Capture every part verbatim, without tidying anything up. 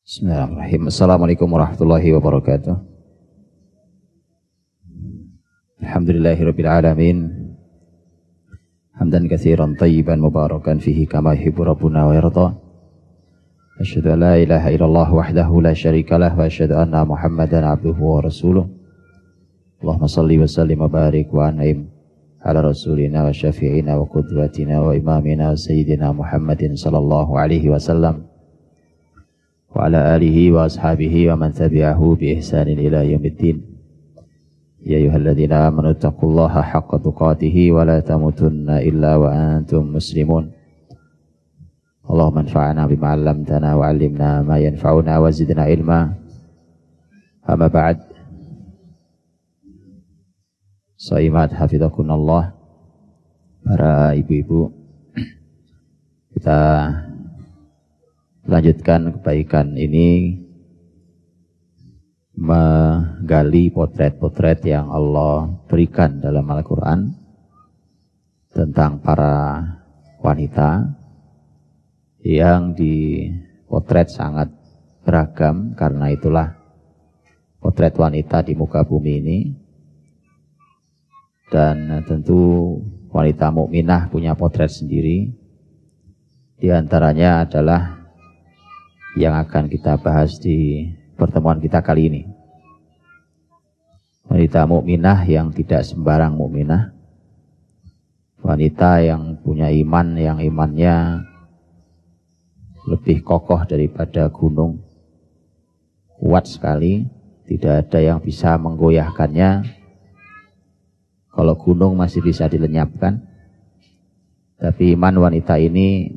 Bismillahirrahmanirrahim. Assalamualaikum warahmatullahi wabarakatuh. Alhamdulillahirabbil alamin. Hamdan katsiran thayyiban mubarakan fihi kama yuhibbu rabbuna wa yarda. Asyhadu an la ilaha illallah wahdahu la syarikalah wa asyhadu anna Muhammadan abduhu wa rasuluh. Allahumma shalli wa sallim wa barik wa an'im ala rasulina wa syafi'ina wa qudwatina wa imamina wa sayyidina Muhammadin sallallahu alaihi wasallam wa ala alihi wa ashabihi wa man tabi'ahu bi ihsanin ila yaumiddin. Ya ayyuhalladzina amanu taqullaha haqqa tuqatih wa la tamutunna illa wa antum muslimun. Allahumma anfa'na bima 'allamtana wa 'allimna ma yanfa'una wa zidna ilma. Amma ba'd. Shaimat hafizakunallah, para ibu-ibu, kita lanjutkan kebaikan ini, menggali potret-potret yang Allah berikan dalam Al-Quran tentang para wanita yang dipotret sangat beragam. Karena itulah potret wanita di muka bumi ini. Dan tentu wanita mukminah punya potret sendiri. Di antaranya adalah yang akan kita bahas di pertemuan kita kali ini. Wanita mukminah yang tidak sembarang mukminah. Wanita yang punya iman, yang imannya lebih kokoh daripada gunung. Kuat sekali, tidak ada yang bisa menggoyahkannya. Kalau gunung masih bisa dilenyapkan, tapi iman wanita ini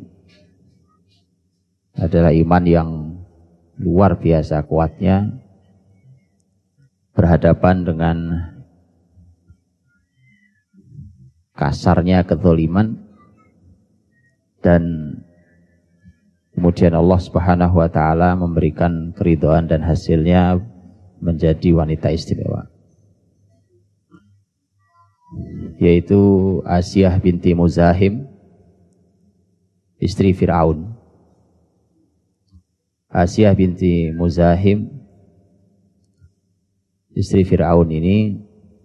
adalah iman yang luar biasa kuatnya, berhadapan dengan kasarnya kezaliman, dan kemudian Allah Subhanahu wa taala memberikan keridhaan dan hasilnya menjadi wanita istimewa, yaitu Asiyah binti Muzahim, istri Fir'aun. Asiyah binti Muzahim, istri Fir'aun ini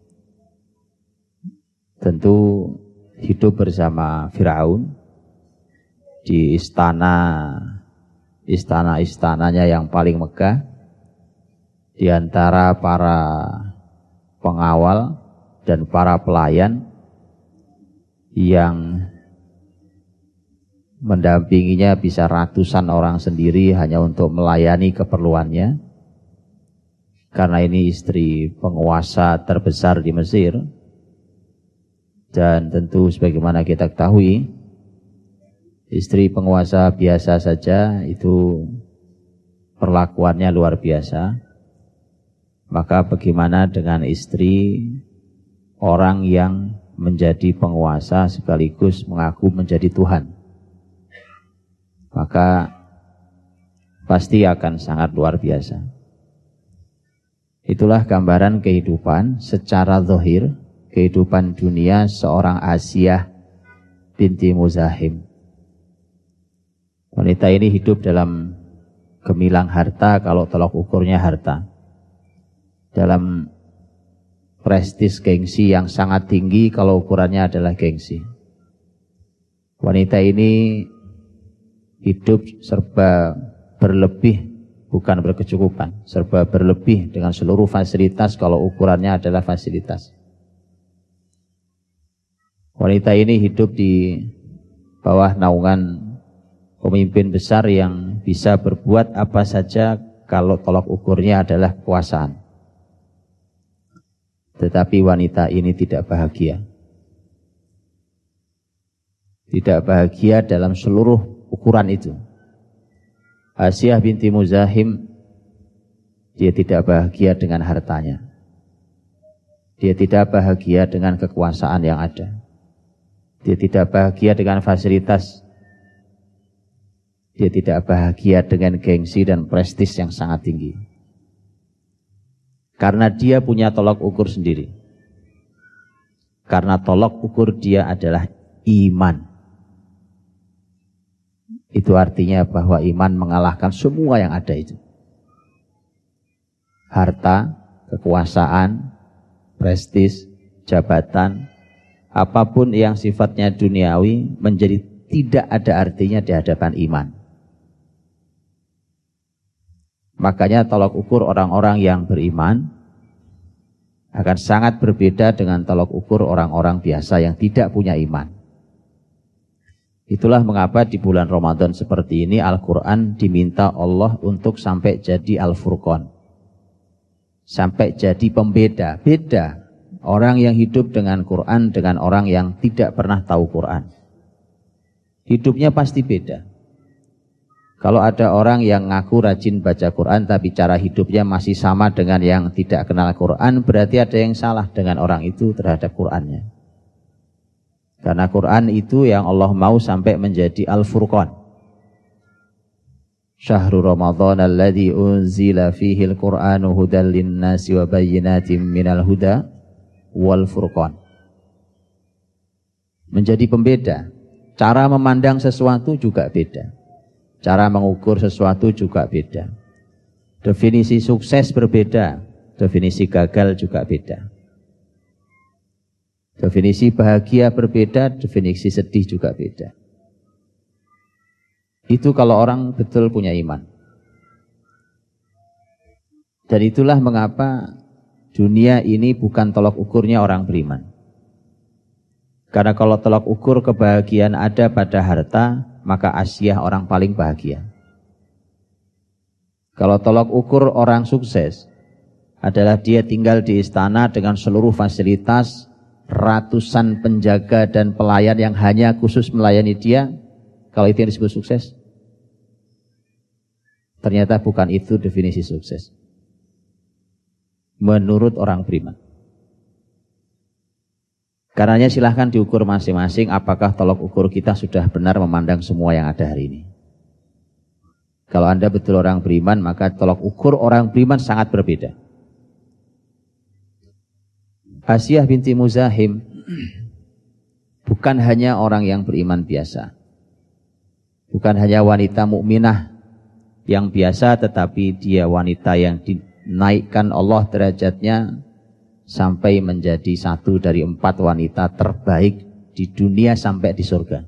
tentu hidup bersama Fir'aun di istana istana-istananya yang paling megah, di antara para pengawal dan para pelayan yang mendampinginya bisa ratusan orang sendiri hanya untuk melayani keperluannya. Karena ini istri penguasa terbesar di Mesir, dan tentu sebagaimana kita ketahui, istri penguasa biasa saja itu perlakuannya luar biasa. Maka bagaimana dengan istri orang yang menjadi penguasa sekaligus mengaku menjadi Tuhan? Maka pasti akan sangat luar biasa. Itulah gambaran kehidupan secara zahir, kehidupan dunia seorang Asiyah binti Muzahim. Wanita ini hidup dalam gemilang harta, kalau tolak ukurnya harta, dalam prestis gengsi yang sangat tinggi kalau ukurannya adalah gengsi. Wanita ini hidup serba berlebih, bukan berkecukupan, serba berlebih dengan seluruh fasilitas kalau ukurannya adalah fasilitas. Wanita ini hidup di bawah naungan pemimpin besar yang bisa berbuat apa saja kalau tolak ukurnya adalah kekuasaan. Tetapi wanita ini tidak bahagia. Tidak bahagia dalam seluruh ukuran itu. Asiyah binti Muzahim, dia tidak bahagia dengan hartanya. Dia tidak bahagia dengan kekuasaan yang ada. Dia tidak bahagia dengan fasilitas. Dia tidak bahagia dengan gengsi dan prestis yang sangat tinggi. Karena dia punya tolak ukur sendiri. Karena tolak ukur dia adalah iman. Itu artinya bahwa iman mengalahkan semua yang ada itu. harta, kekuasaan, prestis, jabatan, apapun yang sifatnya duniawi menjadi tidak ada artinya di hadapan iman. Makanya tolak ukur orang-orang yang beriman akan sangat berbeda dengan tolak ukur orang-orang biasa yang tidak punya iman. Itulah mengapa di bulan Ramadan seperti ini Al-Quran diminta Allah untuk sampai jadi Al-Furqan. Sampai jadi pembeda. Beda orang yang hidup dengan Quran dengan orang yang tidak pernah tahu Quran. Hidupnya pasti beda. Kalau ada orang yang ngaku rajin baca Quran tapi cara hidupnya masih sama dengan yang tidak kenal Quran, berarti ada yang salah dengan orang itu terhadap Qurannya. Karena Quran itu yang Allah mau sampai menjadi Al-Furqan. Syahrul Ramadan alladzi unzila fihi al-Qur'anu hudal linnasi wa bayyinatin minal huda wal furqan. Menjadi pembeda. Cara memandang sesuatu juga beda. Cara mengukur sesuatu juga beda. Definisi sukses berbeda, definisi gagal juga beda. Definisi bahagia berbeda, definisi sedih juga beda. Itu kalau orang betul punya iman. Dan itulah mengapa dunia ini bukan tolak ukurnya orang beriman. Karena kalau tolak ukur kebahagiaan ada pada harta, maka Asia orang paling bahagia. Kalau tolak ukur orang sukses adalah dia tinggal di istana dengan seluruh fasilitas, ratusan penjaga dan pelayan yang hanya khusus melayani dia, kalau itu yang disebut sukses? Ternyata bukan itu definisi sukses menurut orang beriman. Karenanya silahkan diukur masing-masing apakah tolak ukur kita sudah benar memandang semua yang ada hari ini. Kalau Anda betul orang beriman, maka tolak ukur orang beriman sangat berbeda. Asiyah binti Muzahim bukan hanya orang yang beriman biasa. Bukan hanya wanita mukminah yang biasa, tetapi dia wanita yang dinaikkan Allah derajatnya sampai menjadi satu dari empat wanita terbaik di dunia sampai di surga.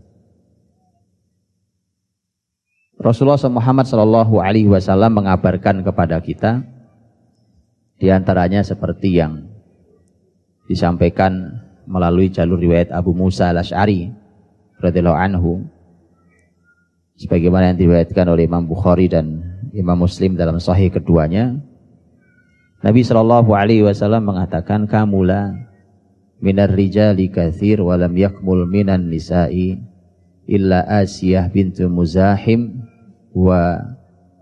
Rasulullah Muhammad shallallahu alaihi wasallam mengabarkan kepada kita, di antaranya seperti yang disampaikan melalui jalur riwayat Abu Musa al-Asy'ari radhiyallahu anhu, sebagaimana yang diriwayatkan oleh Imam Bukhari dan Imam Muslim dalam sahih keduanya. Nabi sallallahu alaihi wasallam mengatakan, kamula minar rijali katsir wa lam yakmul minan nisa'i illa Asiyah bintu Muzahim wa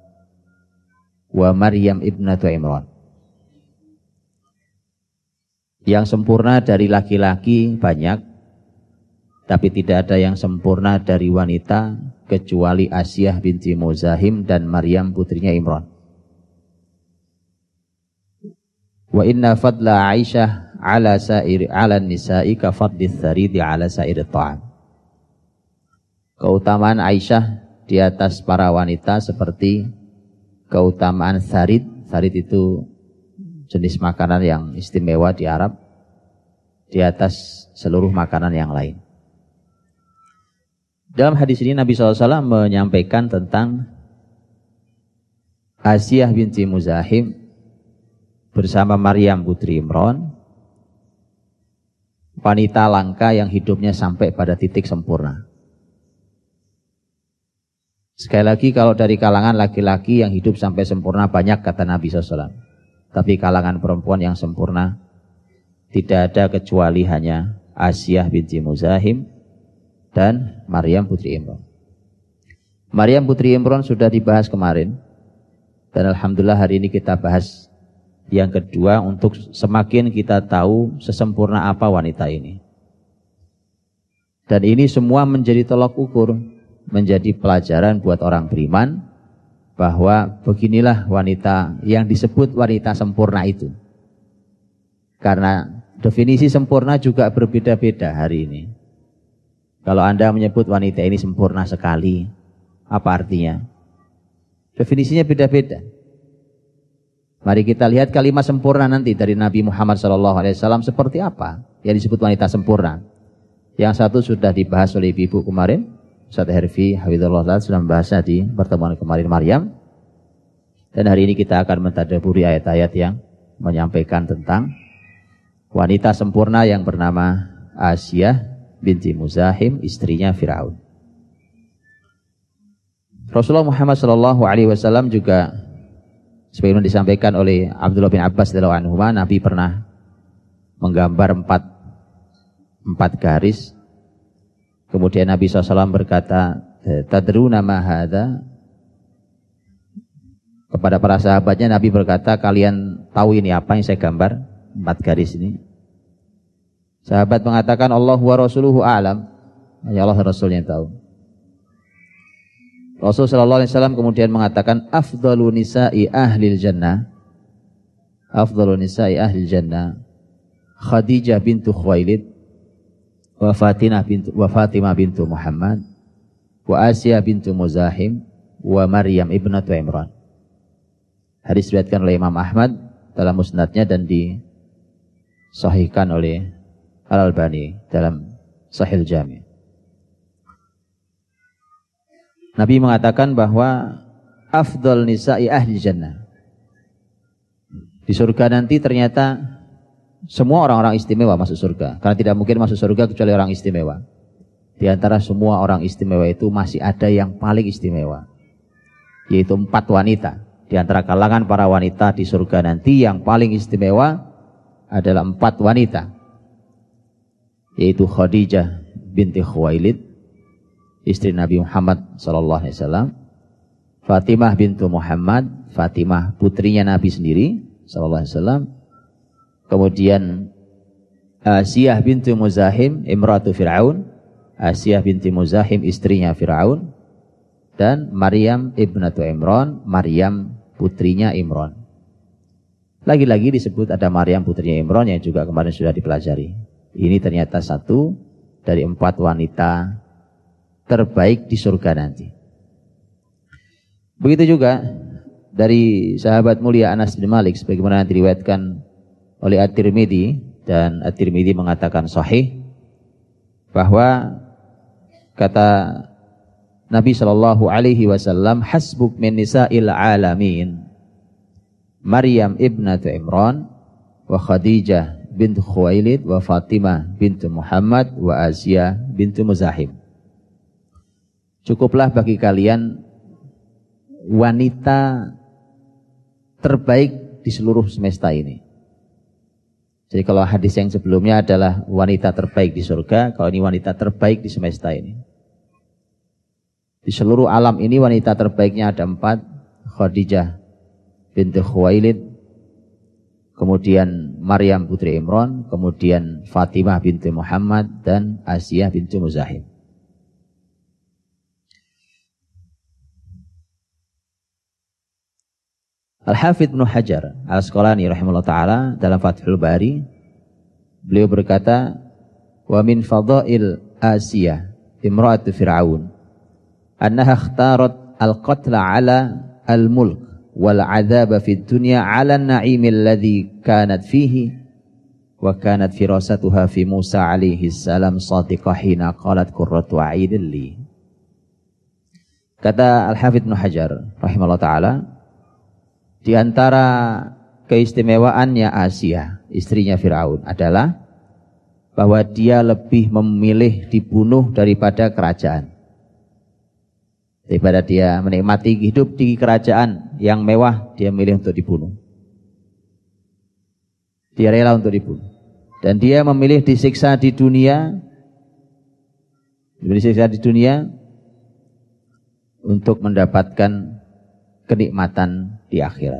wa Maryam ibnatu Imran. Yang sempurna dari laki-laki banyak, tapi tidak ada yang sempurna dari wanita kecuali Asiyah binti Muzahim dan Maryam putrinya Imran. Wa inna fadla Aisyah ala sa'iri ala nisa'i ka fadlis saridi ala sa'iri ta'am. Keutamaan Aisyah di atas para wanita seperti keutamaan sarid. Sarid itu jenis makanan yang istimewa di Arab, di atas seluruh makanan yang lain. Dalam hadis ini Nabi shallallahu alaihi wasallam menyampaikan tentang Asiyah binti Muzahim bersama Maryam putri Imran, wanita langka yang hidupnya sampai pada titik sempurna. Sekali lagi, kalau dari kalangan laki-laki yang hidup sampai sempurna banyak, kata Nabi shallallahu alaihi wasallam. Tapi kalangan perempuan yang sempurna tidak ada kecuali hanya Asiyah binti Muzahim dan Maryam putri Imran. Maryam putri Imran sudah dibahas kemarin, dan alhamdulillah hari ini kita bahas yang kedua untuk semakin kita tahu sesempurna apa wanita ini. Dan ini semua menjadi tolak ukur, menjadi pelajaran buat orang beriman, bahwa beginilah wanita yang disebut wanita sempurna itu. Karena definisi sempurna juga berbeda-beda hari ini. Kalau Anda menyebut wanita ini sempurna sekali, apa artinya? Definisinya beda-beda. Mari kita lihat kalimat sempurna nanti dari Nabi Muhammad shallallahu alaihi wasallam seperti apa yang disebut wanita sempurna. Yang satu sudah dibahas oleh ibu kemarin, Ustaz Herfi Hafizullah sudah membahasnya di pertemuan kemarin Maryam. Dan hari ini kita akan mentadabburi ayat-ayat yang menyampaikan tentang wanita sempurna yang bernama Asiyah binti Muzahim, istrinya Firaun. Rasulullah Muhammad shallallahu alaihi wasallam juga sebagaimana disampaikan oleh Abdullah bin Abbas radhiyallahu anhu, Nabi pernah menggambar empat empat garis. Kemudian Nabi shallallahu alaihi wasallam berkata, tadruna ma hadza? Kepada para sahabatnya Nabi berkata, kalian tahu ini apa yang saya gambar? Empat garis ini. Sahabat mengatakan, Allah wa rasuluhu a'lam. Ya Allah Rasulnya tahu. Rasul sallallahu alaihi wasallam kemudian mengatakan, afdalu nisa'i ahlil jannah, afdalu nisa'i ahlil jannah Khadijah bintu Khuwailid wa Fatimah bintu wa Fatimah bintu Muhammad wa Asiyah bintu Muzahim wa Maryam ibnatu Imran. Hadis diriwayatkan oleh Imam Ahmad dalam musnadnya dan disahihkan oleh Al-Albani dalam Sahih Jami'. Nabi mengatakan bahwa afdal nisa'i ahli jannah. Di surga nanti ternyata semua orang-orang istimewa masuk surga. Karena tidak mungkin masuk surga kecuali orang istimewa. Di antara semua orang istimewa itu masih ada yang paling istimewa, yaitu empat wanita. Di antara kalangan para wanita di surga nanti yang paling istimewa adalah empat wanita, yaitu Khadijah binti Khuwailid, istri Nabi Muhammad sallallahu alaihi wasallam, Fatimah bintu Muhammad, Fatimah putrinya Nabi sendiri sallallahu alaihi wasallam, kemudian Asiyah bintu Muzahim, imratu Fir'aun, Asiyah binti Muzahim, istrinya Fir'aun, dan Maryam ibnatu Imran, Maryam putrinya Imran. Lagi-lagi disebut ada Maryam putrinya Imran yang juga kemarin sudah dipelajari. Ini ternyata satu dari empat wanita terbaik di surga nanti. Begitu juga dari sahabat mulia Anas bin Malik sebagaimana diriwayatkan oleh At-Tirmidzi, dan At-Tirmidzi mengatakan sahih bahwa kata Nabi sallallahu alaihi wasallam, hasbuk min nisa'il alamin Maryam ibnatu Imran wa Khadijah bintu Khuwailid wa Fatimah bintu Muhammad wa Asiyah bintu Muzahim. Cukuplah bagi kalian wanita terbaik di seluruh semesta ini. Jadi kalau hadis yang sebelumnya adalah wanita terbaik di surga, kalau ini wanita terbaik di semesta ini. Di seluruh alam ini wanita terbaiknya ada empat. Khadijah binti Khuwailid, kemudian Maryam putri Imran, kemudian Fatimah binti Muhammad, dan Asiyah binti Muzahim. Al-Hafidz Ibnu Hajar Al-Asqalani rahimahullah ta'ala dalam Fathul Bari, beliau berkata, wa min fadail Asiyah imra'atu Fir'aun annaha ikhtarat al-qatla ala al-mulk wal 'adzaba fid dunya 'ala an-na'im alladhi kanat fihi wa kanat firasatuha fi Musa alaihi salam sadiqah hina qalat qurratu 'aidin li. Kata Al-Hafidz Ibnu Hajar rahimahullah ta'ala, di antara keistimewaannya Asiyah, istrinya Fir'aun, adalah bahwa dia lebih memilih dibunuh daripada kerajaan. Daripada dia menikmati hidup di kerajaan yang mewah, dia memilih untuk dibunuh. Dia rela untuk dibunuh. Dan dia memilih disiksa di dunia, disiksa di dunia untuk mendapatkan kenikmatan di akhirat.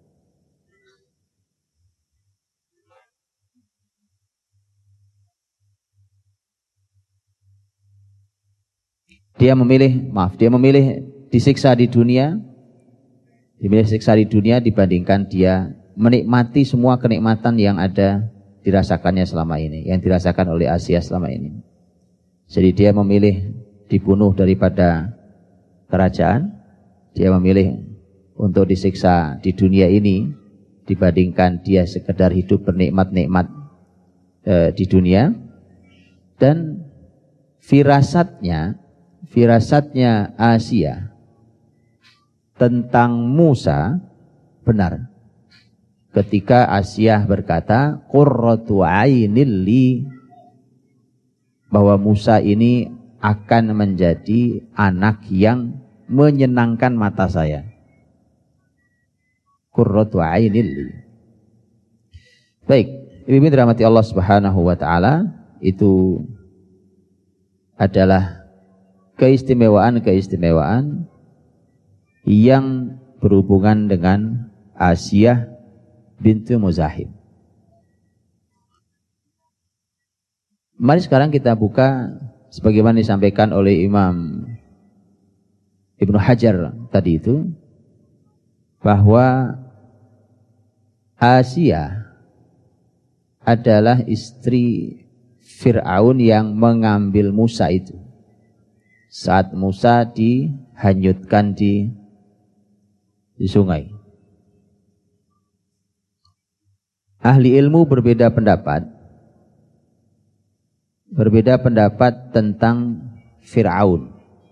Dia memilih, maaf, dia memilih disiksa di dunia, dimilih siksa di dunia dibandingkan dia menikmati semua kenikmatan yang ada dirasakannya selama ini, yang dirasakan oleh Asiyah selama ini. Jadi dia memilih dibunuh daripada kerajaan, dia memilih untuk disiksa di dunia ini dibandingkan dia sekedar hidup bernikmat-nikmat e, di dunia. Dan firasatnya, firasatnya Asia tentang Musa benar. Ketika Asia berkata, qurratu ainil li, bahwa Musa ini akan menjadi anak yang menyenangkan mata saya. Qurratu ainil li. Baik, Ibu dirahmati Allah Subhanahu wa taala, itu adalah keistimewaan-keistimewaan yang berhubungan dengan Asiyah bintu Muzahim. Mari sekarang kita buka sebagaimana disampaikan oleh Imam Ibnu Hajar tadi itu, bahwa Asiyah adalah istri Fir'aun yang mengambil Musa itu saat Musa dihanyutkan di, di sungai. Ahli ilmu berbeda pendapat berbeda pendapat tentang Fir'aun.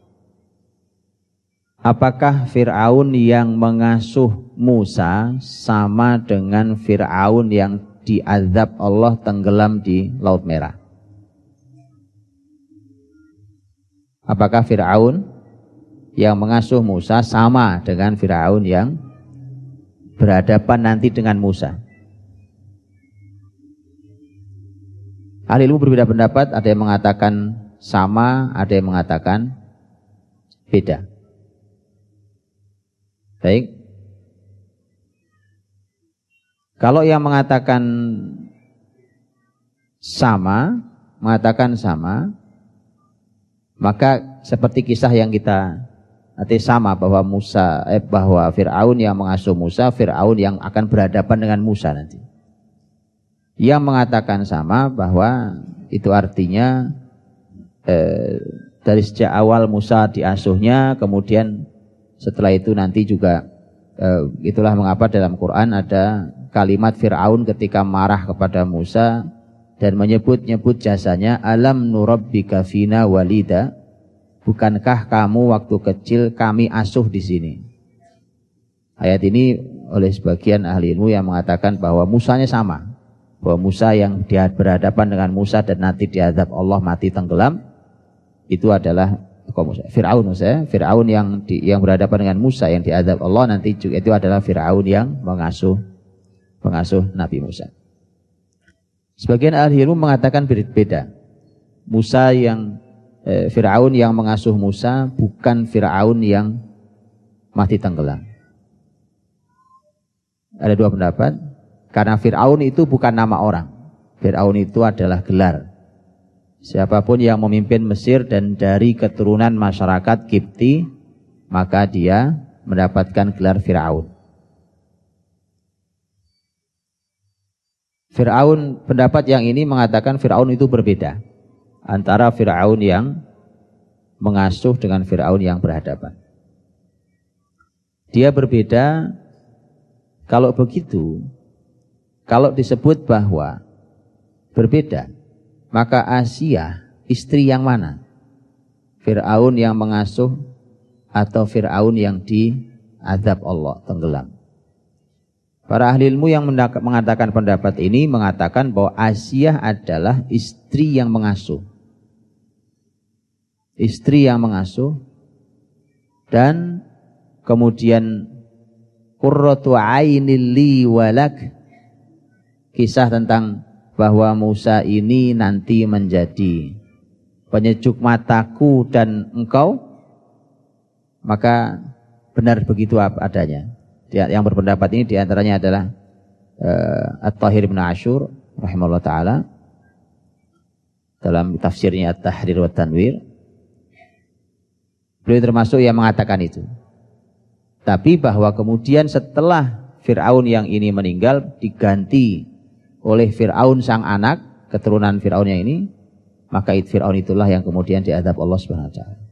Apakah Fir'aun yang mengasuh Musa sama dengan Fir'aun yang diazab Allah tenggelam di Laut Merah? Apakah Fir'aun yang mengasuh Musa sama dengan Fir'aun yang berhadapan nanti dengan Musa? Ahli ilmu berbeda pendapat, ada yang mengatakan sama, ada yang mengatakan beda. Baik. Kalau yang mengatakan sama, mengatakan sama, maka seperti kisah yang kita nanti sama, bahwa Musa eh, bahwa Fir'aun yang mengasuh Musa, Fir'aun yang akan berhadapan dengan Musa nanti. Yang mengatakan sama, bahwa itu artinya eh, dari sejak awal Musa diasuhnya, kemudian setelah itu nanti juga eh, itulah mengapa dalam Quran ada kalimat Fir'aun ketika marah kepada Musa dan menyebut-nyebut jasanya, alam nurabbika fina walida, bukankah kamu waktu kecil kami asuh di sini. Ayat ini oleh sebagian ahli ilmu yang mengatakan bahwa Musanya sama, bahwa Musa yang dia berhadapan dengan Musa dan nanti diazab Allah mati tenggelam, itu adalah Fir'aun. Musa, Fir'aun yang di, yang berhadapan dengan Musa yang diazab Allah nanti juga itu adalah Fir'aun yang mengasuh pengasuh Nabi Musa. Sebagian ahli ilmu mengatakan berbeda. Musa yang eh, Fir'aun yang mengasuh Musa bukan Fir'aun yang mati tenggelam. Ada dua pendapat. Karena Fir'aun itu bukan nama orang. Fir'aun itu adalah gelar. Siapapun yang memimpin Mesir dan dari keturunan masyarakat Kipti, maka dia mendapatkan gelar Fir'aun. Fir'aun, pendapat yang ini mengatakan Fir'aun itu berbeda antara Fir'aun yang mengasuh dengan Fir'aun yang berhadapan. Dia berbeda. Kalau begitu, kalau disebut bahwa berbeda, maka Asia istri yang mana? Fir'aun yang mengasuh atau Fir'aun yang diazab Allah tenggelam? Para ahli ilmu yang mengatakan pendapat ini mengatakan bahwa Asia adalah istri yang mengasuh. Istri yang mengasuh dan kemudian qurratu ainil li walak, kisah tentang bahwa Musa ini nanti menjadi penyejuk mataku dan engkau, maka benar begitu adanya. Yang berpendapat ini diantaranya adalah uh, At-Tahir bin Ashur rahimahullah ta'ala dalam tafsirnya At-Tahrir wa Tanwir. Beliau termasuk yang mengatakan itu. Tapi bahwa kemudian setelah Fir'aun yang ini meninggal diganti oleh Fir'aun sang anak, keturunan Fir'aun yang ini, maka Fir'aun itulah yang kemudian diazab Allah Subhanahu wa taala.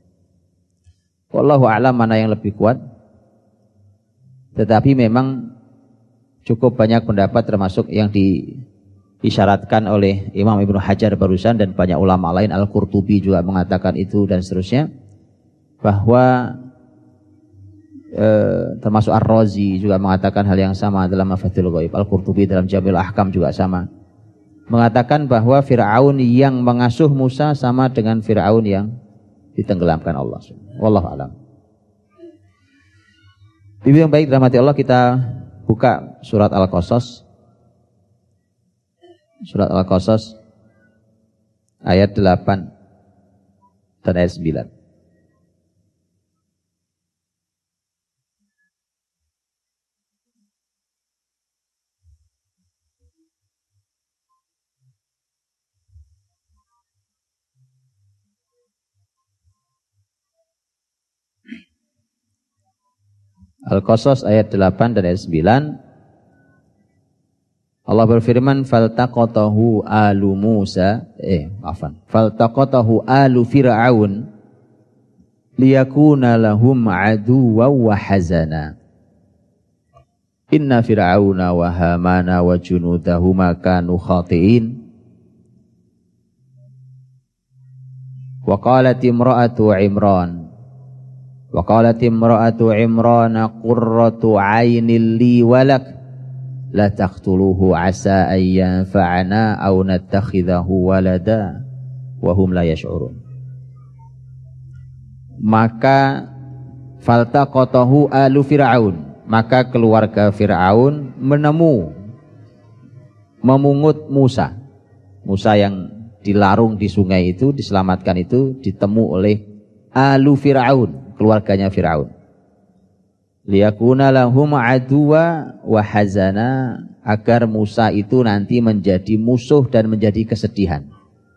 Wallahu a'lam mana yang lebih kuat. Tetapi memang cukup banyak pendapat termasuk yang diisyaratkan oleh Imam Ibnu Hajar barusan dan banyak ulama lain, Al-Qurtubi juga mengatakan itu dan seterusnya, bahwa eh, termasuk Ar-Razi juga mengatakan hal yang sama dalam Mafatihul Ghaib, Al-Qurtubi dalam Jamil Ahkam juga sama, mengatakan bahwa Fir'aun yang mengasuh Musa sama dengan Fir'aun yang ditenggelamkan Allah. Wallahu a'lam. Ibu yang baik dirahmati Allah, kita buka surat Al-Qasas. Surat Al-Qasas ayat delapan dan ayat sembilan. Al-Qasas ayat delapan dan ayat sembilan. Allah berfirman, faltaqatahu alu Musa eh maafan faltaqatahu alu Fir'aun liyakuna lahum aduwwan wa hazana inna fir'auna wa hamana wa junudahuma kanu khati'in wa qalat imra'atu Imran wa qalat imra'atu Imran qurratu 'ainil li walak la taqtuluhu asa an yanfa'ana aw nattakhidahu walada wa hum la yash'urun. Maka faltaqatahu alu Fir'aun, maka keluarga Fir'aun menemu memungut Musa. Musa yang dilarung di sungai itu, diselamatkan itu ditemu oleh alu Fir'aun, keluarganya Fir'aun. Liyakuna lahum aduwa wa hazana, agar Musa itu nanti menjadi musuh dan menjadi kesedihan.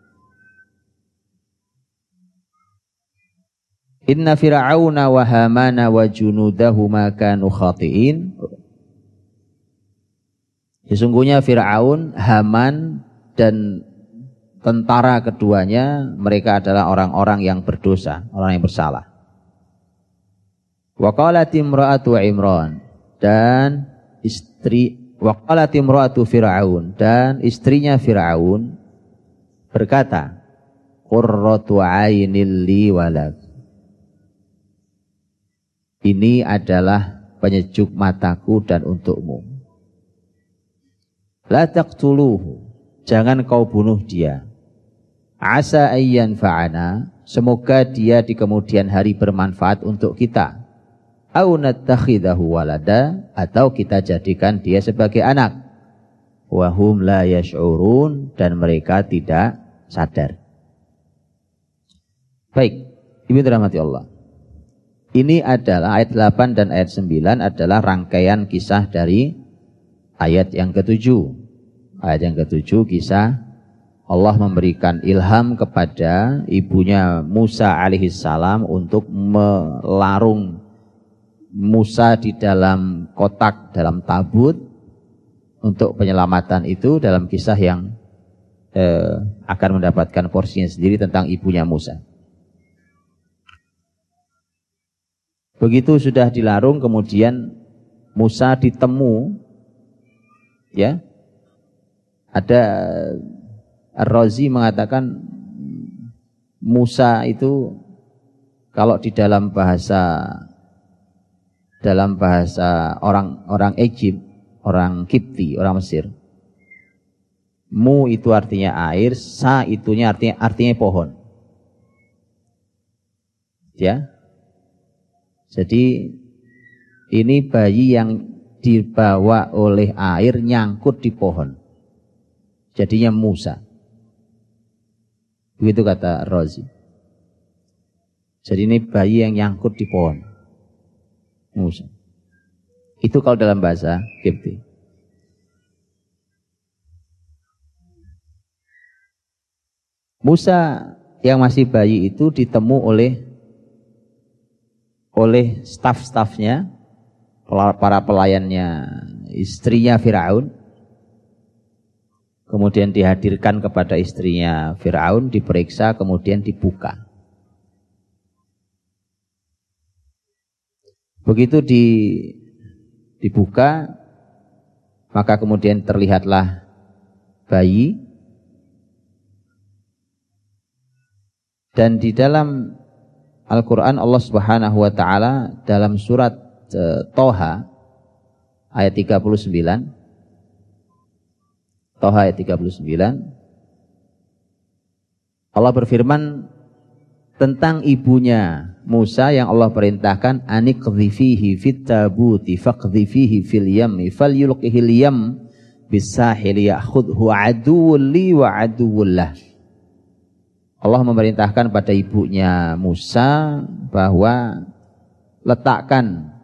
Inna fir'auna wa hamana wa junudahuma kanu khati'in. Sesungguhnya Fir'aun, Haman dan tentara keduanya, mereka adalah orang-orang yang berdosa, orang yang bersalah. Wa qalat imra'atu Imran, dan istri wa qalat imra'atu Fir'aun, dan istrinya Fir'aun berkata, qurratu 'ainil li walak, ini adalah penyejuk mataku dan untukmu. La taqtuluhu, jangan kau bunuh dia. Asa ayyan fa'ana, semoga dia di kemudian hari bermanfaat untuk kita. Au nattakhidahu walada, atau kita jadikan dia sebagai anak. Wa hum la yash'urun, dan mereka tidak sadar. Baik, Ibu dirahmati Allah. Ini adalah ayat delapan dan ayat sembilan adalah rangkaian kisah dari ayat yang ketujuh. Ayat yang ketujuh kisah Allah memberikan ilham kepada ibunya Musa alaihissalam untuk melarung Musa di dalam kotak, dalam tabut untuk penyelamatan itu, dalam kisah yang eh, akan mendapatkan porsinya sendiri tentang ibunya Musa. Begitu sudah dilarung, kemudian Musa ditemu, ya, ada Ar-Razi mengatakan Musa itu kalau di dalam bahasa dalam bahasa orang-orang Egypt, orang Kipti, orang Mesir, mu itu artinya air, sa itunya artinya artinya pohon. Ya. Jadi ini bayi yang dibawa oleh air nyangkut di pohon. Jadinya Musa. Begitu kata Razi. Jadi ini bayi yang nyangkut di pohon. Musa. Itu kalau dalam bahasa Kipti. Musa yang masih bayi itu ditemu oleh oleh staf-stafnya, para pelayannya, istrinya Fir'aun. Kemudian dihadirkan kepada istrinya Fir'aun, diperiksa, kemudian dibuka. Begitu di, dibuka, Maka kemudian terlihatlah bayi. Dan di dalam Al-Quran Allah Subhanahu wa ta'ala dalam surat uh, Toha ayat tiga puluh sembilan, Toha ayat tiga puluh sembilan, Allah berfirman tentang ibunya Musa yang Allah perintahkan, anikdhifihi fit tabuti faqdhifihi fil yammi falyulqihil yam bisahili ya'khudhu aduwwun li wa aduwwun lah. Allah memerintahkan pada ibunya Musa bahwa letakkan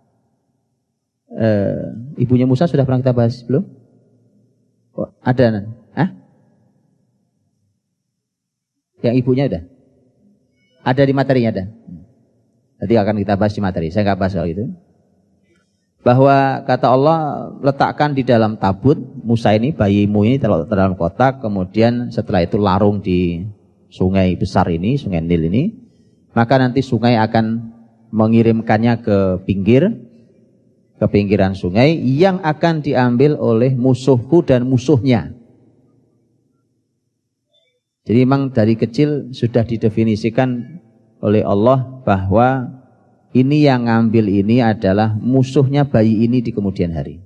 uh, ibunya Musa sudah pernah kita bahas belum? Oh, ada? Hah? Yang ibunya ada? Ada di materinya ada. Nanti akan kita bahas di materi. Saya nggak bahas soal itu. Bahwa kata Allah letakkan di dalam tabut Musa ini, bayimu ini terletak dalam kotak, kemudian setelah itu larung di sungai besar ini, sungai Nil ini, maka nanti sungai akan mengirimkannya ke pinggir, ke pinggiran sungai yang akan diambil oleh musuhku dan musuhnya. Jadi memang dari kecil sudah didefinisikan oleh Allah bahwa ini yang ngambil ini adalah musuhnya bayi ini di kemudian hari.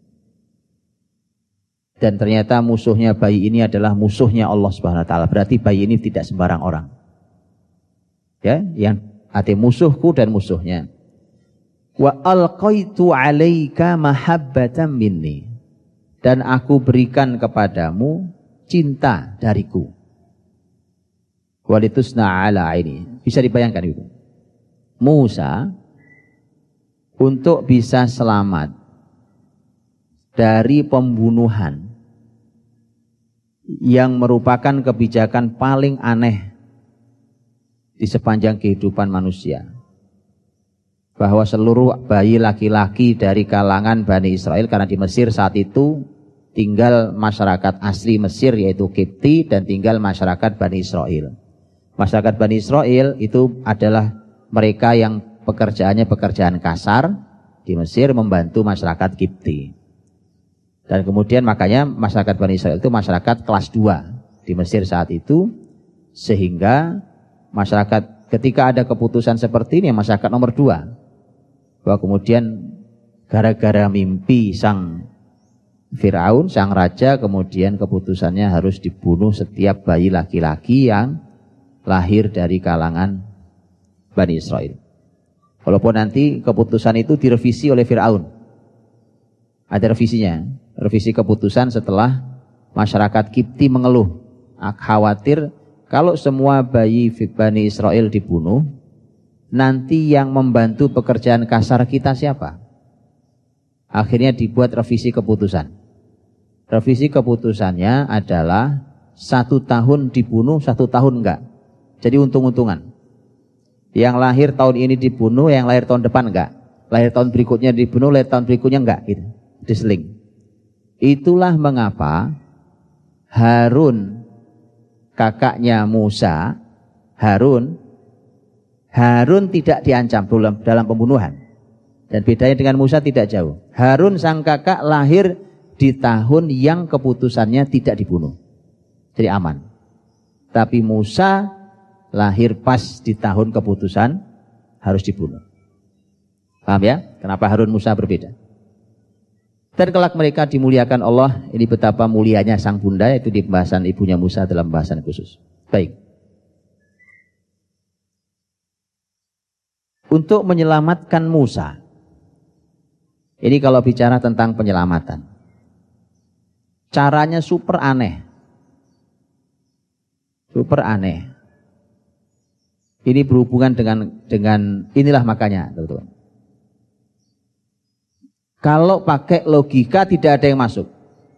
Dan ternyata musuhnya bayi ini adalah musuhnya Allah Subhanahu wa taala. Berarti bayi ini tidak sembarang orang. Ya, yang arti musuhku dan musuhnya. Wa alqaitu 'alaika mahabbatan minni. Dan aku berikan kepadamu cinta dariku. Walitusna 'ala 'aini. Bisa dibayangkan itu. Musa untuk bisa selamat dari pembunuhan yang merupakan kebijakan paling aneh di sepanjang kehidupan manusia. Bahwa seluruh bayi laki-laki dari kalangan Bani Israel, karena di Mesir saat itu tinggal masyarakat asli Mesir yaitu Kipti dan tinggal masyarakat Bani Israel. Masyarakat Bani Israel itu adalah mereka yang pekerjaannya pekerjaan kasar di Mesir membantu masyarakat Kipti. Dan kemudian makanya masyarakat Bani Israel itu masyarakat kelas dua di Mesir saat itu. Sehingga masyarakat ketika ada keputusan seperti ini masyarakat nomor dua. Bahwa kemudian gara-gara mimpi sang Fir'aun, sang raja, kemudian keputusannya harus dibunuh setiap bayi laki-laki yang lahir dari kalangan Bani Israel. Walaupun nanti keputusan itu direvisi oleh Fir'aun. Ada revisinya. Revisi keputusan setelah masyarakat Kipti mengeluh, khawatir kalau semua bayi Bani Israel dibunuh, nanti yang membantu pekerjaan kasar kita siapa? Akhirnya dibuat revisi keputusan. Revisi keputusannya adalah satu tahun dibunuh, satu tahun enggak. Jadi untung-untungan. Yang lahir tahun ini dibunuh, yang lahir tahun depan enggak. Lahir tahun berikutnya dibunuh, lahir tahun berikutnya enggak. Gitu. Diseling. Itulah mengapa Harun, kakaknya Musa, Harun, Harun tidak diancam dalam, dalam pembunuhan. Dan bedanya dengan Musa tidak jauh. Harun sang kakak lahir di tahun yang keputusannya tidak dibunuh. Jadi aman. Tapi Musa lahir pas di tahun keputusan harus dibunuh. Paham ya? Kenapa Harun Musa berbeda? Dan kelak mereka dimuliakan Allah. Ini betapa mulianya sang bunda, yaitu di pembahasan ibunya Musa dalam bahasan khusus. Baik. Untuk menyelamatkan Musa. Ini kalau bicara tentang penyelamatan. Caranya super aneh. Super aneh. Ini berhubungan dengan dengan inilah makanya, teman-teman. Kalau pakai logika tidak ada yang masuk.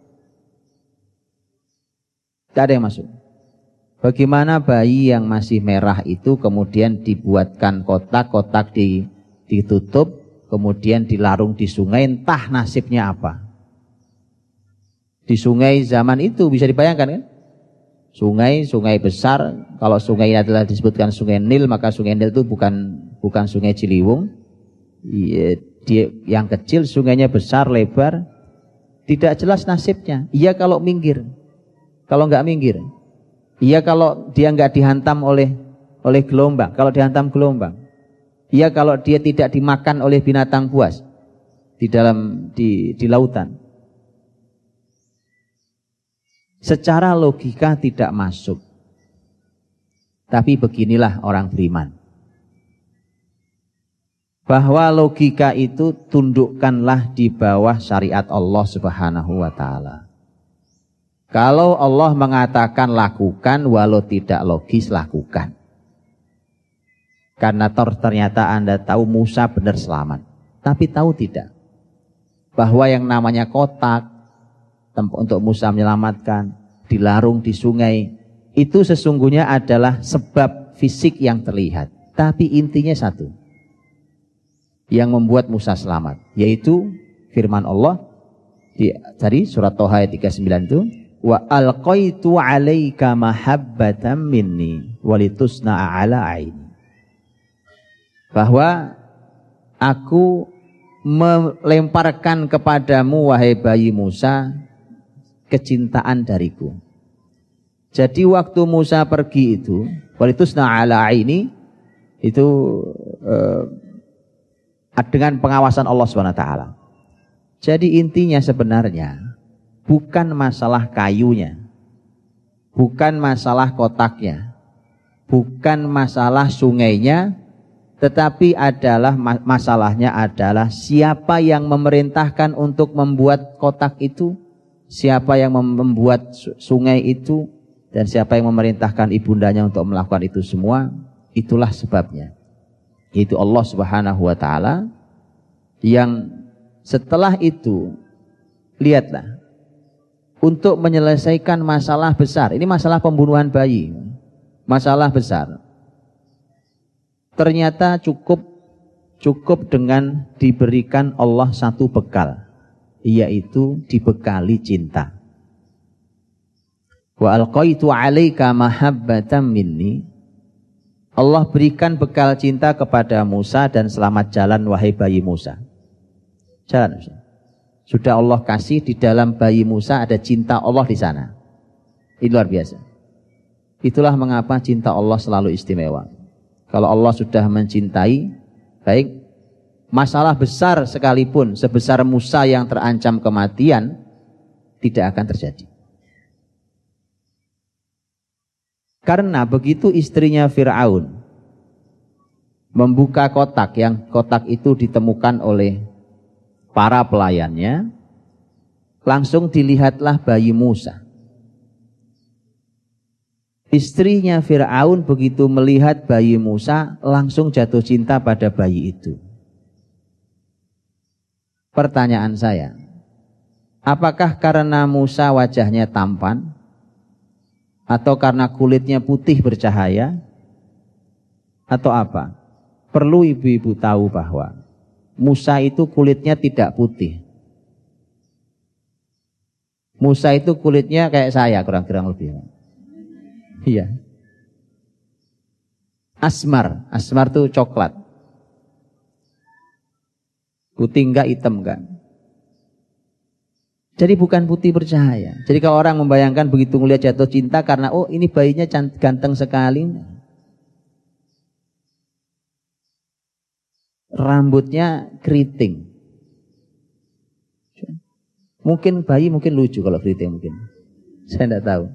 Tidak ada yang masuk. Bagaimana bayi yang masih merah itu kemudian dibuatkan kotak-kotak di, ditutup, kemudian dilarung di sungai, entah nasibnya apa. Di sungai zaman itu bisa dibayangkan kan? Sungai, sungai besar. Kalau sungai ini adalah disebutkan sungai Nil, maka sungai Nil itu bukan bukan sungai Ciliwung. Dia, yang kecil, sungainya besar, lebar. Tidak jelas nasibnya. Iya kalau minggir, kalau nggak minggir. Iya kalau dia nggak dihantam oleh oleh gelombang, kalau dihantam gelombang. Iya kalau dia tidak dimakan oleh binatang buas di dalam di di lautan. Secara logika tidak masuk. Tapi beginilah orang beriman. Bahwa logika itu tundukkanlah di bawah syariat Allah Subhanahu wa taala. Kalau Allah mengatakan lakukan, walau tidak logis lakukan. Karena ternyata Anda tahu Musa benar selamat. Tapi tahu tidak bahwa yang namanya kotak untuk Musa menyelamatkan, dilarung di sungai, itu sesungguhnya adalah sebab fisik yang terlihat. Tapi intinya satu, yang membuat Musa selamat, yaitu firman Allah di dari surat Toha ayat tiga puluh sembilan itu, wa alqaitu 'alaika mahabbatan minni walitusna'a 'ala 'aini. Bahwa aku melemparkan kepadamu wahai bayi Musa kecintaan dariku. Jadi waktu Musa pergi itu, walitusna'a 'ala 'aini, itu eh, dengan pengawasan Allah subhanahu wa taala. Jadi intinya sebenarnya bukan masalah kayunya, bukan masalah kotaknya, bukan masalah sungainya, tetapi adalah masalahnya adalah siapa yang memerintahkan untuk membuat kotak itu, siapa yang membuat sungai itu, dan siapa yang memerintahkan ibundanya untuk melakukan itu semua. Itulah sebabnya. Itu Allah Subhanahu wa taala yang setelah itu, lihatlah, untuk menyelesaikan masalah besar. Ini masalah pembunuhan bayi, masalah besar. Ternyata cukup cukup dengan diberikan Allah satu bekal, yaitu dibekali cinta. Wa alqaitu 'alaika mahabbatan minni. Allah berikan bekal cinta kepada Musa dan selamat jalan wahai bayi Musa. Jalan. Sudah Allah kasih di dalam bayi Musa ada cinta Allah di sana. Ini luar biasa. Itulah mengapa cinta Allah selalu istimewa. Kalau Allah sudah mencintai, baik masalah besar sekalipun sebesar Musa yang terancam kematian tidak akan terjadi. Karena begitu istrinya Fir'aun membuka kotak, yang kotak itu ditemukan oleh para pelayannya, langsung dilihatlah bayi Musa. Istrinya Fir'aun begitu melihat bayi Musa langsung jatuh cinta pada bayi itu. Pertanyaan saya, apakah karena Musa wajahnya tampan? Atau karena kulitnya putih bercahaya? Atau apa? Perlu ibu-ibu tahu bahwa Musa itu kulitnya tidak putih. Musa itu kulitnya kayak saya, kurang-kurang lebih. Iya. Asmar, asmar itu coklat. Putih enggak, hitam enggak. Jadi bukan putih bercahaya. Jadi kalau orang membayangkan begitu melihat jatuh cinta karena oh ini bayinya cantik, ganteng sekali. Rambutnya keriting. Mungkin bayi mungkin lucu kalau keriting mungkin. Saya tidak tahu.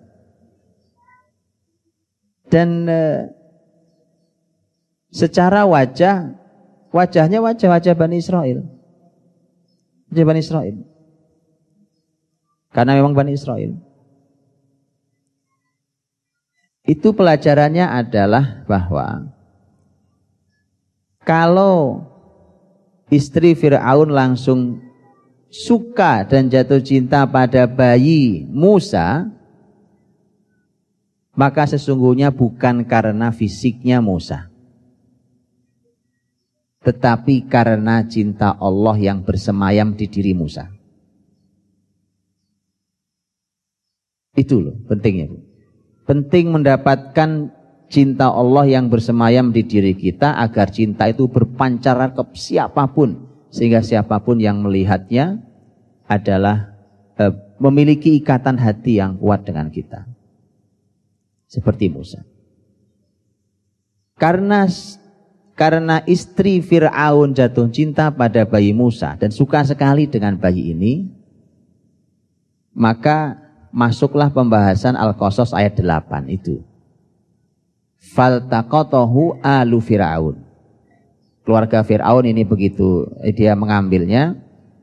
Dan eh, secara wajah, wajahnya wajah-wajah Bani Israel. Wajah Bani Israel. Karena memang Bani Israel. Itu pelajarannya adalah bahwa kalau istri Fir'aun langsung suka dan jatuh cinta pada bayi Musa, maka sesungguhnya bukan karena fisiknya Musa, tetapi karena cinta Allah yang bersemayam di diri Musa. Itu loh pentingnya, Bu. Penting mendapatkan cinta Allah yang bersemayam di diri kita agar cinta itu berpancaran ke siapapun, sehingga siapapun yang melihatnya adalah eh, memiliki ikatan hati yang kuat dengan kita. Seperti Musa. Karena karena istri Fir'aun jatuh cinta pada bayi Musa dan suka sekali dengan bayi ini, maka masuklah pembahasan Al-Qasas ayat delapan itu. Faltaqatahu alu Fir'aun. Keluarga Fir'aun ini begitu dia mengambilnya,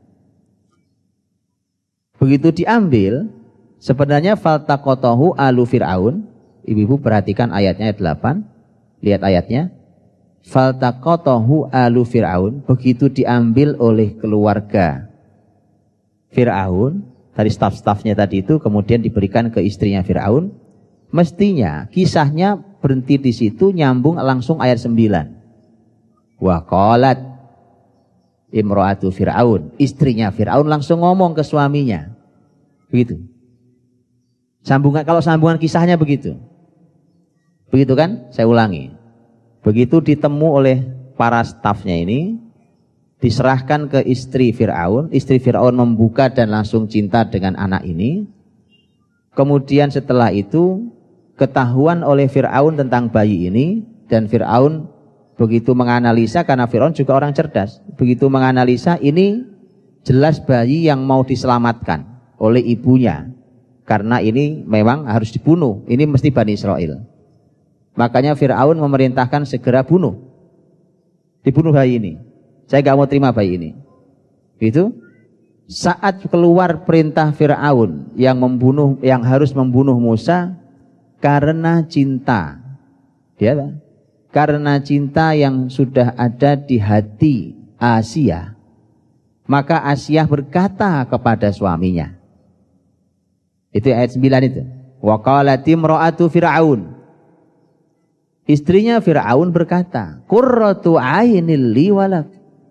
begitu diambil, sebenarnya faltaqatahu alu Fir'aun. Ibu-ibu perhatikan ayatnya ayat delapan. Lihat ayatnya. Faltaqatahu alu Fir'aun, begitu diambil oleh keluarga Fir'aun, dari staf-stafnya tadi itu, kemudian diberikan ke istrinya Fir'aun. Mestinya kisahnya berhenti di situ, nyambung langsung ayat sembilan. Wa qalat imra'atu Fir'aun, istrinya Fir'aun langsung ngomong ke suaminya. Begitu. Sambungan, kalau sambungan kisahnya begitu. Begitu kan? Saya ulangi. Begitu ditemu oleh para stafnya ini, diserahkan ke istri Fir'aun. Istri Fir'aun membuka dan langsung cinta dengan anak ini. Kemudian setelah itu ketahuan oleh Fir'aun tentang bayi ini. Dan Fir'aun begitu menganalisa, karena Fir'aun juga orang cerdas. Begitu menganalisa, ini jelas bayi yang mau diselamatkan oleh ibunya. Karena ini memang harus dibunuh. Ini mesti Bani Israel. Makanya Fir'aun memerintahkan segera bunuh. Dibunuh bayi ini. Saya gak mau terima bayi ini. Itu saat keluar perintah Fir'aun yang membunuh, yang harus membunuh Musa karena cinta. Dia karena cinta yang sudah ada di hati Asia. Maka Asia berkata kepada suaminya. Itu ayat sembilan itu. Wa qalat imra'atu Fir'aun. Istrinya Fir'aun berkata, qurratu ainil li walak.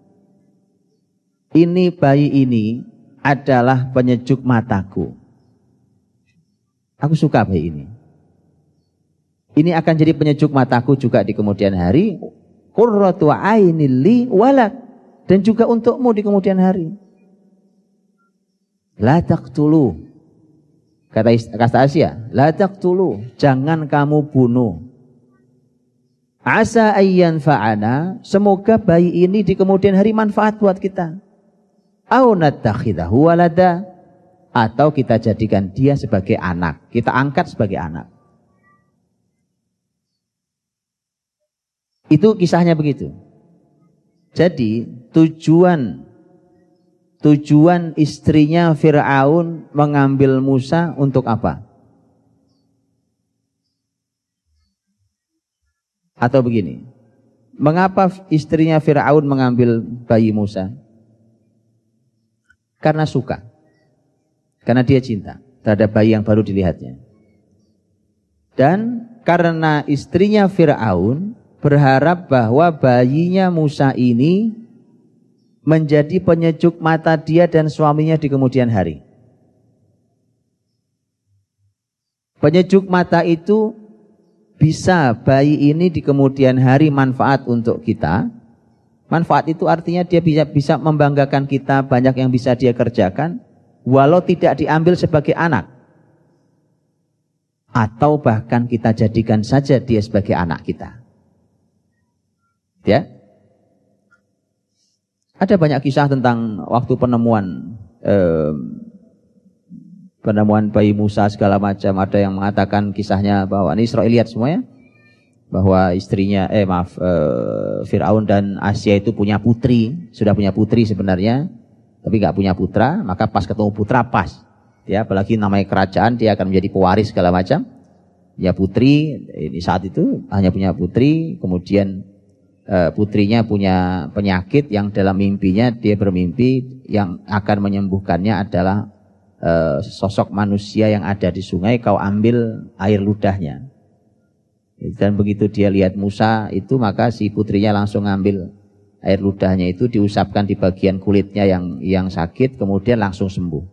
Ini bayi ini adalah penyejuk mataku. Aku suka bayi ini. Ini akan jadi penyejuk mataku juga di kemudian hari. Qurratu ainil li walak. Dan juga untukmu di kemudian hari. La taqtulu. Kata kata Asia, la taqtulu. Jangan kamu bunuh. Asa ayyan fa'ana, semoga bayi ini di kemudian hari manfaat buat kita. Au natakhidahu walada, atau kita jadikan dia sebagai anak, kita angkat sebagai anak. Itu kisahnya begitu. Jadi tujuan tujuan istrinya Fir'aun mengambil Musa untuk apa? Atau begini, mengapa istrinya Fir'aun mengambil bayi Musa? Karena suka. Karena dia cinta terhadap bayi yang baru dilihatnya. Dan karena istrinya Fir'aun berharap bahwa bayinya Musa ini menjadi penyejuk mata dia dan suaminya di kemudian hari. Penyejuk mata itu bisa bayi ini di kemudian hari manfaat untuk kita. Manfaat itu artinya dia bisa bisa membanggakan kita, banyak yang bisa dia kerjakan, walau tidak diambil sebagai anak. Atau bahkan kita jadikan saja dia sebagai anak kita. Ya. Ada banyak kisah tentang waktu penemuan eh, penemuan bayi Musa segala macam. Ada yang mengatakan kisahnya bahwa ini Israeliat semuanya, bahwa istrinya eh maaf eh, Fir'aun dan Asia itu punya putri, sudah punya putri sebenarnya, tapi nggak punya putra. Maka pas ketemu putra pas, ya apalagi namanya kerajaan, dia akan menjadi pewaris segala macam. Ya putri, ini saat itu hanya punya putri, kemudian eh, putrinya punya penyakit yang dalam mimpinya dia bermimpi yang akan menyembuhkannya adalah sosok manusia yang ada di sungai, kau ambil air ludahnya. Dan begitu dia lihat Musa itu, maka si putrinya langsung ambil air ludahnya itu, diusapkan di bagian kulitnya yang yang sakit, kemudian langsung sembuh.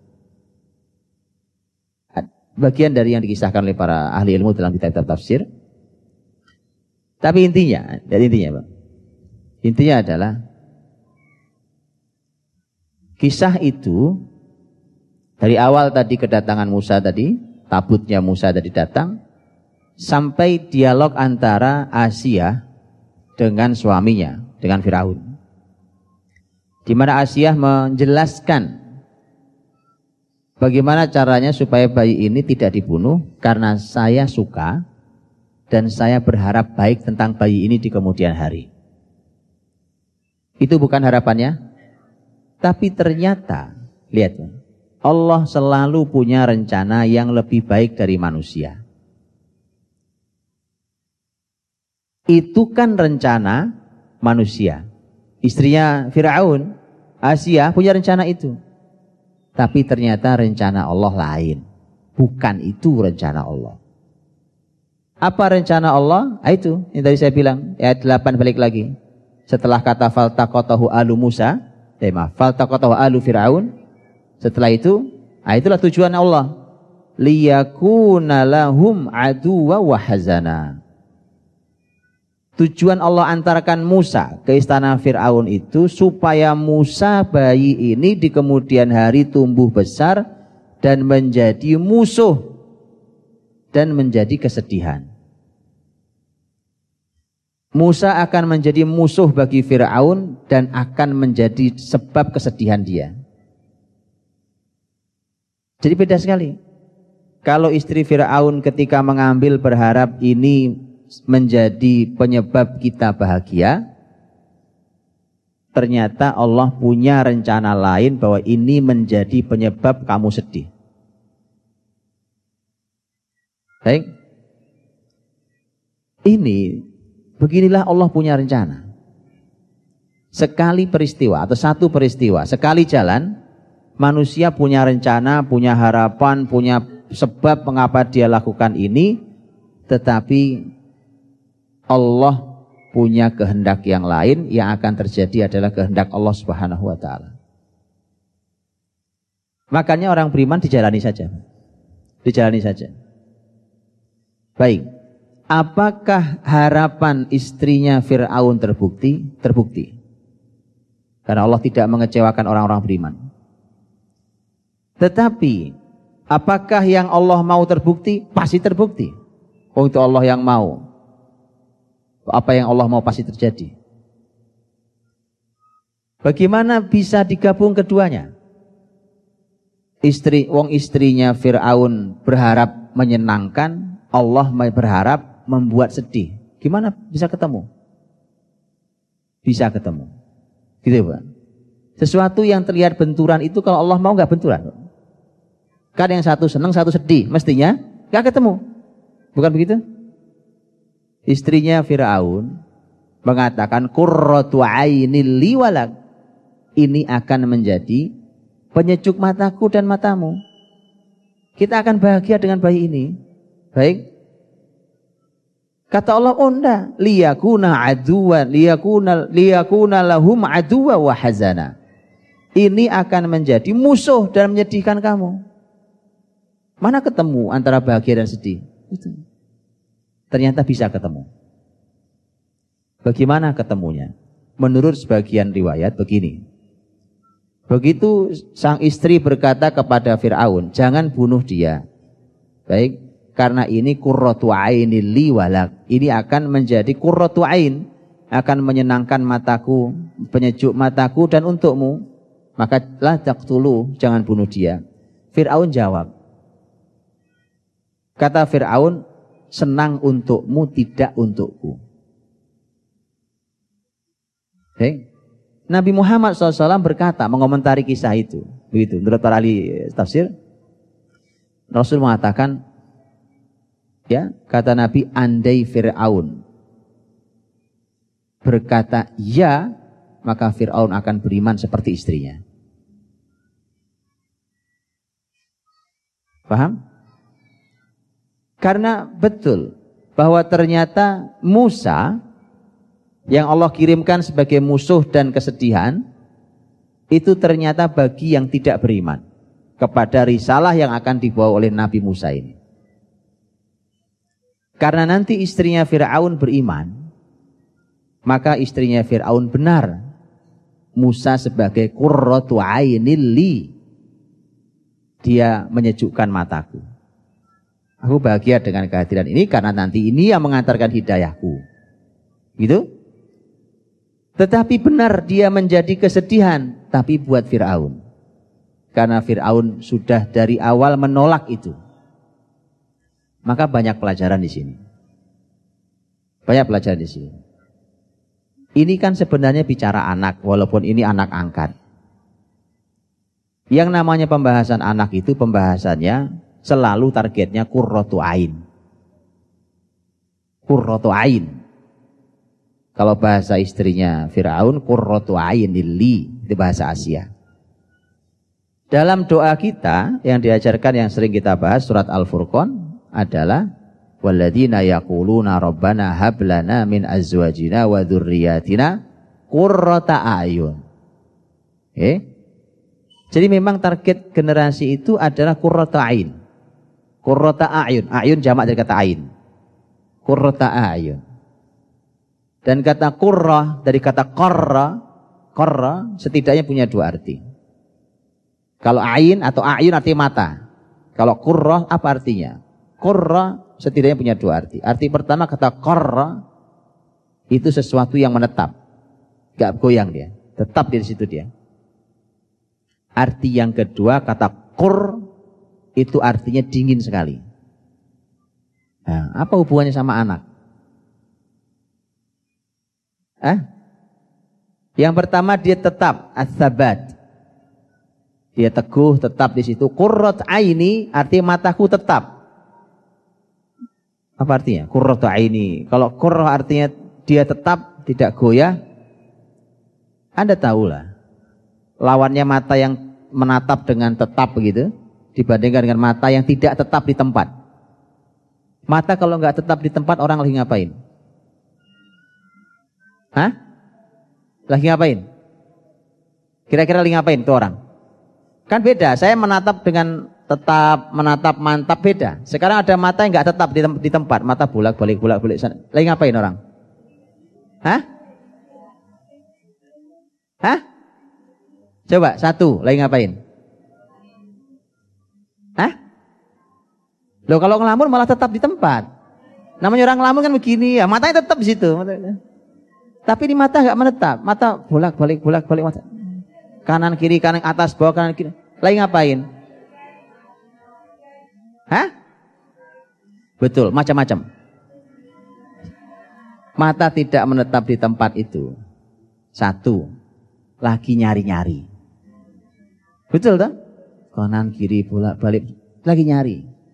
Bagian dari yang dikisahkan oleh para ahli ilmu dalam kitab-kitab tafsir. Tapi intinya, dari intinya Bang, intinya adalah kisah itu Dari awal tadi kedatangan Musa tadi, tabutnya Musa tadi datang, sampai dialog antara Asiyah dengan suaminya, dengan Firaun. Di mana Asiyah menjelaskan bagaimana caranya supaya bayi ini tidak dibunuh, karena saya suka dan saya berharap baik tentang bayi ini di kemudian hari. Itu bukan harapannya, tapi ternyata, lihat, Allah selalu punya rencana yang lebih baik dari manusia. Itu kan rencana manusia. Istrinya Firaun, Asiyah, punya rencana itu. Tapi ternyata rencana Allah lain. Bukan itu rencana Allah. Apa rencana Allah? Ah, itu yang tadi saya bilang, ayat delapan balik lagi. Setelah kata faltaqatahu alu Musa, eh maaf, faltaqatahu alu Firaun. Setelah itu, ah, itulah tujuan Allah. Liyakuna lahum aduwa wa hazana. Tujuan Allah antarkan Musa ke istana Fir'aun itu supaya Musa bayi ini di kemudian hari tumbuh besar dan menjadi musuh dan menjadi kesedihan. Musa akan menjadi musuh bagi Fir'aun dan akan menjadi sebab kesedihan dia. Jadi beda sekali. Kalau istri Fir'aun ketika mengambil berharap ini menjadi penyebab kita bahagia, ternyata Allah punya rencana lain bahwa ini menjadi penyebab kamu sedih. Baik. Ini beginilah Allah punya rencana. Sekali peristiwa atau satu peristiwa, sekali jalan, manusia punya rencana, punya harapan, punya sebab mengapa dia lakukan ini, tetapi Allah punya kehendak yang lain, yang akan terjadi adalah kehendak Allah Subhanahu wa taala. Makanya orang beriman dijalani saja. Dijalani saja. Baik. Apakah harapan istrinya Fir'aun terbukti? Terbukti. Karena Allah tidak mengecewakan orang-orang beriman. Tetapi apakah yang Allah mau terbukti? Pasti terbukti. Oh, itu Allah yang mau. Apa yang Allah mau pasti terjadi. Bagaimana bisa digabung keduanya? Istri, wong istrinya Fir'aun berharap menyenangkan, Allah berharap membuat sedih. Gimana bisa ketemu? Bisa ketemu. Gitu Pak. Sesuatu yang terlihat benturan itu kalau Allah mau nggak benturan. Kan yang satu senang, satu sedih. Mestinya nggak ketemu. Bukan begitu? Istrinya Fir'aun mengatakan qurratu ainil li walak. Ini akan menjadi penyejuk mataku dan matamu. Kita akan bahagia dengan bayi ini. Baik. Kata Allah, oh enggak, liyakuna aduwan, liyakuna liyakuna lahum aduwa wa hazana. Ini akan menjadi musuh dan menyedihkan kamu. Mana ketemu antara bahagia dan sedih? Itu. Ternyata bisa ketemu. Bagaimana ketemunya? Menurut sebagian riwayat begini. Begitu sang istri berkata kepada Fir'aun, jangan bunuh dia. Baik. Karena ini qurratu ainil li walak. Ini akan menjadi qurratu ain, akan menyenangkan mataku, penyejuk mataku dan untukmu. Maka la taqtulu, jangan bunuh dia. Fir'aun jawab. Kata Fir'aun, senang untukmu, tidak untukku. Okay. Nabi Muhammad shallallahu alaihi wasallam berkata, mengomentari kisah itu. Begitu, menurut para ahli tafsir, Rasul mengatakan, ya, kata Nabi, andai Fir'aun berkata ya, maka Fir'aun akan beriman seperti istrinya. Paham? Karena betul bahwa ternyata Musa yang Allah kirimkan sebagai musuh dan kesedihan itu ternyata bagi yang tidak beriman kepada risalah yang akan dibawa oleh Nabi Musa ini. Karena nanti istrinya Fir'aun beriman, maka istrinya Fir'aun benar. Musa sebagai qurratu ainil li. dia menyejukkan mataku. Aku bahagia dengan kehadiran ini karena nanti ini yang mengantarkan hidayahku. Gitu? Tetapi benar dia menjadi kesedihan, tapi buat Fir'aun. Karena Fir'aun sudah dari awal menolak itu. Maka banyak pelajaran di sini. Banyak pelajaran di sini. Ini kan sebenarnya bicara anak, walaupun ini anak angkat. Yang namanya pembahasan anak itu pembahasannya selalu targetnya qurratu ain. Qurratu ain. Kalau bahasa istrinya Fir'aun, qurratu ain li, itu bahasa Asia. Dalam doa kita yang diajarkan yang sering kita bahas surat Al-Furqan adalah walladzina yaquluna rabbana hab lana min azwajina wa dzurriyyatina qurrata a'yun. Eh? Jadi memang target generasi itu adalah qurrata ain. Qurrata a'yun, a'yun jamak dari kata ain. Qurrata a'yun. Dan kata qurrah dari kata qarra, qarra setidaknya punya dua arti. Kalau ain atau a'yun artinya mata. Kalau qurrah apa artinya? Qurra setidaknya punya dua arti. Arti pertama kata qarra itu sesuatu yang menetap. Gak goyang dia, tetap di situ dia. Arti yang kedua kata qur itu artinya dingin sekali. Nah, apa hubungannya sama anak? Eh? Yang pertama dia tetap as-sabat. Dia teguh tetap di situ. Qurrat aini artinya mataku tetap. Apa artinya? Qurratu aini. Kalau qurrah artinya dia tetap tidak goyah. Anda tahulah. Lawannya mata yang menatap dengan tetap begitu dibandingkan dengan mata yang tidak tetap di tempat. Mata kalau nggak tetap di tempat orang lagi ngapain? Hah? Lagi ngapain? Kira-kira lagi ngapain tuh orang? Kan beda. Saya menatap dengan tetap, menatap, mantap beda. Sekarang ada mata yang nggak tetap di, tem di tempat, mata bolak-balik, bolak-balik. Lagi ngapain orang? Hah? Hah? Coba satu, lagi ngapain? Hah? Loh kalau ngelamun malah tetap di tempat. Namanya orang ngelamun kan begini ya, matanya tetap di situ. Tapi di mata nggak menetap, mata bolak-balik, bolak-balik mata. Kanan kiri, kanan atas, bawah, kanan kiri. Lagi ngapain? Hah? Betul, macam-macam. Mata tidak menetap di tempat itu. Satu, lagi nyari-nyari. Betul tak? Kanan kiri bolak-balik, lagi nyari.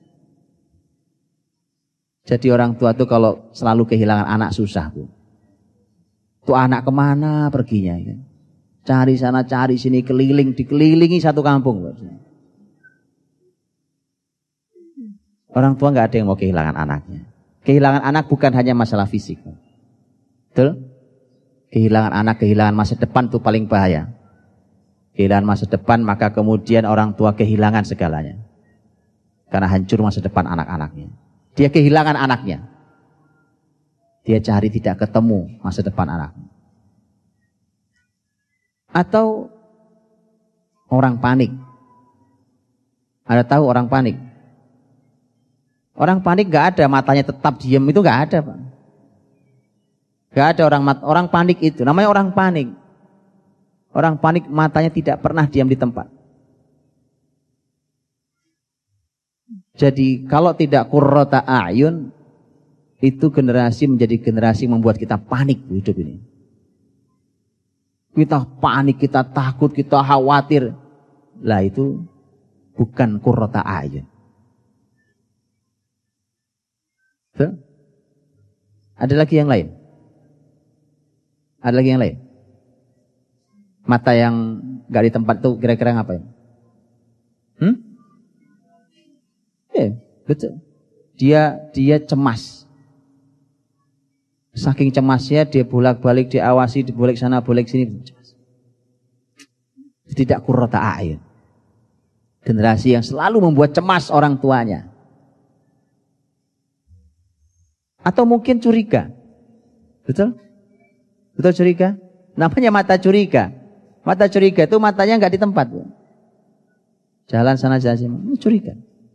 Jadi orang tua tuh kalau selalu kehilangan anak susah, Bu. Tuh anak kemana perginya? Ya? Cari sana, cari sini, keliling, dikelilingi satu kampung. Orang tua nggak ada yang mau kehilangan anaknya. Kehilangan anak bukan hanya masalah fisik. Betul? Kehilangan anak, kehilangan masa depan itu paling bahaya. Kehilangan masa depan maka kemudian orang tua kehilangan segalanya. Karena hancur masa depan anak-anaknya. Dia kehilangan anaknya. Dia cari tidak ketemu masa depan anaknya. Atau orang panik. Ada tahu orang panik? Orang panik gak ada matanya tetap diam itu gak ada, Pak. Gak ada orang mat, orang panik itu. Namanya orang panik. Orang panik matanya tidak pernah diam di tempat. Jadi kalau tidak qurrata a'yun itu generasi menjadi generasi membuat kita panik hidup ini. Kita panik, kita takut, kita khawatir. Lah itu bukan qurrata a'yun. Tuh. Ada lagi yang lain? Ada lagi yang lain? Mata yang gak di tempat itu kira-kira ngapain? Hmm? Eh, betul. Dia dia cemas. Saking cemasnya dia bolak-balik, diawasi, dibolak sana, bolak sini. Tidak qurrata a'yun. Generasi yang selalu membuat cemas orang tuanya. Atau mungkin curiga. Betul? Betul curiga? Namanya mata curiga. Mata curiga itu matanya nggak di tempat. Jalan sana jalan sini, curiga.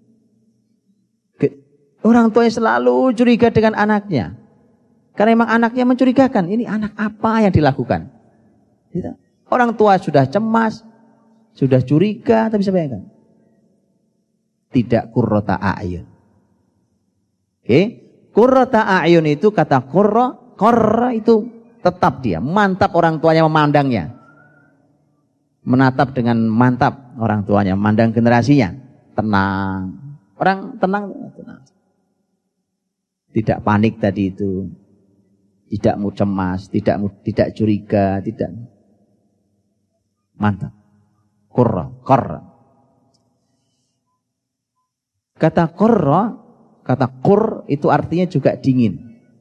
Orang tuanya selalu curiga dengan anaknya. Karena memang anaknya mencurigakan. Ini anak apa yang dilakukan? Orang tua sudah cemas, sudah curiga, tapi siapa yang kan? Tidak qurrata a'yun. Oke, okay? Qurrata a'yun itu kata qurra, qurra itu tetap dia, mantap orang tuanya memandangnya. Menatap dengan mantap orang tuanya, memandang generasinya. Tenang. Orang tenang, tenang. Tidak panik tadi itu. Tidak mau cemas, tidak tidak curiga, tidak. Mantap. Qurra, qurra. Kata qurra, kata qur itu artinya juga dingin.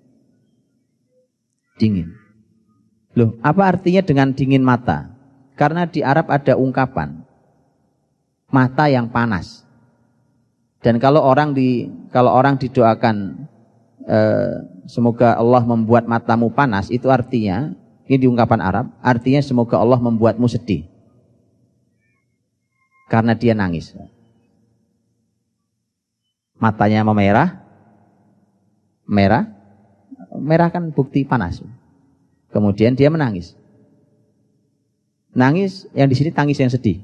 Dingin. Loh, apa artinya dengan dingin mata? Karena di Arab ada ungkapan mata yang panas. Dan kalau orang di kalau orang didoakan eh, semoga Allah membuat matamu panas, itu artinya, ini di ungkapan Arab, artinya semoga Allah membuatmu sedih. Karena dia nangis. Matanya memerah, merah, merah kan bukti panas. Kemudian dia menangis. Nangis yang di sini tangis yang sedih.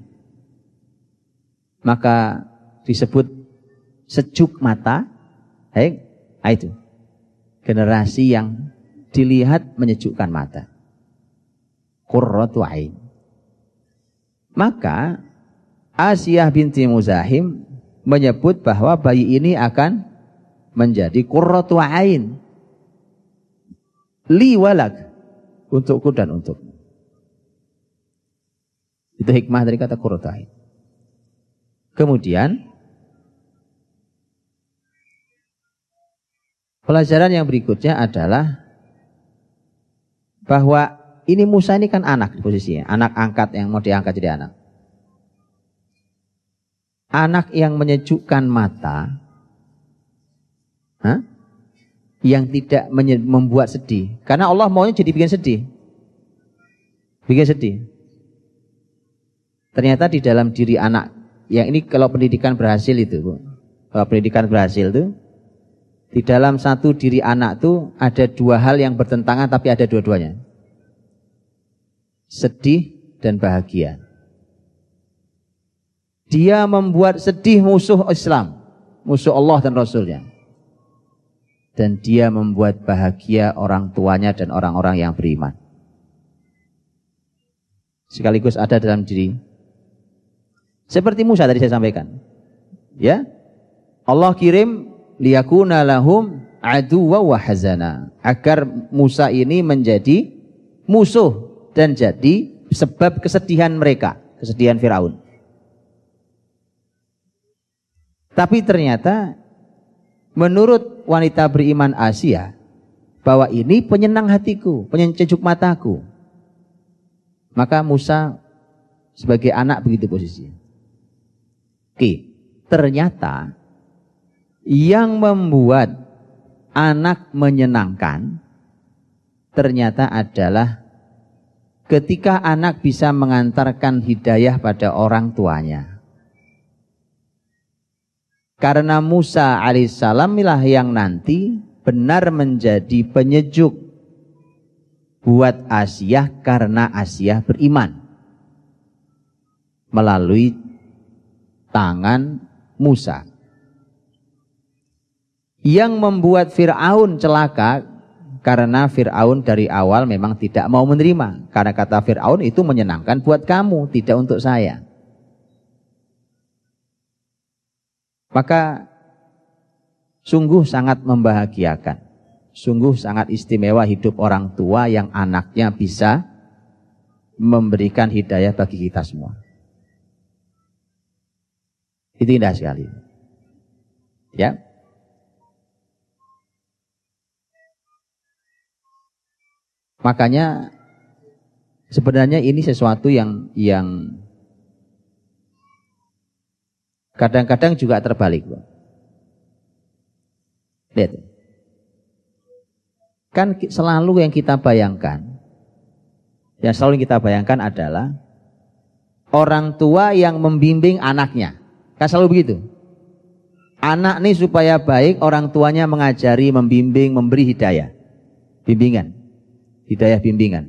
Maka disebut sejuk mata. Hei, itu generasi yang dilihat menyejukkan mata. Qurratu ain. Maka Asiyah binti Muzahim menyebut bahwa bayi ini akan menjadi qurratu ain. Li walak, untukku dan untukmu. Itu hikmah dari kata qurratu ain. Kemudian pelajaran yang berikutnya adalah bahwa ini Musa ini kan anak posisinya, anak angkat yang mau diangkat jadi anak. Anak yang menyejukkan mata, huh? Yang tidak membuat sedih. Karena Allah maunya jadi bikin sedih. Bikin sedih. Ternyata di dalam diri anak, yang ini kalau pendidikan berhasil itu, Bu. Kalau pendidikan berhasil itu, di dalam satu diri anak itu ada dua hal yang bertentangan tapi ada dua-duanya. Sedih dan bahagia. Dia membuat sedih musuh Islam, musuh Allah dan Rasulnya. Dan dia membuat bahagia orang tuanya dan orang-orang yang beriman. Sekaligus ada dalam diri. Seperti Musa tadi saya sampaikan. Ya, Allah kirim liyakuna lahum aduwwa wa hazana, agar Musa ini menjadi musuh dan jadi sebab kesedihan mereka, kesedihan Firaun. Tapi ternyata menurut wanita beriman Asia bahwa ini penyenang hatiku, penyejuk mataku. Maka Musa sebagai anak begitu posisinya. Oke, ternyata yang membuat anak menyenangkan ternyata adalah ketika anak bisa mengantarkan hidayah pada orang tuanya. Karena Musa alaihissalam lah yang nanti benar menjadi penyejuk buat Asia karena Asia beriman melalui tangan Musa. Yang membuat Fir'aun celaka karena Fir'aun dari awal memang tidak mau menerima. Karena kata Fir'aun itu menyenangkan buat kamu, tidak untuk saya. Maka sungguh sangat membahagiakan, sungguh sangat istimewa hidup orang tua yang anaknya bisa memberikan hidayah bagi kita semua. Itu indah sekali. Ya. Makanya sebenarnya ini sesuatu yang yang kadang-kadang juga terbalik. Lihat. Kan selalu yang kita bayangkan, yang selalu yang kita bayangkan adalah orang tua yang membimbing anaknya. Kan selalu begitu. Anak nih supaya baik, orang tuanya mengajari, membimbing, memberi hidayah. Bimbingan. Hidayah bimbingan.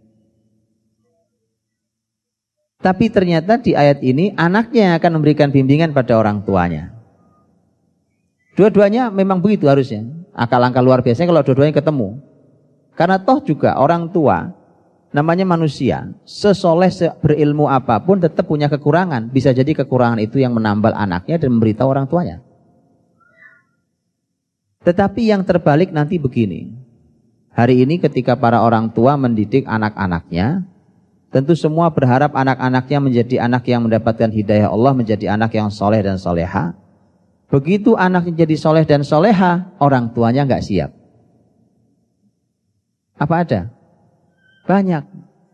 Tapi ternyata di ayat ini anaknya yang akan memberikan bimbingan pada orang tuanya. Dua-duanya memang begitu harusnya. Akal-akal luar biasanya kalau dua-duanya ketemu. Karena toh juga orang tua, namanya manusia, sesoleh berilmu apapun tetap punya kekurangan. Bisa jadi kekurangan itu yang menambal anaknya dan memberitahu orang tuanya. Tetapi yang terbalik nanti begini. Hari ini ketika para orang tua mendidik anak-anaknya, tentu semua berharap anak-anaknya menjadi anak yang mendapatkan hidayah Allah, menjadi anak yang soleh dan soleha. Begitu anaknya jadi soleh dan soleha, orang tuanya nggak siap. Apa ada? Banyak.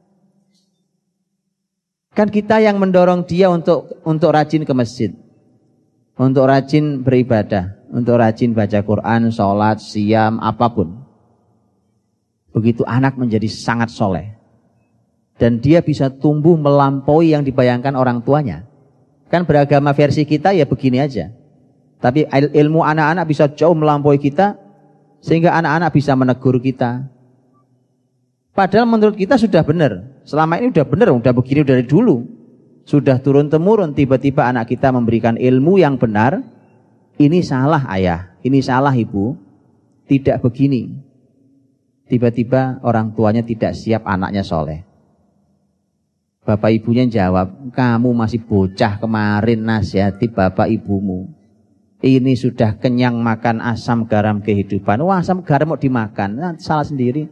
Kan kita yang mendorong dia untuk untuk rajin ke masjid, untuk rajin beribadah, untuk rajin baca Quran, sholat, siam, apapun. Begitu anak menjadi sangat soleh, dan dia bisa tumbuh melampaui yang dibayangkan orang tuanya. Kan beragama versi kita ya begini aja. Tapi ilmu anak-anak bisa jauh melampaui kita, sehingga anak-anak bisa menegur kita. Padahal menurut kita sudah benar. Selama ini sudah benar, sudah begini dari dulu. Sudah turun-temurun, tiba-tiba anak kita memberikan ilmu yang benar. Ini salah ayah, ini salah ibu. Tidak begini. Tiba-tiba orang tuanya tidak siap anaknya soleh. Bapak ibunya jawab, kamu masih bocah, kemarin nasihati bapak ibumu. Ini sudah kenyang makan asam garam kehidupan. Wah, asam garam mau dimakan, nah, salah sendiri.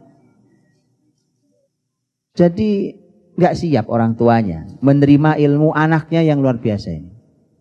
Jadi nggak siap orang tuanya menerima ilmu anaknya yang luar biasa ini.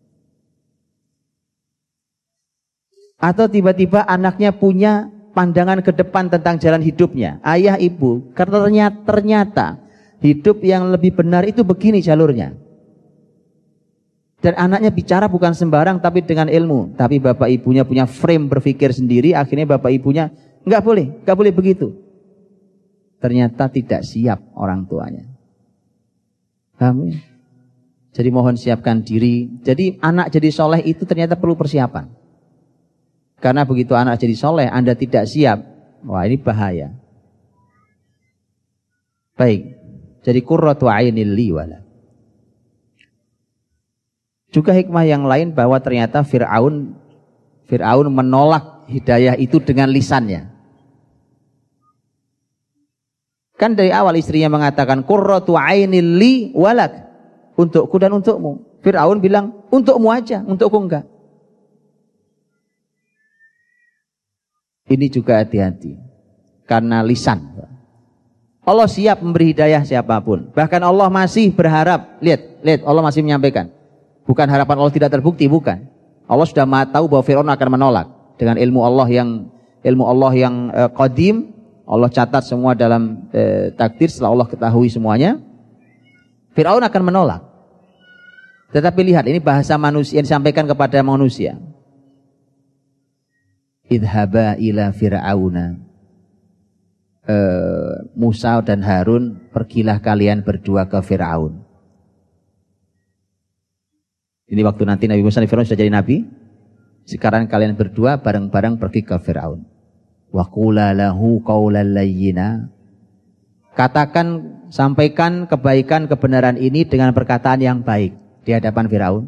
Atau tiba-tiba anaknya punya pandangan ke depan tentang jalan hidupnya. Ayah ibu, karena ternyata, ternyata hidup yang lebih benar itu begini jalurnya. Dan anaknya bicara bukan sembarang tapi dengan ilmu. Tapi bapak ibunya punya frame berpikir sendiri. Akhirnya bapak ibunya nggak boleh, nggak boleh begitu. Ternyata tidak siap orang tuanya. Paham ya? Jadi mohon siapkan diri. Jadi anak jadi soleh itu ternyata perlu persiapan. Karena begitu anak jadi soleh, Anda tidak siap. Wah, ini bahaya. Baik. Jadi qurratu ainil li wala. Juga hikmah yang lain bahwa ternyata Fir'aun Fir'aun menolak hidayah itu dengan lisannya. Kan dari awal istrinya mengatakan qurratu ainil li walak, untukku dan untukmu. Fir'aun bilang untukmu aja, untukku enggak. Ini juga hati-hati karena lisan. Allah siap memberi hidayah siapapun. Bahkan Allah masih berharap, lihat, lihat Allah masih menyampaikan. Bukan harapan Allah tidak terbukti, bukan. Allah sudah tahu bahwa Fir'aun akan menolak dengan ilmu Allah yang ilmu Allah yang eh, qadim. Allah catat semua dalam eh, takdir setelah Allah ketahui semuanya. Fir'aun akan menolak. Tetapi lihat, ini bahasa manusia yang disampaikan kepada manusia. Idhaba ila Fir'auna. Eh, Musa dan Harun, pergilah kalian berdua ke Fir'aun. Ini waktu nanti Nabi Musa dan Fir'aun sudah jadi nabi. Sekarang kalian berdua bareng-bareng pergi ke Fir'aun. Wa qula lahu qawlan layyina. Katakan, sampaikan kebaikan kebenaran ini dengan perkataan yang baik di hadapan Fir'aun.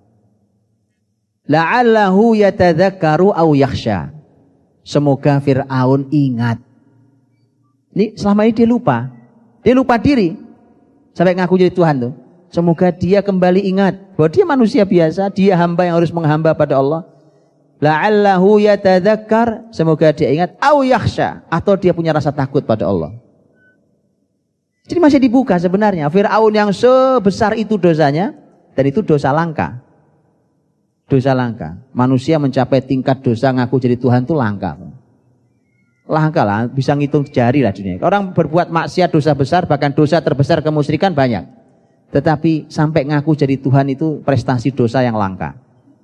La'allahu yatadzakkaru aw yakhsha. Semoga Fir'aun ingat. Ini selama ini dia lupa. Dia lupa diri. Sampai ngaku jadi Tuhan tuh. Semoga dia kembali ingat bahwa dia manusia biasa, dia hamba yang harus menghamba pada Allah. La'allahu yatadzakkar, semoga dia ingat, au yakhsha, atau dia punya rasa takut pada Allah. Jadi masih dibuka sebenarnya. Fir'aun yang sebesar itu dosanya, dan itu dosa langka. Dosa langka. Manusia mencapai tingkat dosa ngaku jadi Tuhan itu langka. Langka lah, bisa ngitung jari lah dunia. Orang berbuat maksiat dosa besar, bahkan dosa terbesar kemusyrikan banyak. Tetapi sampai ngaku jadi Tuhan itu prestasi dosa yang langka.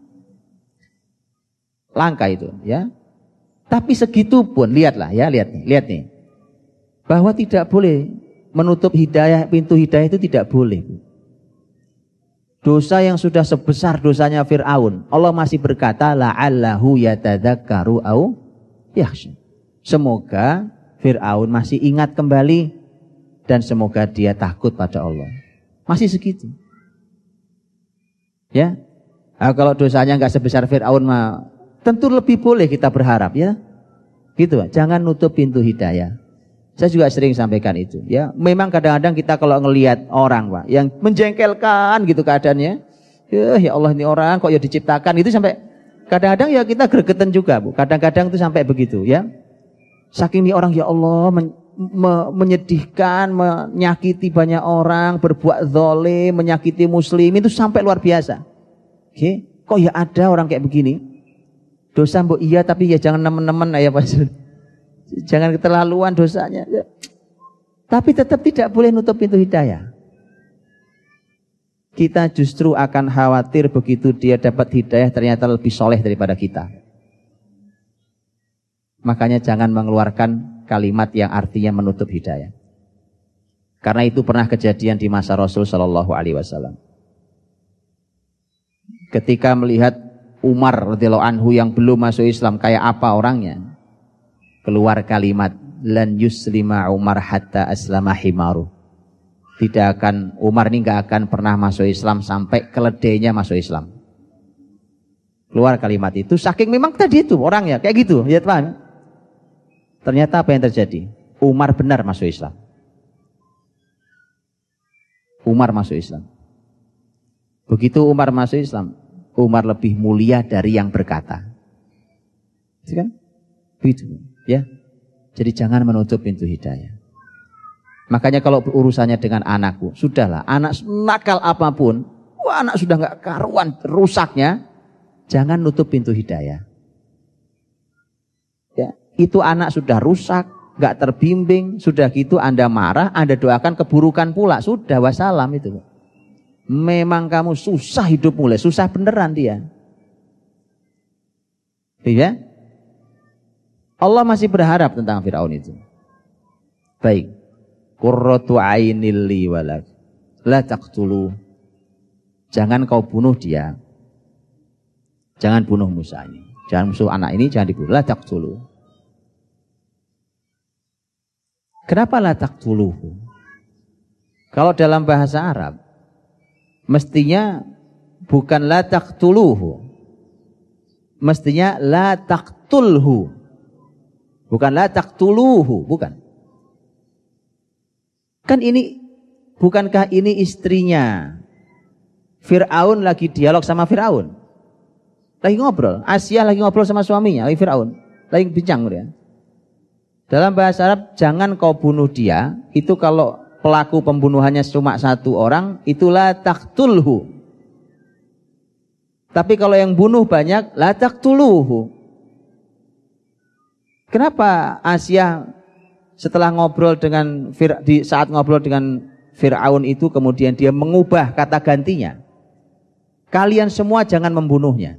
Langka itu, ya. Tapi segitu pun, lihatlah ya, lihat nih, lihat nih. Bahwa tidak boleh menutup hidayah, pintu hidayah itu tidak boleh. dosa yang sudah sebesar dosanya Fir'aun, Allah masih berkata la'allahu yatadzakkaru au yakhsha. Semoga Fir'aun masih ingat kembali dan semoga dia takut pada Allah. Masih segitu. Ya. Nah, kalau dosanya enggak sebesar Fir'aun mah tentu lebih boleh kita berharap ya. Gitu, jangan nutup pintu hidayah. Saya juga sering sampaikan itu ya. Memang kadang-kadang kita kalau ngelihat orang Pak yang menjengkelkan gitu keadaannya, ya, ya Allah ini orang kok ya diciptakan itu sampai kadang-kadang ya kita gregetan juga Bu. Kadang-kadang itu sampai begitu ya. Saking ini orang ya Allah men, me, menyedihkan, menyakiti banyak orang, berbuat zalim, menyakiti muslim itu sampai luar biasa. Oke, okay. Kok ya ada orang kayak begini? Dosa Bu iya tapi ya jangan nemen-nemen ya Pak. Jangan keterlaluan dosanya. Tapi tetap tidak boleh nutup pintu hidayah. Kita justru akan khawatir begitu dia dapat hidayah ternyata lebih soleh daripada kita. Makanya jangan mengeluarkan kalimat yang artinya menutup hidayah. Karena itu pernah kejadian di masa Rasul Shallallahu Alaihi Wasallam. Ketika melihat Umar radhiyallahu anhu yang belum masuk Islam kayak apa orangnya, keluar kalimat lan yuslima Umar hatta aslama himaru. Tidak akan Umar ini enggak akan pernah masuk Islam sampai keledainya masuk Islam. Keluar kalimat itu saking memang tadi itu orangnya kayak gitu, ya paham? Ternyata apa yang terjadi? Umar benar masuk Islam. Umar masuk Islam. Begitu Umar masuk Islam, Umar lebih mulia dari yang berkata. Kan? Begitu. Ya, jadi jangan menutup pintu hidayah. Makanya kalau urusannya dengan anakku, sudahlah, anak nakal apapun, wah anak sudah nggak karuan rusaknya, jangan nutup pintu hidayah. Ya, itu anak sudah rusak, nggak terbimbing, sudah gitu Anda marah, Anda doakan keburukan pula, sudah wassalam itu. Memang kamu susah hidup mulai, susah beneran dia. Iya? Allah masih berharap tentang Fir'aun itu. Baik. Qurratu ainil li walak. La taqtulu. Jangan kau bunuh dia. Jangan bunuh Musa ini. Jangan musuh anak ini jangan dibunuh. La taqtulu. Kenapa la taqtuluhu? Kalau dalam bahasa Arab mestinya bukan la taqtuluhu. Mestinya la taqtulhu. Bukan la taqtuluhu, bukan. Kan ini, bukankah ini istrinya Fir'aun lagi dialog sama Fir'aun? Lagi ngobrol, Asia lagi ngobrol sama suaminya, lagi Fir'aun. Lagi bincang dia. Dalam bahasa Arab, jangan kau bunuh dia, itu kalau pelaku pembunuhannya cuma satu orang, itulah taqtulhu. Tapi kalau yang bunuh banyak, la taqtuluhu. Kenapa Asia setelah ngobrol dengan Fir, di saat ngobrol dengan Fir'aun itu kemudian dia mengubah kata gantinya? Kalian semua jangan membunuhnya.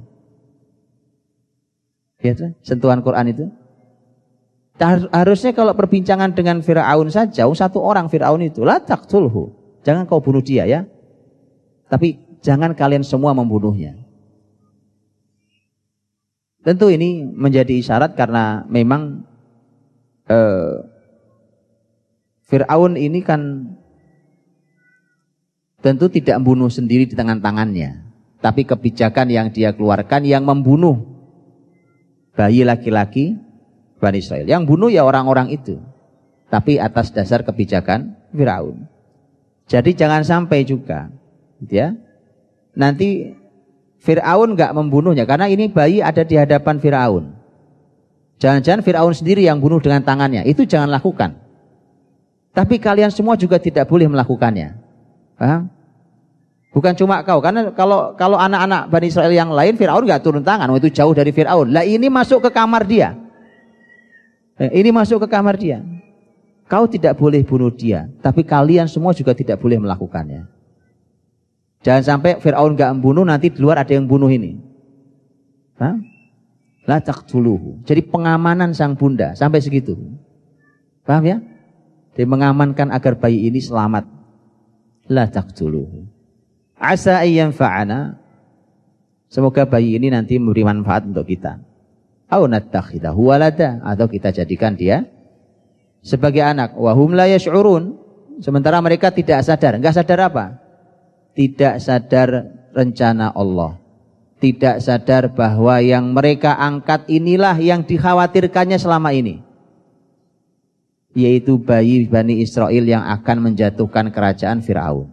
Ya, sentuhan Quran itu. Harusnya kalau perbincangan dengan Fir'aun saja, satu orang Fir'aun itu, la taqtulhu. Jangan kau bunuh dia ya. Tapi jangan kalian semua membunuhnya. Tentu ini menjadi isyarat karena memang eh, Fir'aun ini kan tentu tidak membunuh sendiri di tangan-tangannya. Tapi kebijakan yang dia keluarkan yang membunuh bayi laki-laki Bani Israel. Yang bunuh ya orang-orang itu. Tapi atas dasar kebijakan Fir'aun. Jadi jangan sampai juga gitu ya. Nanti Fir'aun enggak membunuhnya karena ini bayi ada di hadapan Fir'aun. Jangan-jangan Fir'aun sendiri yang bunuh dengan tangannya. Itu jangan lakukan. Tapi kalian semua juga tidak boleh melakukannya. Paham? Bukan cuma kau, karena kalau kalau anak-anak Bani Israel yang lain Fir'aun enggak turun tangan, oh, itu jauh dari Fir'aun. Lah ini masuk ke kamar dia. Ini masuk ke kamar dia. Kau tidak boleh bunuh dia, tapi kalian semua juga tidak boleh melakukannya. Jangan sampai Fir'aun enggak membunuh, nanti di luar ada yang bunuh ini. Paham? La taqtuluhu. Jadi pengamanan sang bunda sampai segitu. Paham ya? Jadi mengamankan agar bayi ini selamat. La taqtuluhu. Asa ayyan fa'ana. Semoga bayi ini nanti memberi manfaat untuk kita. Au nattakhidahu walada, atau kita jadikan dia sebagai anak. Wa hum la yash'urun. Sementara mereka tidak sadar. Enggak sadar apa? Tidak sadar rencana Allah. Tidak sadar bahwa yang mereka angkat inilah yang dikhawatirkannya selama ini. Yaitu bayi Bani Israel yang akan menjatuhkan kerajaan Fir'aun.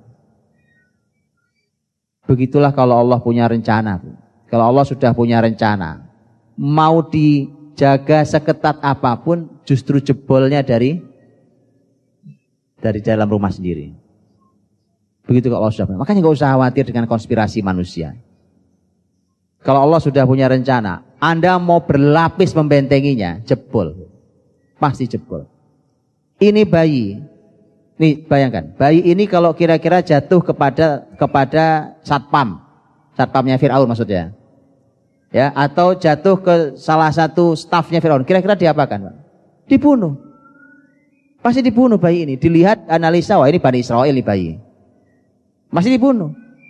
Begitulah kalau Allah punya rencana. Kalau Allah sudah punya rencana, mau dijaga seketat apapun, justru jebolnya dari dari dalam rumah sendiri. Begitu kalau Allah sudah punya. Makanya nggak usah khawatir dengan konspirasi manusia. Kalau Allah sudah punya rencana, Anda mau berlapis membentenginya, jebol. Pasti jebol. Ini bayi. Nih bayangkan, bayi ini kalau kira-kira jatuh kepada kepada satpam. Satpamnya Fir'aun maksudnya. Ya, atau jatuh ke salah satu stafnya Fir'aun. Kira-kira diapakan, Pak? Dibunuh. Pasti dibunuh bayi ini. Dilihat, analisa, wah ini Bani Israel ini bayi. Masih dibunuh.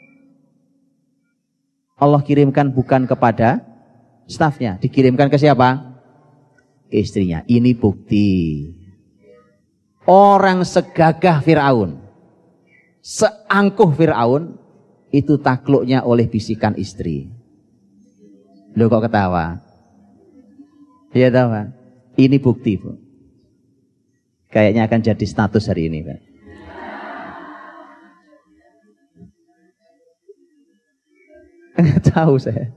Allah kirimkan bukan kepada stafnya, dikirimkan ke siapa? Ke istrinya. Ini bukti. Orang segagah Fir'aun, seangkuh Fir'aun, itu takluknya oleh bisikan istri. Loh kok ketawa? Iya tahu Pak? Ini bukti, Bu. Kayaknya akan jadi status hari ini, Pak. Tahu saya.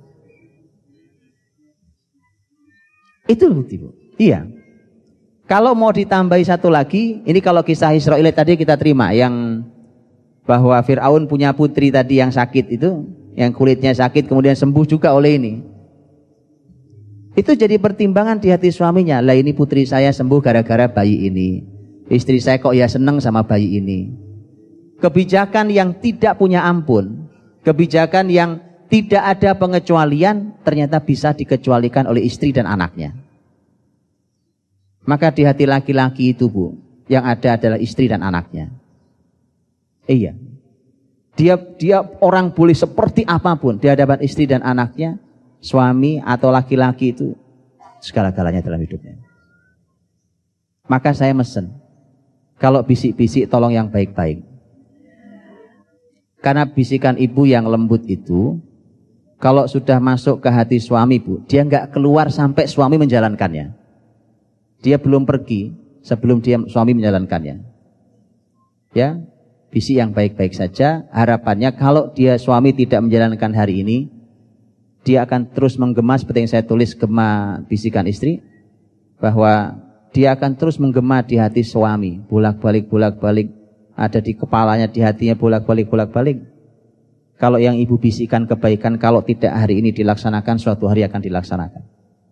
Itu bukti, Bu. Iya. Kalau mau ditambahi satu lagi, ini kalau kisah Israel tadi kita terima, yang bahwa Fir'aun punya putri tadi yang sakit itu, yang kulitnya sakit kemudian sembuh juga oleh ini. Itu jadi pertimbangan di hati suaminya. Lah ini putri saya sembuh gara-gara bayi ini. Istri saya kok ya seneng sama bayi ini. Kebijakan yang tidak punya ampun, kebijakan yang tidak ada pengecualian, ternyata bisa dikecualikan oleh istri dan anaknya. Maka di hati laki-laki itu, Bu, yang ada adalah istri dan anaknya. Iya. Dia dia orang boleh seperti apapun di hadapan istri dan anaknya, suami atau laki-laki itu segala-galanya dalam hidupnya. Maka saya mesen, kalau bisik-bisik tolong yang baik-baik. Karena bisikan ibu yang lembut itu, kalau sudah masuk ke hati suami, Bu, dia nggak keluar sampai suami menjalankannya. Dia belum pergi sebelum dia suami menjalankannya. Ya, bisik yang baik-baik saja. Harapannya kalau dia suami tidak menjalankan hari ini, dia akan terus menggema seperti yang saya tulis gema bisikan istri, bahwa dia akan terus menggema di hati suami, bolak-balik bolak-balik, ada di kepalanya, di hatinya bolak-balik bolak-balik. Kalau yang ibu bisikan kebaikan, kalau tidak hari ini dilaksanakan, suatu hari akan dilaksanakan.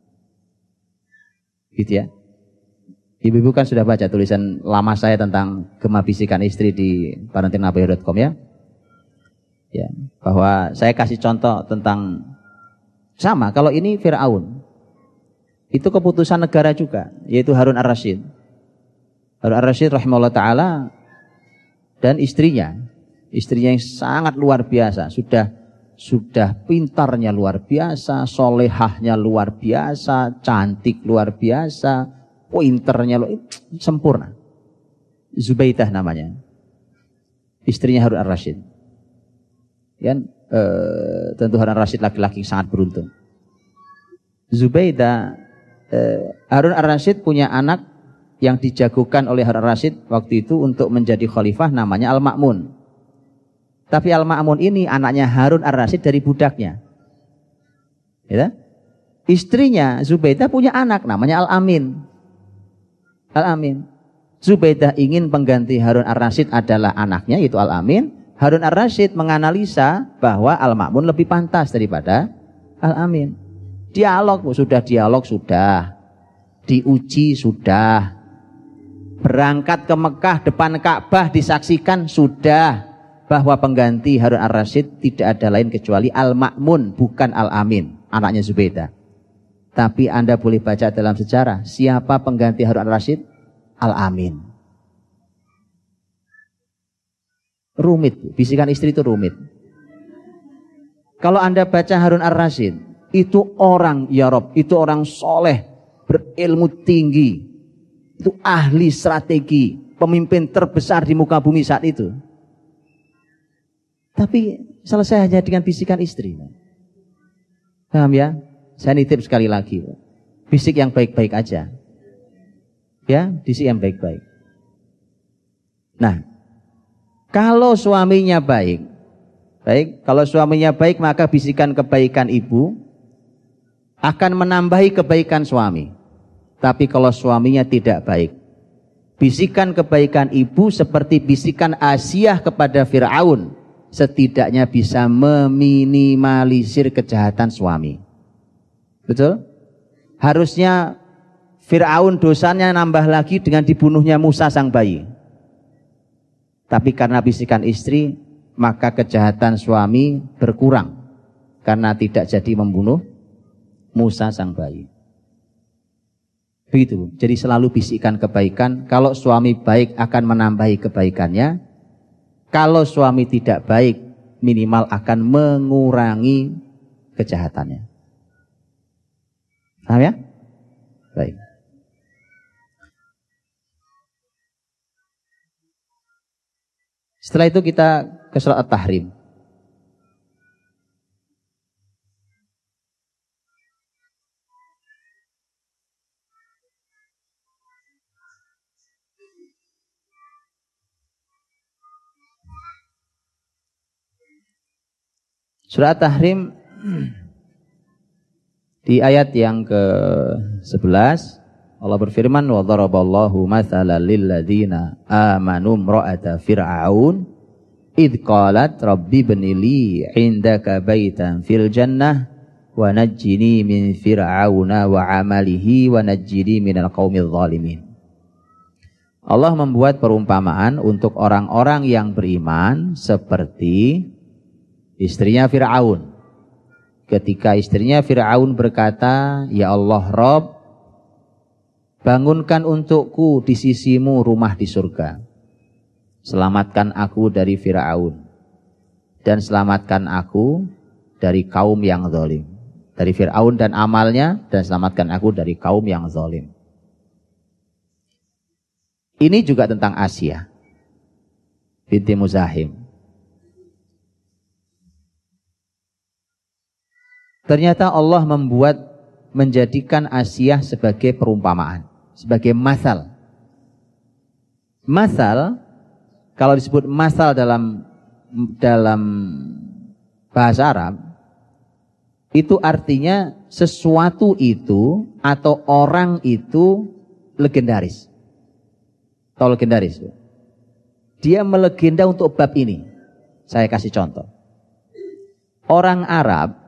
Gitu ya. Ibu-ibu kan sudah baca tulisan lama saya tentang gema bisikan istri di parenting nabawi dot com ya. Ya, bahwa saya kasih contoh tentang sama, kalau ini Fir'aun. Itu keputusan negara juga, yaitu Harun ar-Rasyid. Harun ar-Rasyid rahimahullah ta'ala dan istrinya. Istrinya yang sangat luar biasa. Sudah sudah pintarnya luar biasa, solehahnya luar biasa, cantik luar biasa, pointernya luar, sempurna. Zubaidah namanya. Istrinya Harun ar-Rasyid. Kan, e, tentu Harun ar-Rasyid laki-laki sangat beruntung. Zubaidah, e, Harun ar-Rasyid punya anak yang dijagokan oleh Harun ar-Rasyid waktu itu untuk menjadi khalifah, namanya Al-Ma'mun. Tapi Al-Ma'mun ini anaknya Harun ar-Rasyid dari budaknya. Ya? Istrinya Zubaidah punya anak namanya Al-Amin. Al-Amin. Zubaidah ingin pengganti Harun ar-Rasyid adalah anaknya, yaitu Al-Amin. Harun ar-Rasyid menganalisa bahwa Al-Ma'mun lebih pantas daripada Al-Amin. Dialog, sudah dialog, sudah. Diuji, sudah. Berangkat ke Mekah depan Ka'bah disaksikan, sudah. Bahwa pengganti Harun ar-Rasyid tidak ada lain kecuali Al-Ma'mun, bukan Al-Amin, anaknya Zubaidah. Tapi Anda boleh baca dalam sejarah, siapa pengganti Harun ar-Rasyid? Al-Amin. Rumit, bisikan istri itu rumit. Kalau Anda baca Harun Ar-Rasyid, itu orang ya Rob, itu orang soleh, berilmu tinggi, itu ahli strategi, pemimpin terbesar di muka bumi saat itu. Tapi selesai hanya dengan bisikan istri. Paham ya? Saya nitip sekali lagi. Bisik yang baik-baik aja. Ya, bisik yang baik-baik. Nah, kalau suaminya baik, baik, kalau suaminya baik maka bisikan kebaikan ibu akan menambahi kebaikan suami. Tapi kalau suaminya tidak baik, bisikan kebaikan ibu seperti bisikan Asiyah kepada Fir'aun, setidaknya bisa meminimalisir kejahatan suami. Betul? Harusnya Fir'aun dosanya nambah lagi dengan dibunuhnya Musa sang bayi. Tapi karena bisikan istri, maka kejahatan suami berkurang karena tidak jadi membunuh Musa sang bayi. Begitu. Jadi selalu bisikan kebaikan. Kalau suami baik akan menambahi kebaikannya. Kalau suami tidak baik, minimal akan mengurangi kejahatannya. Paham ya? Baik. Setelah itu kita ke surat At-Tahrim. Surat At-Tahrim di ayat yang ke sebelas Allah berfirman, wa daraballahu mathalan lil ladzina amanu imra'ata fir'aun id qalat rabbi ibni li 'indaka baitan fil jannah wa najjini min fir'auna wa 'amalihi wa najjini minal qaumidz zalimin. Allah membuat perumpamaan untuk orang-orang yang beriman seperti istrinya Fir'aun. Ketika istrinya Fir'aun berkata, ya Allah Rabb, bangunkan untukku di sisimu rumah di surga. Selamatkan aku dari Fir'aun. Dan selamatkan aku dari kaum yang zalim. Dari Fir'aun dan amalnya, dan selamatkan aku dari kaum yang zalim. Ini juga tentang Asiyah binti Muzahim. Ternyata Allah membuat, menjadikan Asiyah sebagai perumpamaan, sebagai masal. Masal, kalau disebut masal dalam dalam bahasa Arab, itu artinya sesuatu itu atau orang itu legendaris. Tahu legendaris? Dia melegenda untuk bab ini. Saya kasih contoh. Orang Arab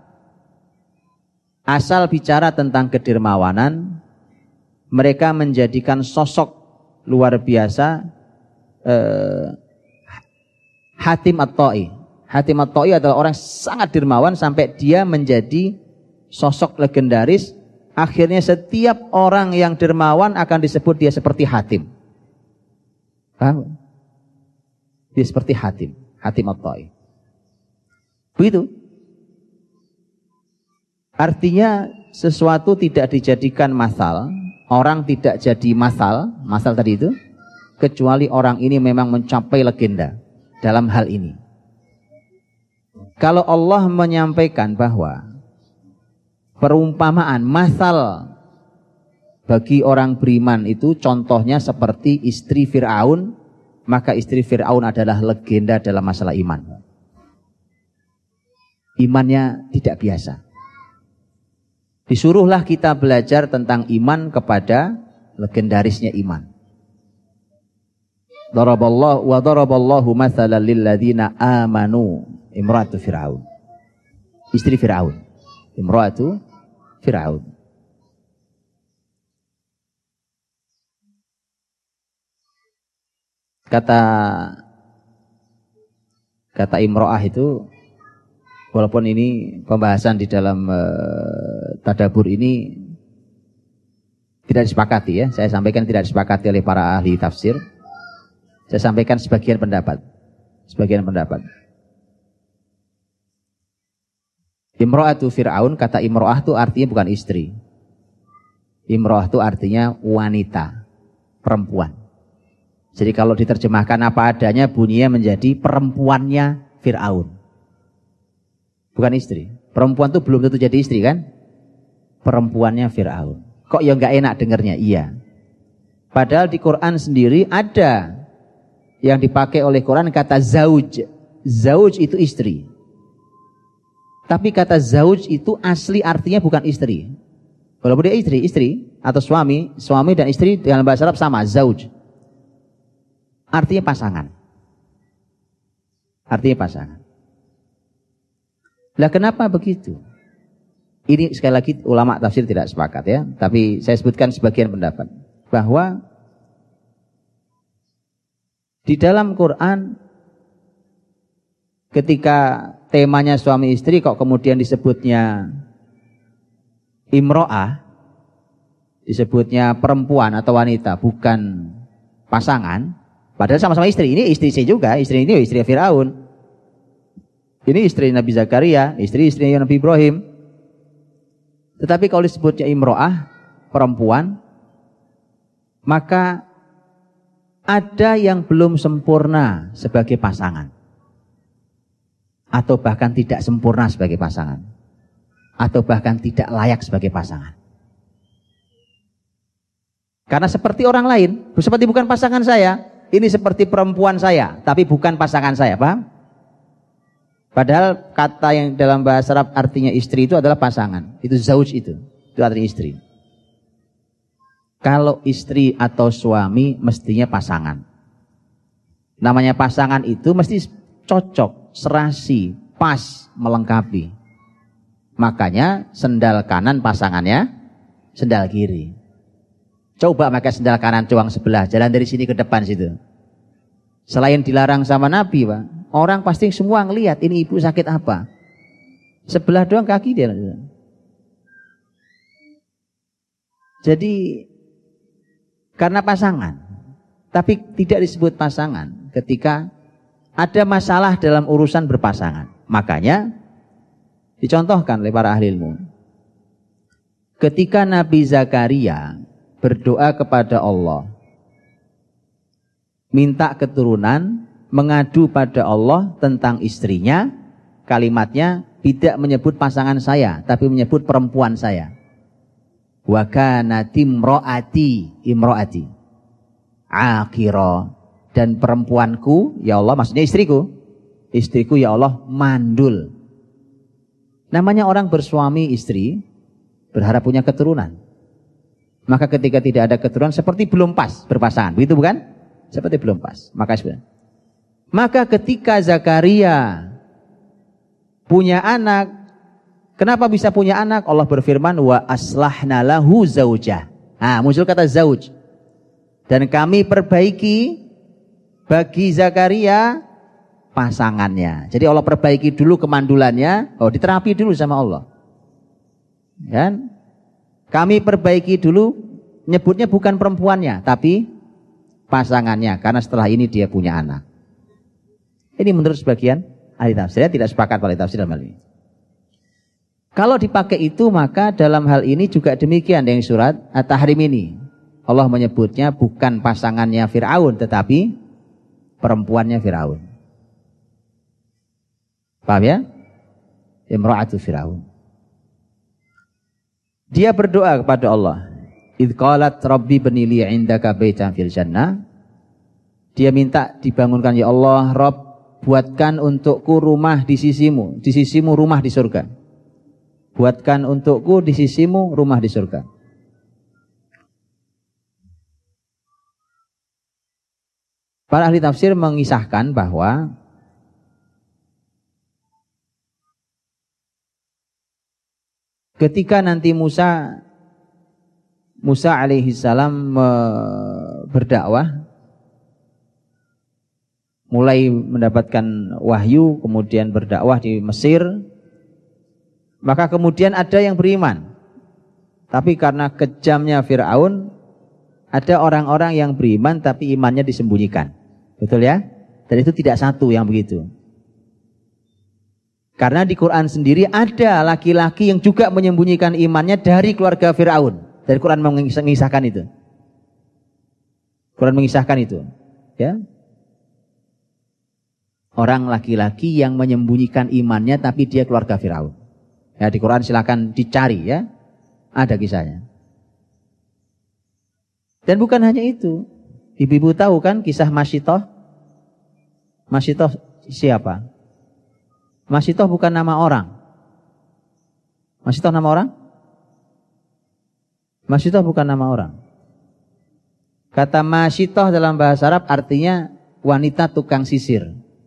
asal bicara tentang kedermawanan, mereka menjadikan sosok luar biasa eh, Hatim At-Ta'i. Hatim At-Ta'i adalah orang sangat dermawan sampai dia menjadi sosok legendaris. Akhirnya setiap orang yang dermawan akan disebut dia seperti Hatim. Paham? Dia seperti Hatim, Hatim At-Ta'i. Begitu. Artinya sesuatu tidak dijadikan masal, orang tidak jadi masal, masal tadi itu, kecuali orang ini memang mencapai legenda dalam hal ini. Kalau Allah menyampaikan bahwa perumpamaan masal bagi orang beriman itu contohnya seperti istri Fir'aun, maka istri Fir'aun adalah legenda dalam masalah iman. Imannya tidak biasa. Disuruhlah kita belajar tentang iman kepada legendarisnya iman. Daraballahu wa daraballahu mathalan lil ladzina amanu imra'atu Fir'aun. Istri Fir'aun. Imra'atu Fir'aun. Kata kata imro'ah itu, walaupun ini pembahasan di dalam uh, tadabbur ini tidak disepakati ya, saya sampaikan tidak disepakati oleh para ahli tafsir. Saya sampaikan sebagian pendapat, sebagian pendapat. Imro'atu Fir'aun, kata imro'ah itu artinya bukan istri. Imro'ah itu artinya wanita, perempuan. Jadi kalau diterjemahkan apa adanya, bunyinya menjadi perempuannya Fir'aun. Bukan istri. Perempuan itu belum tentu jadi istri kan? Perempuannya Fir'aun. Kok ya nggak enak dengarnya? Iya. Padahal di Quran sendiri ada yang dipakai oleh Quran kata zauj. Zauj itu istri. Tapi kata zauj itu asli artinya bukan istri. Walaupun dia istri, istri atau suami, suami dan istri dalam bahasa Arab sama, zauj. Artinya pasangan. Artinya pasangan. Lah kenapa begitu? Ini sekali lagi ulama tafsir tidak sepakat ya, tapi saya sebutkan sebagian pendapat bahwa di dalam Quran ketika temanya suami istri kok kemudian disebutnya imro'ah, disebutnya perempuan atau wanita, bukan pasangan, padahal sama-sama istri. Ini istri saya juga, istri ini istri Fir'aun, ini istri Nabi Zakaria, istri-istri Nabi Ibrahim. Tetapi kalau disebutnya imro'ah, perempuan, maka ada yang belum sempurna sebagai pasangan. Atau bahkan tidak sempurna sebagai pasangan. Atau bahkan tidak layak sebagai pasangan. Karena seperti orang lain, seperti bukan pasangan saya, ini seperti perempuan saya, tapi bukan pasangan saya, paham? Padahal kata yang dalam bahasa Arab artinya istri itu adalah pasangan. Itu zauj itu, itu artinya istri. Kalau istri atau suami mestinya pasangan. Namanya pasangan itu mesti cocok, serasi, pas, melengkapi. Makanya sendal kanan pasangannya sendal kiri. Coba pakai sendal kanan cuang sebelah, jalan dari sini ke depan situ. Selain dilarang sama Nabi, Pak, orang pasti semua ngelihat ini ibu sakit apa. Sebelah doang kaki dia. Jadi karena pasangan, tapi tidak disebut pasangan ketika ada masalah dalam urusan berpasangan. Makanya dicontohkan oleh para ahli ilmu. Ketika Nabi Zakaria berdoa kepada Allah, minta keturunan, mengadu pada Allah tentang istrinya, kalimatnya tidak menyebut pasangan saya, tapi menyebut perempuan saya. Wa kanat imro'ati, imro'ati akhira, dan perempuanku, ya Allah, maksudnya istriku, istriku ya Allah mandul. Namanya orang bersuami istri berharap punya keturunan. Maka ketika tidak ada keturunan seperti belum pas berpasangan, begitu bukan? Seperti belum pas. Maka sebenarnya. Maka ketika Zakaria punya anak, kenapa bisa punya anak? Allah berfirman wa aslahna lahu zaujah. Nah, muncul kata zauj. Dan kami perbaiki bagi Zakaria pasangannya. Jadi Allah perbaiki dulu kemandulannya, oh diterapi dulu sama Allah. Kan? Kami perbaiki dulu, nyebutnya bukan perempuannya, tapi pasangannya, karena setelah ini dia punya anak. Ini menurut sebagian ahli tafsir, saya tidak sepakat ahli tafsir dalam hal ini. Kalau dipakai itu, maka dalam hal ini juga demikian dengan surat At-Tahrim ini. Allah menyebutnya bukan pasangannya Fir'aun, tetapi perempuannya Fir'aun. Paham ya? Imra'atu Fir'aun. Dia berdoa kepada Allah. Idh qalat rabbi bnili indaka baitan fil jannah. Dia minta dibangunkan, ya Allah, Rabb, buatkan untukku rumah di sisimu, di sisimu rumah di surga. Buatkan untukku di sisimu rumah di surga. Para ahli tafsir mengisahkan bahwa ketika nanti Musa Musa alaihi salam berdakwah, mulai mendapatkan wahyu, kemudian berdakwah di Mesir, maka kemudian ada yang beriman. Tapi karena kejamnya Fir'aun, ada orang-orang yang beriman tapi imannya disembunyikan. Betul ya? Dan itu tidak satu yang begitu. Karena di Quran sendiri ada laki-laki yang juga menyembunyikan imannya dari keluarga Fir'aun. Dari Quran mengisahkan itu. Quran mengisahkan itu. Ya. Orang laki-laki yang menyembunyikan imannya tapi dia keluarga Fir'aun. Ya, di Quran silakan dicari ya. Ada kisahnya. Dan bukan hanya itu. Ibu-ibu tahu kan kisah Masyitoh? Masyitoh siapa? Masyitoh bukan nama orang. Masyitoh nama orang? Masyitoh bukan nama orang. Kata Masyitoh dalam bahasa Arab artinya wanita tukang sisir.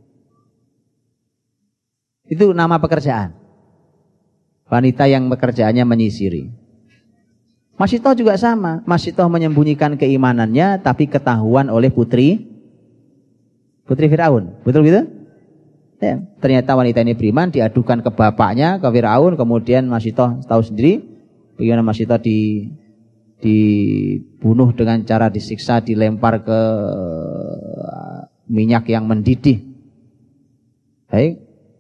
Itu nama pekerjaan. Wanita yang pekerjaannya menyisiri. Masyitoh juga sama. Masyitoh menyembunyikan keimanannya tapi ketahuan oleh putri Putri Fir'aun. Betul gitu? Ya, ternyata wanita ini beriman, diadukan ke bapaknya, ke Fir'aun, kemudian Masyitoh tahu sendiri bagaimana Masyitoh di, dibunuh dengan cara disiksa, dilempar ke minyak yang mendidih. Baik.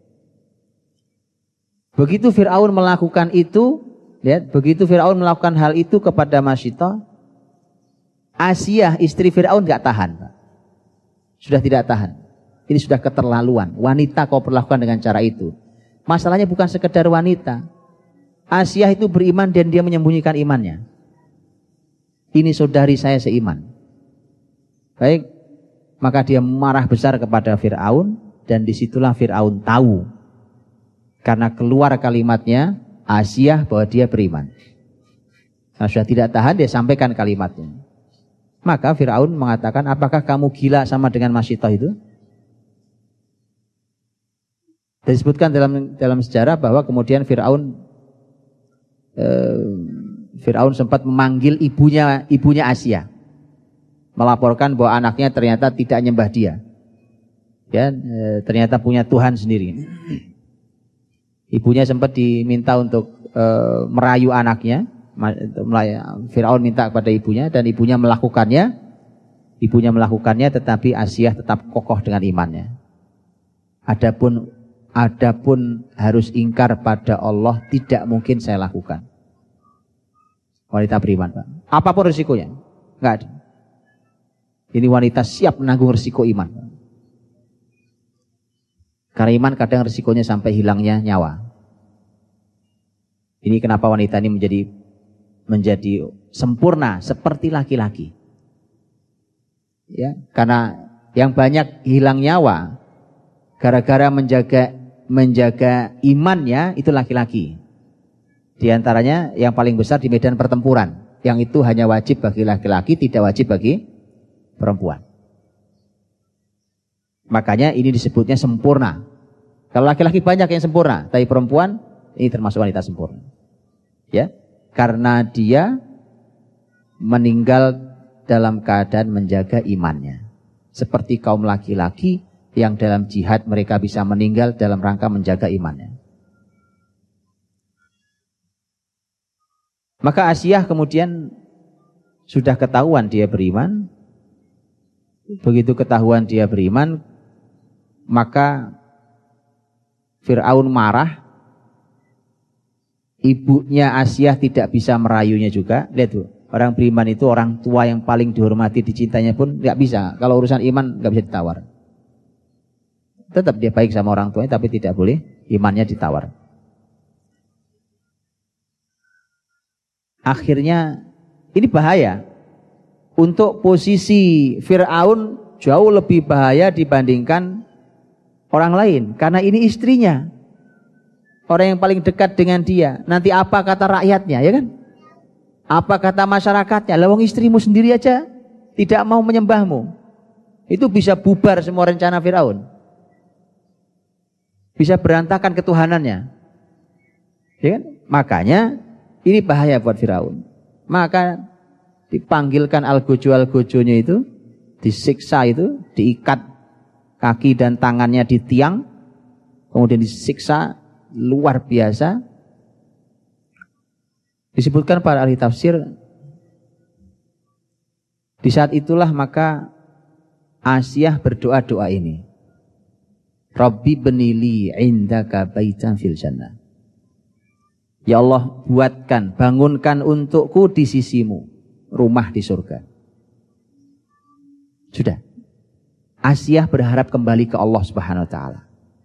Begitu Fir'aun melakukan itu, lihat, begitu Fir'aun melakukan hal itu kepada Masyitoh, Asiyah istri Fir'aun gak tahan. Sudah tidak tahan. Ini sudah keterlaluan. Wanita kau perlakukan dengan cara itu. Masalahnya bukan sekedar wanita. Asiyah itu beriman dan dia menyembunyikan imannya. Ini saudari saya seiman. Baik. Maka dia marah besar kepada Fir'aun. Dan disitulah Fir'aun tahu. Karena keluar kalimatnya Asiyah bahwa dia beriman. Nah, sudah tidak tahan dia sampaikan kalimatnya. Maka Fir'aun mengatakan, apakah kamu gila sama dengan Masyitoh itu? Disebutkan dalam dalam sejarah bahwa kemudian Fir'aun eh, Fir'aun sempat memanggil ibunya ibunya Asiyah, melaporkan bahwa anaknya ternyata tidak nyembah dia, ya eh, ternyata punya Tuhan sendiri. Ibunya sempat diminta untuk eh, merayu anaknya. Fir'aun minta kepada ibunya dan ibunya melakukannya. Ibunya melakukannya, tetapi Asiyah tetap kokoh dengan imannya. Adapun Adapun harus ingkar pada Allah tidak mungkin saya lakukan. Wanita beriman, Pak. Apapun risikonya, enggak ada. Ini wanita siap menanggung risiko iman. Karena iman kadang risikonya sampai hilangnya nyawa. Ini kenapa wanita ini menjadi menjadi sempurna seperti laki-laki. Ya, karena yang banyak hilang nyawa gara-gara menjaga menjaga imannya itu laki-laki. Di antaranya yang paling besar di medan pertempuran, yang itu hanya wajib bagi laki-laki, tidak wajib bagi perempuan. Makanya ini disebutnya sempurna. Kalau laki-laki banyak yang sempurna, tapi perempuan ini termasuk wanita sempurna. Ya, karena dia meninggal dalam keadaan menjaga imannya. Seperti kaum laki-laki yang dalam jihad mereka bisa meninggal dalam rangka menjaga imannya. Maka Asiyah kemudian sudah ketahuan dia beriman. Begitu ketahuan dia beriman, maka Fir'aun marah. Ibunya Asiyah tidak bisa merayunya juga. Lihat tuh, orang beriman itu orang tua yang paling dihormati, dicintainya pun nggak bisa. Kalau urusan iman nggak bisa ditawar. Tetap dia baik sama orang tuanya, tapi tidak boleh imannya ditawar. Akhirnya ini bahaya. Untuk posisi Fir'aun jauh lebih bahaya dibandingkan orang lain. Karena ini istrinya. Orang yang paling dekat dengan dia. Nanti apa kata rakyatnya, ya kan? Apa kata masyarakatnya? Lawang istrimu sendiri aja tidak mau menyembahmu. Itu bisa bubar semua rencana Fir'aun. Bisa berantakan ketuhanannya. Ya kan? Makanya ini bahaya buat Fir'aun. Maka dipanggilkan algojo-algojonya itu, disiksa itu, diikat kaki dan tangannya di tiang, kemudian disiksa luar biasa. Disebutkan para ahli tafsir, di saat itulah maka Asiyah berdoa doa ini. Rabbi benili indaka baitan fil jannah. Ya Allah, buatkan, bangunkan untukku di sisimu rumah di surga. Sudah. Asiyah berharap kembali ke Allah Subhanahu wa taala.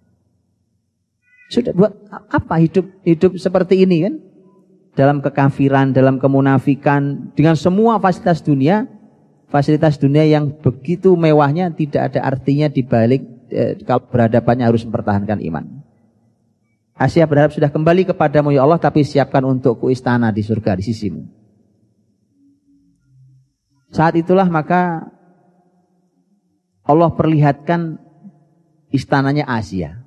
Sudah, buat apa hidup hidup seperti ini kan? Dalam kekafiran, dalam kemunafikan, dengan semua fasilitas dunia, fasilitas dunia yang begitu mewahnya tidak ada artinya dibalik eh, kalau berhadapannya harus mempertahankan iman. Asiyah berharap sudah kembali kepadamu ya Allah, tapi siapkan untukku istana di surga di sisimu. Saat itulah maka Allah perlihatkan istananya Asiyah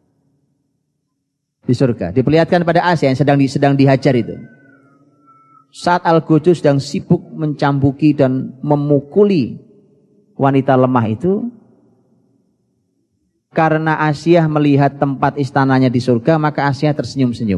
di surga. Diperlihatkan pada Asiyah yang sedang di, sedang dihajar itu. Saat Al-Ghujju sedang sibuk mencambuki dan memukuli wanita lemah itu, karena Asiyah melihat tempat istananya di surga, maka Asiyah tersenyum-senyum.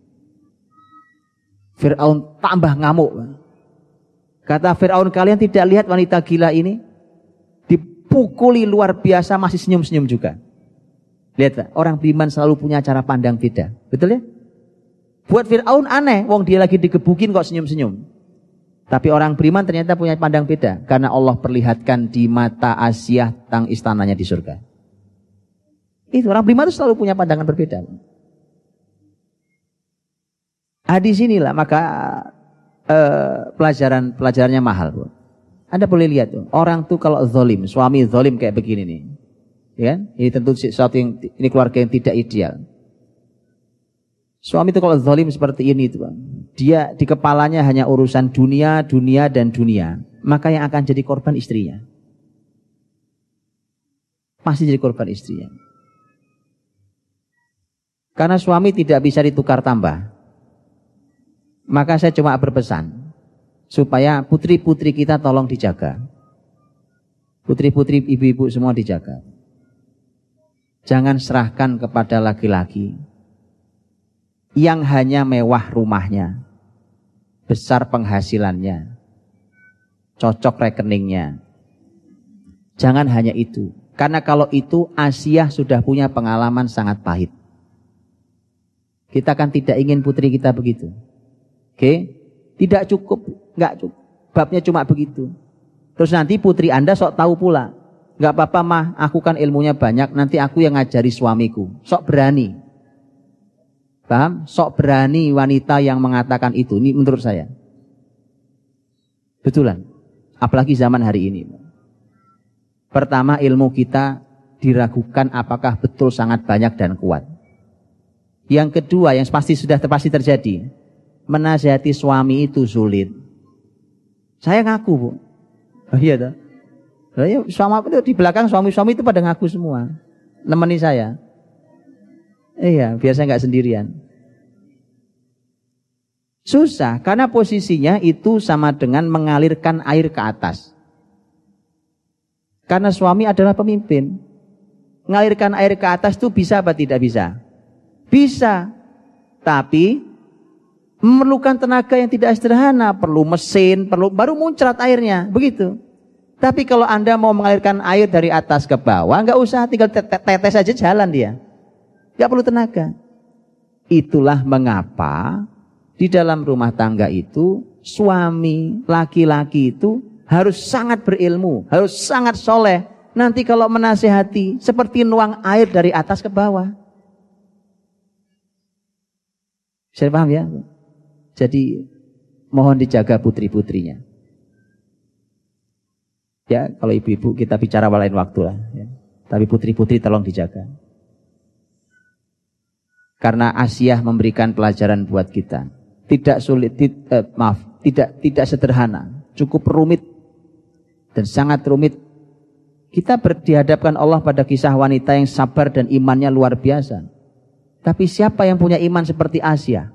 Fir'aun tambah ngamuk. Kata Fir'aun, kalian tidak lihat wanita gila ini? Dipukuli luar biasa masih senyum-senyum juga. Lihat, orang beriman selalu punya cara pandang beda. Betul ya? Buat Fir'aun aneh, wong dia lagi digebukin kok senyum-senyum. Tapi orang beriman ternyata punya pandang beda. Karena Allah perlihatkan di mata Asiyah tentang istananya di surga. Itu orang beriman itu selalu punya pandangan berbeda. Ah, di sinilah maka eh, pelajaran pelajarannya mahal, Bu. Anda boleh lihat tuh, orang tuh kalau zalim, suami zalim kayak begini nih. Ya, ini tentu sesuatu yang ini keluarga yang tidak ideal. Suami itu kalau zalim seperti ini itu, dia di kepalanya hanya urusan dunia, dunia dan dunia, maka yang akan jadi korban istrinya. Pasti jadi korban istrinya. Karena suami tidak bisa ditukar tambah. Maka saya cuma berpesan supaya putri-putri kita tolong dijaga. Putri-putri ibu-ibu semua dijaga. Jangan serahkan kepada laki-laki yang hanya mewah rumahnya, besar penghasilannya, cocok rekeningnya. Jangan hanya itu. Karena kalau itu Asiyah sudah punya pengalaman sangat pahit. Kita kan tidak ingin putri kita begitu. Oke? Okay? Tidak cukup, enggak cukup. Babnya cuma begitu. Terus nanti putri Anda sok tahu pula. Enggak apa-apa mah, aku kan ilmunya banyak, nanti aku yang ngajari suamiku. Sok berani. Paham? Sok berani wanita yang mengatakan itu. Ini menurut saya. Betulan. Apalagi zaman hari ini. Pertama, ilmu kita diragukan apakah betul sangat banyak dan kuat. Yang kedua, yang pasti sudah pasti terjadi, menasihati suami itu sulit. Saya ngaku, Bu. Oh iya toh. Ya, suami itu di belakang suami-suami itu pada ngaku semua. Nemeni saya. Iya, biasa nggak sendirian. Susah, karena posisinya itu sama dengan mengalirkan air ke atas. Karena suami adalah pemimpin. Mengalirkan air ke atas itu bisa apa tidak bisa? Bisa, tapi memerlukan tenaga yang tidak sederhana, perlu mesin, perlu baru muncrat airnya, begitu. Tapi kalau Anda mau mengalirkan air dari atas ke bawah, nggak usah, tinggal tetes saja jalan dia, nggak perlu tenaga. Itulah mengapa di dalam rumah tangga itu suami laki-laki itu harus sangat berilmu, harus sangat soleh. Nanti kalau menasihati seperti nuang air dari atas ke bawah. Saya paham ya? Jadi mohon dijaga putri-putrinya. Ya, kalau ibu-ibu kita bicara lain waktu lah. Ya. Tapi putri-putri tolong dijaga. Karena Asiyah memberikan pelajaran buat kita. Tidak sulit, tid, eh, maaf, tidak tidak sederhana, cukup rumit dan sangat rumit. Kita berdihadapkan Allah pada kisah wanita yang sabar dan imannya luar biasa. Tapi siapa yang punya iman seperti Asiyah?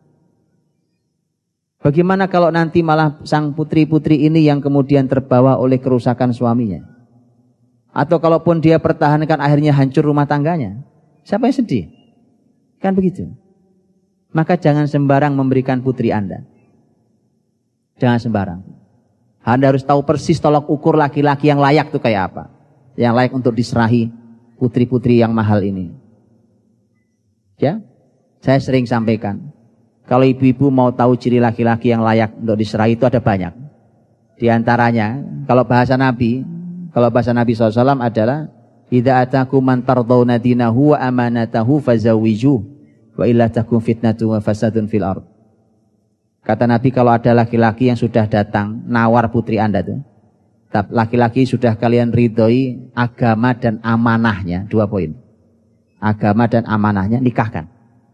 Bagaimana kalau nanti malah sang putri-putri ini yang kemudian terbawa oleh kerusakan suaminya? Atau kalaupun dia pertahankan akhirnya hancur rumah tangganya? Siapa yang sedih? Kan begitu. Maka jangan sembarang memberikan putri Anda. Jangan sembarang. Anda harus tahu persis tolak ukur laki-laki yang layak itu kayak apa. Yang layak untuk diserahi putri-putri yang mahal ini. Ya, saya sering sampaikan, kalau ibu-ibu mau tahu ciri laki-laki yang layak untuk diserahi itu ada banyak. Di antaranya, kalau bahasa Nabi, kalau bahasa Nabi shallallahu alaihi wasallam adalah idza atakum man tardawna dinahu wa amanatahu fazawwijuh wa illa takum fitnatun wa fasadun fil ard. Kata Nabi, kalau ada laki-laki yang sudah datang nawar putri Anda tuh, laki-laki sudah kalian ridhoi agama dan amanahnya, dua poin. Agama dan amanahnya, nikahkan.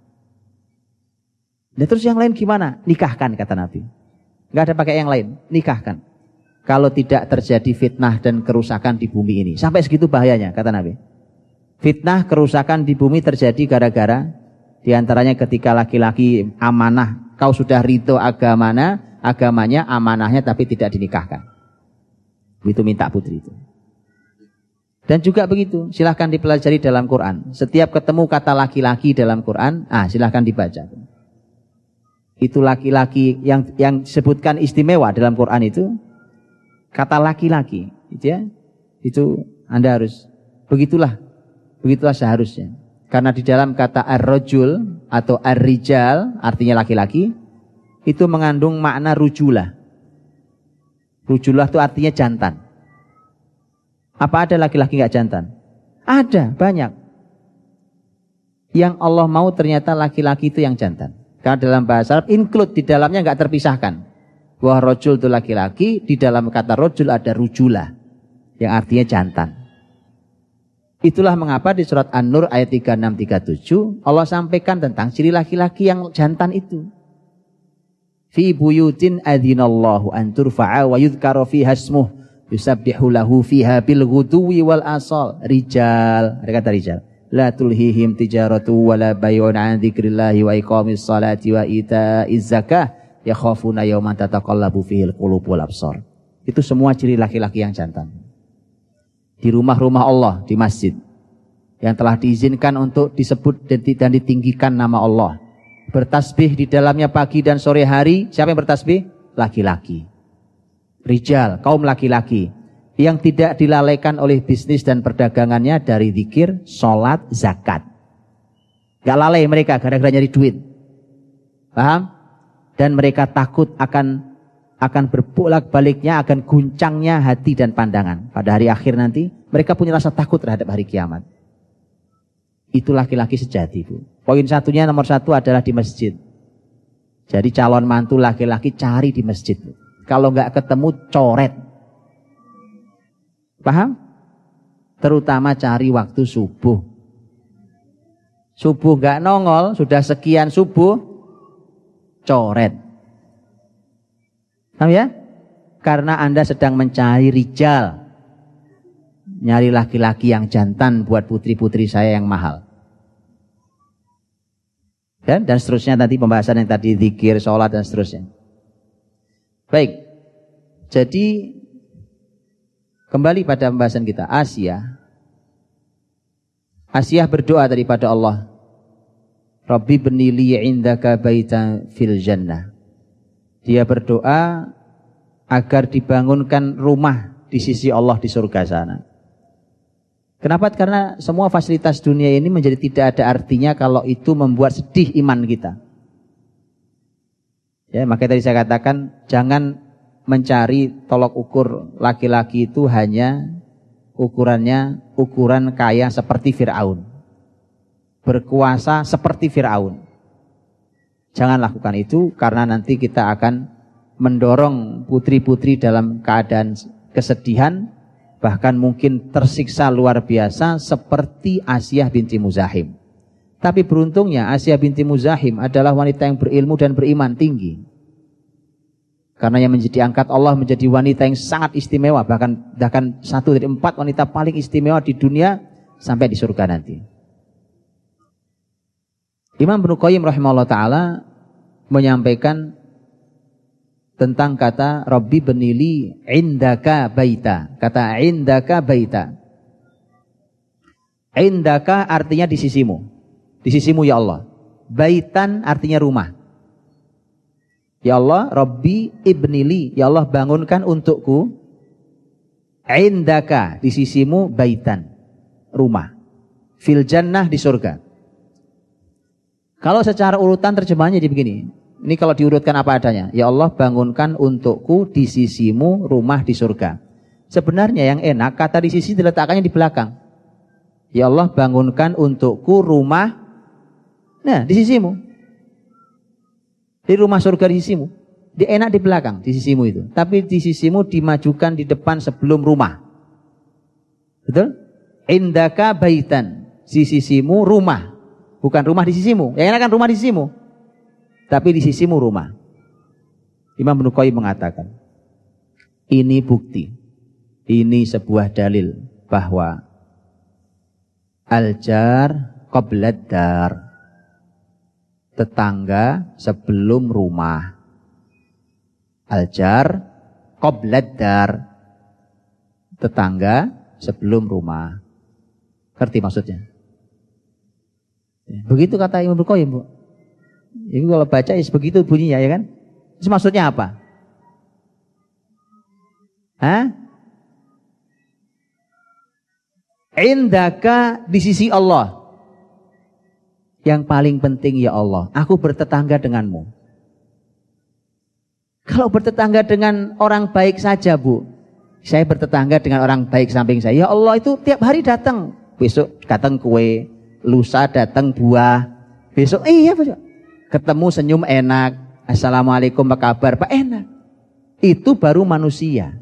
Dan terus yang lain gimana? Nikahkan, kata Nabi. Enggak ada pakai yang lain, nikahkan. Kalau tidak terjadi fitnah dan kerusakan di bumi ini. Sampai segitu bahayanya, kata Nabi. Fitnah, kerusakan di bumi terjadi gara-gara diantaranya ketika laki-laki amanah, kau sudah ridho agamanya, agamanya, amanahnya, tapi tidak dinikahkan. Begitu minta putri itu. Dan juga begitu, silahkan dipelajari dalam Quran. Setiap ketemu kata laki-laki dalam Quran, ah silahkan dibaca. Itu laki-laki yang yang disebutkan istimewa dalam Quran itu, kata laki-laki, itu ya, itu Anda harus begitulah, begitulah seharusnya. Karena di dalam kata ar-rajul atau ar-rijal, artinya laki-laki, itu mengandung makna rujulah. Rujulah itu artinya jantan. Apa ada laki-laki enggak jantan? Ada, banyak. Yang Allah mau ternyata laki-laki itu yang jantan. Karena dalam bahasa Arab include, di dalamnya enggak terpisahkan. Bahwa rajul itu laki-laki, di dalam kata rajul ada rujulah, yang artinya jantan. Itulah mengapa di surat An-Nur ayat tiga puluh enam tiga puluh tujuh Allah sampaikan tentang ciri laki-laki yang jantan itu. Fi buyutin adzinallahu an turfa'a wa yudhkara fiha ismuh yusabbihu lahu fiha bil ghuduwi wal asal. Rijal, ada kata rijal. La tulhihim tijaratu wala bay'un an dzikrillahi wa iqamis salati wa ita'iz zakah yakhafuna yawman tataqallabu fihil qulub wal absar. Itu semua ciri laki-laki yang jantan. Di rumah-rumah Allah, di masjid yang telah diizinkan untuk disebut dan ditinggikan nama Allah, bertasbih di dalamnya pagi dan sore hari. Siapa yang bertasbih? Laki-laki. Rijal, kaum laki-laki yang tidak dilalaikan oleh bisnis dan perdagangannya dari zikir, sholat, zakat. Gak lalai mereka gara-gara nyari duit. Paham? Dan mereka takut akan akan berbolak-baliknya, akan guncangnya hati dan pandangan. Pada hari akhir nanti, mereka punya rasa takut terhadap hari kiamat. Itu laki-laki sejati, Bu. Poin satunya, nomor satu adalah di masjid. Jadi calon mantu laki-laki cari di masjid, Bu. Kalau nggak ketemu, coret. Paham? Terutama cari waktu subuh. Subuh nggak nongol, sudah sekian subuh, coret. Paham ya? Karena Anda sedang mencari rijal. Nyari laki-laki yang jantan buat putri-putri saya yang mahal. Dan, dan seterusnya tadi pembahasan yang tadi zikir, sholat dan seterusnya. Baik. Jadi kembali pada pembahasan kita. Asia. Asia berdoa daripada Allah. Rabbi bnili indaka baitan fil jannah. Dia berdoa agar dibangunkan rumah di sisi Allah di surga sana. Kenapa? Karena semua fasilitas dunia ini menjadi tidak ada artinya kalau itu membuat sedih iman kita. Ya, makanya tadi saya katakan jangan mencari tolok ukur laki-laki itu hanya ukurannya ukuran kaya seperti Fir'aun, berkuasa seperti Fir'aun. Jangan lakukan itu karena nanti kita akan mendorong putri-putri dalam keadaan kesedihan, bahkan mungkin tersiksa luar biasa seperti Asyah binti Muzahim. Tapi beruntungnya Asyah binti Muzahim adalah wanita yang berilmu dan beriman tinggi. Karena yang menjadi angkat Allah menjadi wanita yang sangat istimewa, bahkan bahkan satu dari empat wanita paling istimewa di dunia sampai di surga nanti. Imam Ibnu Qayyim rahimahullah ta'ala menyampaikan tentang kata Rabbi benili indaka baita. Kata indaka baita. Indaka artinya di sisimu. Di sisimu ya Allah. Baitan artinya rumah. Ya Allah, Rabbi ibnili. Ya Allah, bangunkan untukku. Indaka, di sisimu baitan. Rumah. Fil jannah, di surga. Kalau secara urutan terjemahannya jadi begini. Ini kalau diurutkan apa adanya. Ya Allah, bangunkan untukku di sisimu rumah di surga. Sebenarnya yang enak kata di sisi diletakkannya di belakang. Ya Allah, bangunkan untukku rumah, nah, di sisimu. Di rumah surga di sisimu. Dia enak di belakang, di sisimu itu. Tapi di sisimu dimajukan di depan sebelum rumah. Betul? Indaka baitan. Di sisimu rumah. Bukan rumah di sisimu. Yang enak kan rumah di sisimu. Tapi di sisimu rumah. Imam Ibnu Qayyim mengatakan, ini bukti, ini sebuah dalil bahwa al-jar qoblad dar, tetangga sebelum rumah. Al-jar qoblad dar, tetangga sebelum rumah. Ngerti maksudnya? Begitu kata Imam Ibnu Qayyim, Bu. Ini kalau baca ya begitu bunyinya, ya kan? Itu maksudnya apa? Hah? Indaka, di sisi Allah. Yang paling penting ya Allah, aku bertetangga denganmu. Kalau bertetangga dengan orang baik saja, Bu. Saya bertetangga dengan orang baik samping saya. Ya Allah, itu tiap hari datang. Besok datang kue, lusa datang buah. Besok iya, Pak. Ketemu senyum enak. Assalamualaikum, apa kabar? Pak, enak. Itu baru manusia.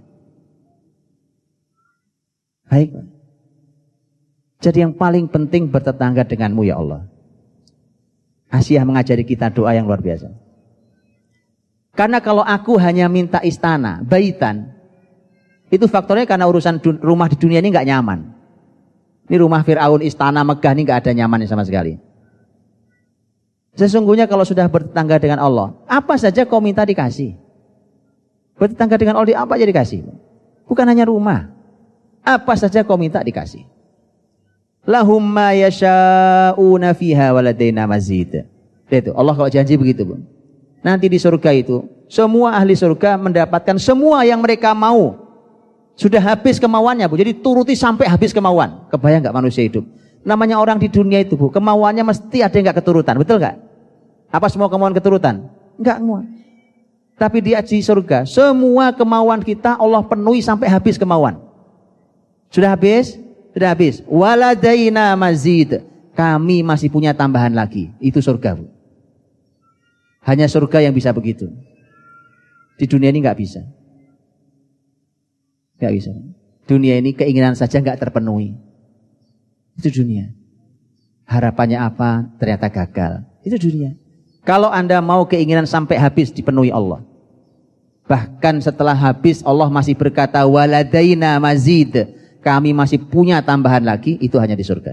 Baik, Pak. Jadi yang paling penting bertetangga denganmu ya Allah. Asyah mengajari kita doa yang luar biasa. Karena kalau aku hanya minta istana, baitan, itu faktornya karena urusan rumah di dunia ini nggak nyaman. Ini rumah Fir'aun, istana Megah ini nggak ada nyamannya sama sekali. Sesungguhnya kalau sudah bertetangga dengan Allah, apa saja kau minta dikasih. Bertetangga dengan Allah, apa aja dikasih. Bukan hanya rumah. Apa saja kau minta dikasih. Lahum ma yasha'una fiha waladaina mazid. Itu Allah kalau janji begitu, Bu. Nanti di surga itu, semua ahli surga mendapatkan semua yang mereka mau. Sudah habis kemauannya, Bu. Jadi turuti sampai habis kemauan. Kebayang nggak manusia hidup? Namanya orang di dunia itu, Bu, kemauannya mesti ada yang nggak keturutan, betul nggak? Apa semua kemauan keturutan? Enggak semua. Tapi di surga, semua kemauan kita Allah penuhi sampai habis kemauan. Sudah habis? Sudah habis. Waladaina mazid. Kami masih punya tambahan lagi. Itu surga, Bu. Hanya surga yang bisa begitu. Di dunia ini nggak bisa. Nggak bisa. Dunia ini keinginan saja nggak terpenuhi. Itu dunia. Harapannya apa? Ternyata gagal. Itu dunia. Kalau Anda mau keinginan sampai habis dipenuhi Allah. Bahkan setelah habis Allah masih berkata waladaina mazid. Kami masih punya tambahan lagi. Itu hanya di surga.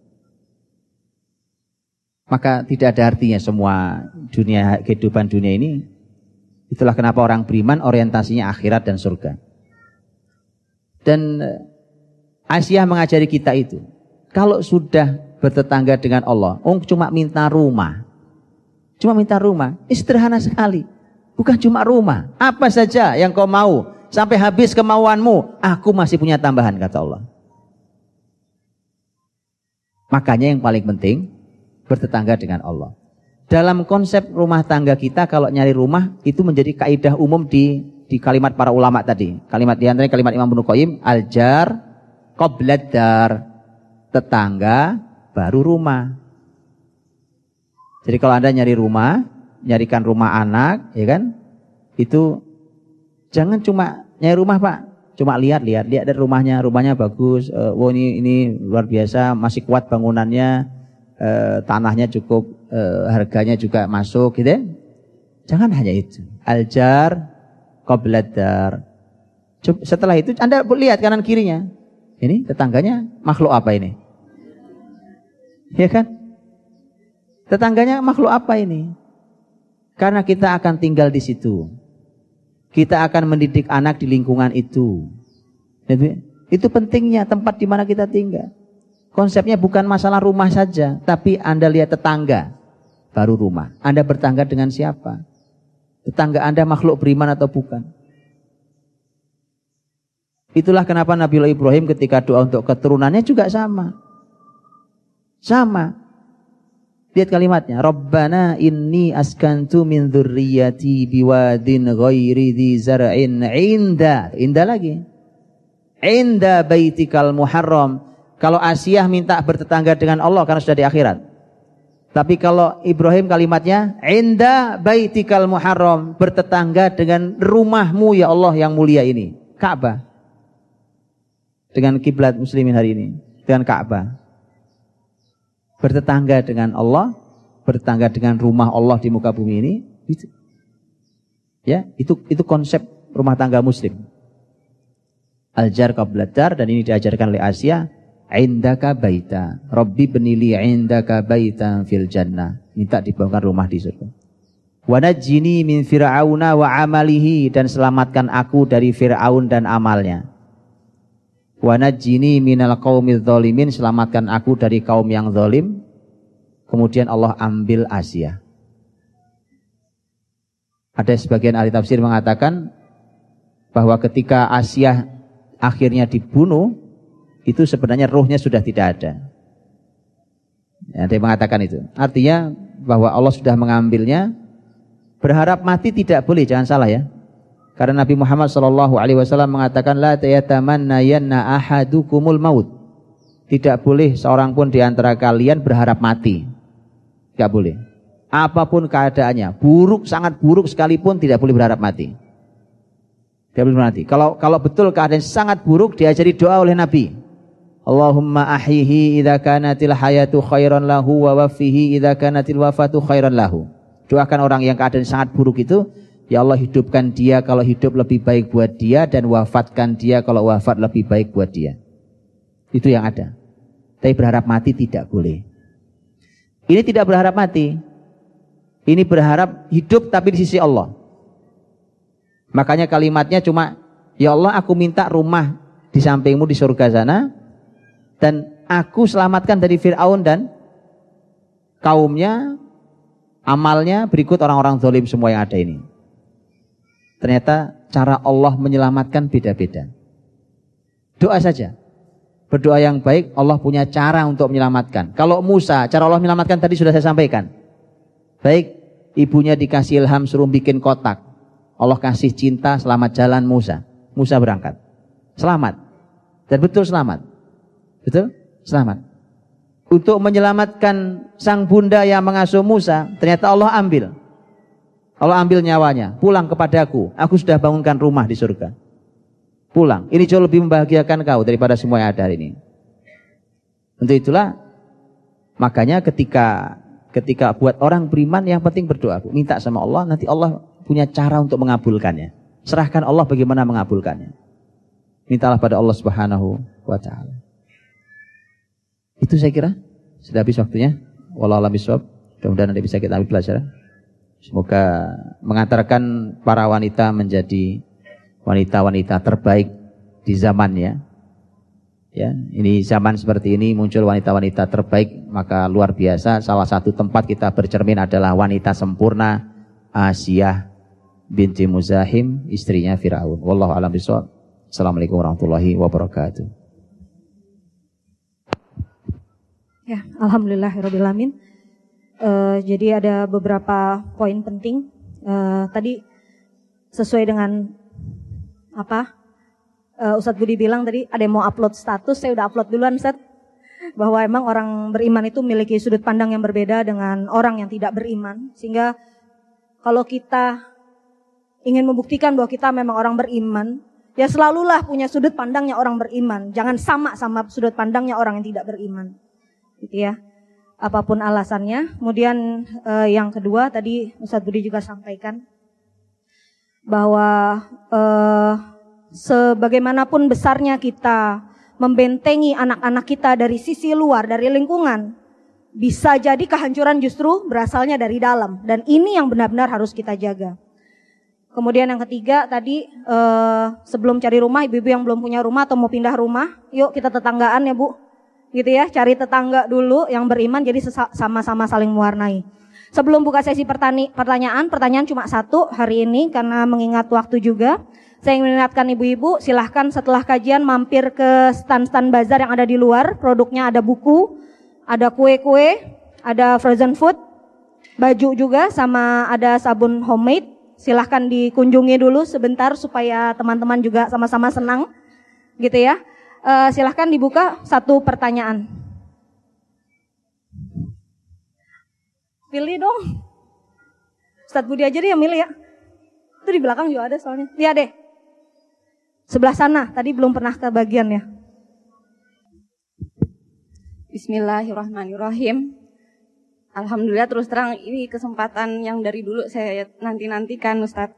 Maka tidak ada artinya semua dunia, kehidupan dunia ini. Itulah kenapa orang beriman orientasinya akhirat dan surga. Dan Aisyah mengajari kita itu. Kalau sudah bertetangga dengan Allah, oh cuma minta rumah. Cuma minta rumah, sederhana sekali. Bukan cuma rumah, apa saja yang kau mau, sampai habis kemauanmu, aku masih punya tambahan, kata Allah. Makanya yang paling penting, bertetangga dengan Allah. Dalam konsep rumah tangga kita, kalau nyari rumah, itu menjadi kaidah umum di, di kalimat para ulama tadi. Kalimat diantaranya kalimat Imam Ibnu Qayyim, al-jar qoblad dar. Tetangga baru rumah. Jadi kalau Anda nyari rumah, nyarikan rumah anak, ya kan? Itu jangan cuma nyari rumah, Pak. Cuma lihat-lihat, lihat dari rumahnya, rumahnya bagus. Uh, wow ini ini luar biasa, masih kuat bangunannya, uh, tanahnya cukup, uh, harganya juga masuk, gitu ya. Jangan hanya itu. Al-jar qoblad dar. Setelah itu Anda lihat kanan kirinya. Ini tetangganya makhluk apa ini? Ya kan? Tetangganya makhluk apa ini? Karena kita akan tinggal di situ. Kita akan mendidik anak di lingkungan itu. Itu pentingnya tempat di mana kita tinggal. Konsepnya bukan masalah rumah saja, tapi Anda lihat tetangga, baru rumah. Anda bertangga dengan siapa? Tetangga Anda makhluk beriman atau bukan? Itulah kenapa Nabiullah Ibrahim ketika doa untuk keturunannya juga sama. Sama. Lihat kalimatnya. Rabbana inni askantu min dzurriyyati biwadin ghairi dzi zar'in 'inda. Inda lagi. 'Inda baitikal muharram. Kalau Asiyah minta bertetangga dengan Allah karena sudah di akhirat. Tapi kalau Ibrahim kalimatnya 'inda baitikal muharram, bertetangga dengan rumahmu ya Allah yang mulia ini. Ka'bah. Dengan kiblat muslimin hari ini, dengan Ka'bah. Bertetangga dengan Allah, bertetangga dengan rumah Allah di muka bumi ini, itu. Ya, itu itu konsep rumah tangga muslim. Al-jar qabla dar, dan ini diajarkan oleh Asia, indaka baita, Rabbi benili indaka baita fil jannah. Minta dibangun rumah di surga. Wa najjini min fir'auna wa amalihi, dan selamatkan aku dari Fir'aun dan amalnya. Wa najjini minal qaumidz dzalimin, selamatkan aku dari kaum yang zalim. Kemudian Allah ambil Asia. Ada sebagian ahli tafsir mengatakan bahwa ketika Asia akhirnya dibunuh, itu sebenarnya ruhnya sudah tidak ada. Ya, ada yang mengatakan itu. Artinya bahwa Allah sudah mengambilnya. Berharap mati tidak boleh, jangan salah ya. Karena Nabi Muhammad shallallahu alaihi wasallam mengatakan la tayatamanna yanna ahadukumul maut. Tidak boleh seorang pun di antara kalian berharap mati. Tidak boleh. Apapun keadaannya, buruk sangat buruk sekalipun tidak boleh berharap mati. Tidak boleh mati. Kalau kalau betul keadaan sangat buruk, diajari doa oleh Nabi. Allahumma ahyihi idza kanatil hayatu khairan lahu wa wafihi idza kanatil wafatu khairan lahu. Doakan orang yang keadaan sangat buruk itu, ya Allah hidupkan dia kalau hidup lebih baik buat dia, dan wafatkan dia kalau wafat lebih baik buat dia. Itu yang ada. Tapi berharap mati tidak boleh. Ini tidak berharap mati. Ini berharap hidup tapi di sisi Allah. Makanya kalimatnya cuma, ya Allah aku minta rumah di sampingmu di surga sana, dan aku selamatkan dari Fir'aun dan kaumnya, amalnya, berikut orang-orang zalim semua yang ada ini. Ternyata cara Allah menyelamatkan beda-beda. Doa saja. Berdoa yang baik, Allah punya cara untuk menyelamatkan. Kalau Musa, cara Allah menyelamatkan tadi sudah saya sampaikan. Baik, ibunya dikasih ilham suruh bikin kotak. Allah kasih cinta, selamat jalan Musa. Musa berangkat. Selamat. Dan betul selamat. Betul? Selamat. Untuk menyelamatkan sang bunda yang mengasuh Musa, ternyata Allah ambil. Allah ambil nyawanya. Pulang kepadaku. Aku sudah bangunkan rumah di surga. Pulang. Ini jauh lebih membahagiakan kau daripada semua yang ada hari ini. Untuk itulah, makanya ketika ketika buat orang beriman yang penting berdoa. Minta sama Allah, nanti Allah punya cara untuk mengabulkannya. Serahkan Allah bagaimana mengabulkannya. Mintalah pada Allah Subhanahu wa ta'ala. Itu saya kira sudah habis waktunya. Wallahu a'lam bishawab. Mudah-mudahan nanti bisa kita ambil pelajaran. Semoga mengantarkan para wanita menjadi wanita-wanita terbaik di zamannya. Ya, ini zaman seperti ini muncul wanita-wanita terbaik, maka luar biasa. Salah satu tempat kita bercermin adalah wanita sempurna Asiyah binti Muzahim, istrinya Fir'aun. Wallahu a'lam bishawab. Assalamualaikum warahmatullahi wabarakatuh. Ya, alhamdulillahirabbil alamin. Uh, jadi ada beberapa poin penting. Uh, tadi sesuai dengan apa uh, Ustadz Budi bilang tadi, ada yang mau upload status, saya udah upload duluan Ustadz. Bahwa emang orang beriman itu memiliki sudut pandang yang berbeda dengan orang yang tidak beriman. Sehingga kalau kita ingin membuktikan bahwa kita memang orang beriman, ya selalulah punya sudut pandangnya orang beriman. Jangan sama sama sudut pandangnya orang yang tidak beriman. Gitu ya. Apapun alasannya. Kemudian eh, yang kedua tadi Ustadz Budi juga sampaikan bahwa eh, sebagaimanapun besarnya kita membentengi anak-anak kita dari sisi luar, dari lingkungan, bisa jadi kehancuran justru berasalnya dari dalam, dan ini yang benar-benar harus kita jaga. Kemudian yang ketiga tadi eh, sebelum cari rumah, ibu-ibu yang belum punya rumah atau mau pindah rumah, yuk kita tetanggaan ya Bu. Gitu ya, cari tetangga dulu yang beriman, jadi sama-sama saling mewarnai. Sebelum buka sesi pertani, pertanyaan, pertanyaan cuma satu hari ini karena mengingat waktu juga. Saya ingin mengingatkan ibu-ibu, silahkan setelah kajian mampir ke stand-stand bazar yang ada di luar. Produknya ada buku, ada kue-kue, ada frozen food, baju juga, sama ada sabun homemade. Silahkan dikunjungi dulu sebentar supaya teman-teman juga sama-sama senang gitu ya. E, silahkan dibuka satu pertanyaan. Pilih dong. Ustadz Budi aja deh yang milih ya. Itu di belakang juga ada soalnya. Lihat deh. Sebelah sana, tadi belum pernah kebagian ya. Bismillahirrahmanirrahim. Alhamdulillah, terus terang ini kesempatan yang dari dulu saya nanti-nantikan, Ustadz.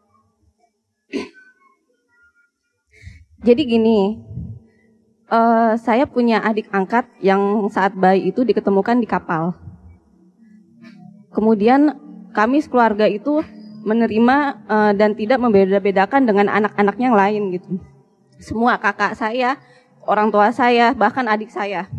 Jadi gini, uh, saya punya adik angkat yang saat bayi itu diketemukan di kapal. Kemudian kami sekeluarga itu menerima uh, dan tidak membeda-bedakan dengan anak-anak yang lain gitu. Semua kakak saya, orang tua saya, bahkan adik saya.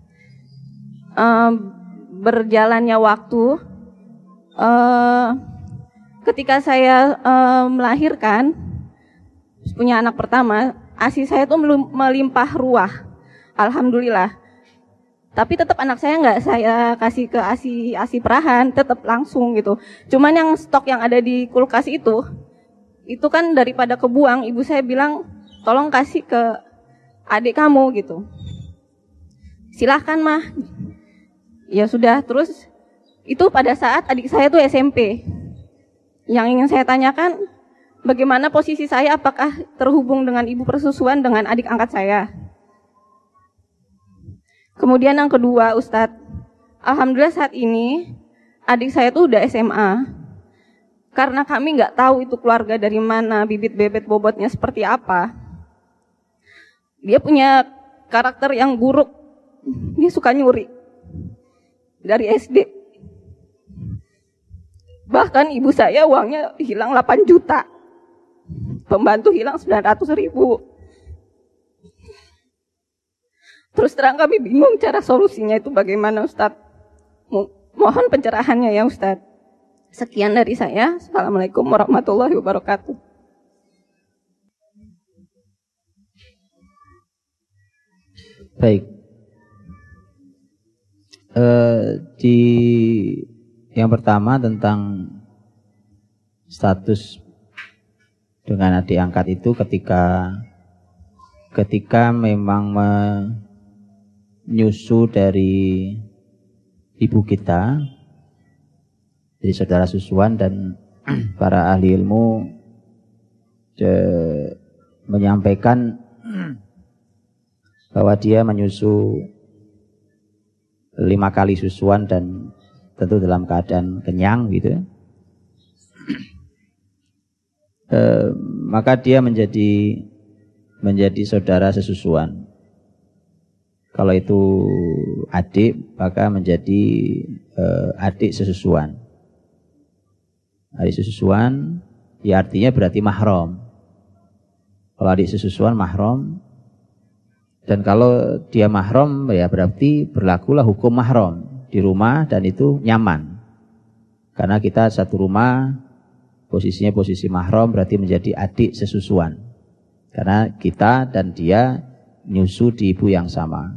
Uh, Berjalannya waktu, uh, ketika saya uh, melahirkan, punya anak pertama, ASI saya tuh melimpah ruah, alhamdulillah. Tapi tetap anak saya nggak saya kasih ke ASI ASI perahan, tetap langsung gitu. Cuman yang stok yang ada di kulkas itu, itu kan daripada kebuang, ibu saya bilang tolong kasih ke adik kamu gitu. Silahkan mah. Ya sudah, terus itu pada saat adik saya tuh S M P. Yang ingin saya tanyakan, bagaimana posisi saya, apakah terhubung dengan ibu persusuan dengan adik angkat saya? Kemudian yang kedua, Ustadz, alhamdulillah saat ini adik saya tuh udah S M A. Karena kami nggak tahu itu keluarga dari mana, bibit bebet bobotnya seperti apa. Dia punya karakter yang buruk, dia suka nyuri. Dari S D. Bahkan ibu saya uangnya hilang delapan juta. Pembantu hilang sembilan ratus ribu. Terus terang kami bingung cara solusinya itu bagaimana, Ustadz. Mo- mohon pencerahannya ya, Ustadz. Sekian dari saya. Assalamualaikum warahmatullahi wabarakatuh. Baik. Uh, di yang pertama tentang status dengan adik angkat itu ketika ketika memang menyusu dari ibu kita, jadi saudara susuan, dan para ahli ilmu de, menyampaikan bahwa dia menyusu lima kali susuan dan tentu dalam keadaan kenyang gitu. E, maka dia menjadi menjadi saudara sesusuan. Kalau itu adik, maka menjadi e, adik sesusuan. Adik sesusuan, ya artinya berarti mahram. Kalau adik sesusuan mahram. Dan kalau dia mahram, ya berarti berlakulah hukum mahram di rumah, dan itu nyaman. Karena kita satu rumah, posisinya posisi mahram, berarti menjadi adik sesusuan. Karena kita dan dia nyusu di ibu yang sama.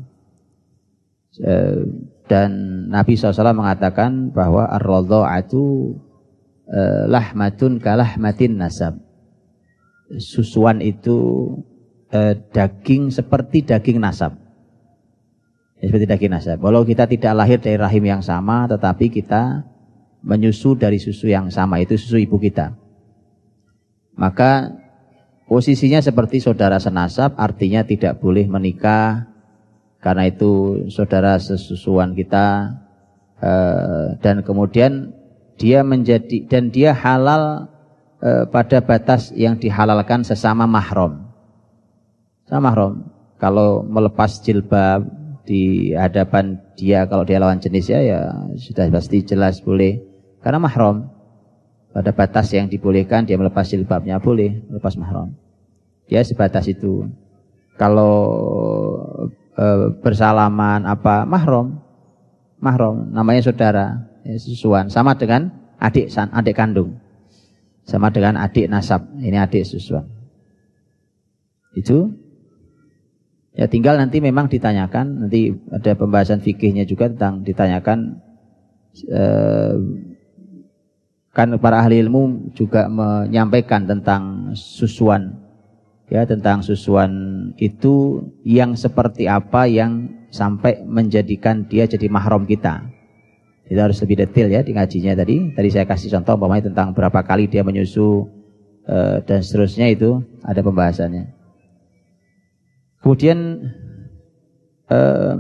Dan Nabi shallallahu alaihi wasallam mengatakan bahwa ar-radha'atu lahmatun kalahmatin nasab. Susuan itu Eh, daging seperti daging nasab, ya, seperti daging nasab. Walau kita tidak lahir dari rahim yang sama, tetapi kita menyusu dari susu yang sama, itu susu ibu kita. Maka posisinya seperti saudara senasab, artinya tidak boleh menikah, karena itu saudara sesusuan kita. Eh, dan kemudian dia menjadi dan dia halal eh, pada batas yang dihalalkan sesama mahram. Sama mahram, kalau melepas jilbab di hadapan dia, kalau dia lawan jenisnya, ya sudah pasti jelas boleh. Karena mahram, pada batas yang dibolehkan dia melepas jilbabnya boleh, melepas mahram. Dia sebatas itu. Kalau e, bersalaman apa mahram, mahram namanya saudara, ya, susuan, sama dengan adik adik kandung, sama dengan adik nasab. Ini adik susuan. Itu. Ya tinggal nanti memang ditanyakan, nanti ada pembahasan fikihnya juga tentang ditanyakan, eh, kan para ahli ilmu juga menyampaikan tentang susuan, ya tentang susuan itu yang seperti apa yang sampai menjadikan dia jadi mahram kita. Kita harus lebih detail ya di ngajinya tadi. Tadi saya kasih contoh umpamanya tentang berapa kali dia menyusu eh, dan seterusnya, itu ada pembahasannya. Kemudian eh,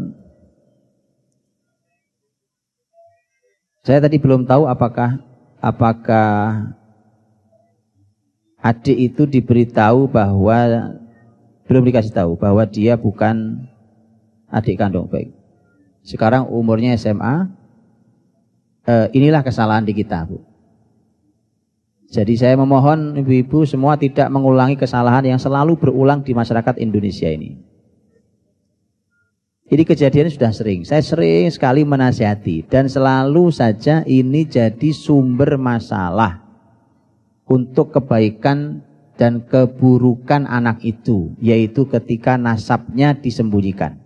saya tadi belum tahu apakah apakah adik itu diberitahu bahwa belum dikasih tahu bahwa dia bukan adik kandung. Baik. Sekarang umurnya S M A. Eh, inilah kesalahan di kita, Bu. Jadi saya memohon ibu-ibu semua tidak mengulangi kesalahan yang selalu berulang di masyarakat Indonesia ini. Ini kejadian sudah sering. Saya sering sekali menasihati dan selalu saja ini jadi sumber masalah untuk kebaikan dan keburukan anak itu, yaitu ketika nasabnya disembunyikan.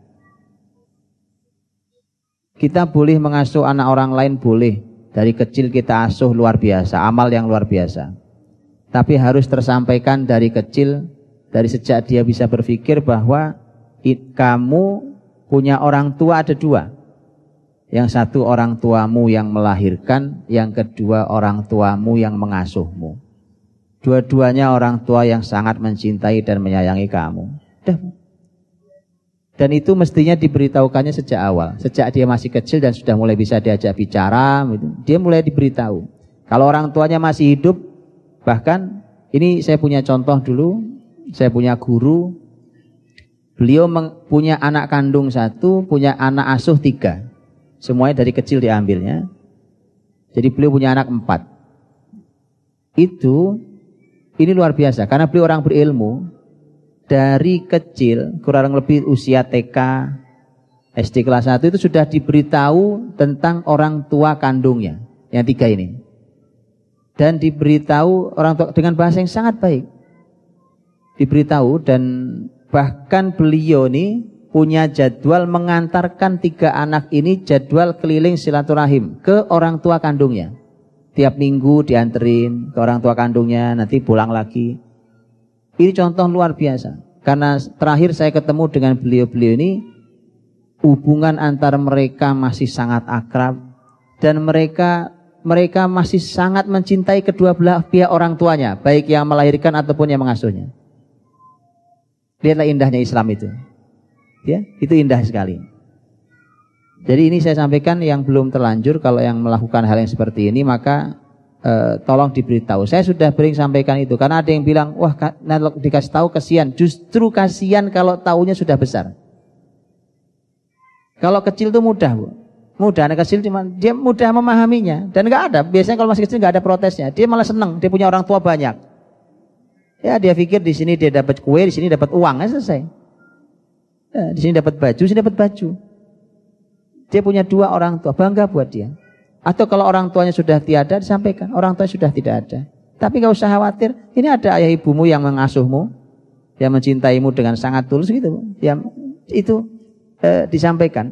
Kita boleh mengasuh anak orang lain, boleh. Dari kecil kita asuh luar biasa, amal yang luar biasa. Tapi harus tersampaikan dari kecil, dari sejak dia bisa berpikir bahwa it, kamu punya orang tua ada dua. Yang satu orang tuamu yang melahirkan, yang kedua orang tuamu yang mengasuhmu. Dua-duanya orang tua yang sangat mencintai dan menyayangi kamu. Dah. Dan itu mestinya diberitahukannya sejak awal. Sejak dia masih kecil dan sudah mulai bisa diajak bicara, dia mulai diberitahu. Kalau orang tuanya masih hidup, bahkan ini saya punya contoh dulu, saya punya guru, beliau punya anak kandung satu, punya anak asuh tiga. Semuanya dari kecil diambilnya. Jadi beliau punya anak empat. Itu, ini luar biasa, karena beliau orang berilmu. Dari kecil, kurang lebih usia T K, S D kelas satu itu sudah diberitahu tentang orang tua kandungnya, yang tiga ini. Dan diberitahu orang tua dengan bahasa yang sangat baik. Diberitahu, dan bahkan beliau ini punya jadwal mengantarkan tiga anak ini jadwal keliling silaturahim ke orang tua kandungnya. Tiap minggu dianterin ke orang tua kandungnya, nanti pulang lagi. Ini contoh luar biasa. Karena terakhir saya ketemu dengan beliau-beliau ini, hubungan antara mereka masih sangat akrab. Dan mereka mereka masih sangat mencintai kedua belah pihak orang tuanya, baik yang melahirkan ataupun yang mengasuhnya. Lihatlah indahnya Islam itu. Ya, itu indah sekali. Jadi ini saya sampaikan yang belum terlanjur, kalau yang melakukan hal yang seperti ini maka Uh, tolong diberitahu. Saya sudah bering sampaikan itu, karena ada yang bilang, wah dikasih tahu kasihan. Justru kasihan kalau tahunya sudah besar. Kalau kecil itu mudah, Bu. Mudah, anak kecil cuma dia mudah memahaminya dan nggak ada. Biasanya kalau masih kecil nggak ada protesnya. Dia malah senang. Dia punya orang tua banyak. Ya dia pikir di sini dia dapat kue, di sini dapat uang, ya selesai. Ya, di sini dapat baju, di sini dapat baju. Dia punya dua orang tua, bangga buat dia. Atau kalau orang tuanya sudah tiada, disampaikan orang tuanya sudah tidak ada. Tapi gak usah khawatir, ini ada ayah ibumu yang mengasuhmu, yang mencintaimu dengan sangat tulus gitu. Yang itu eh, disampaikan.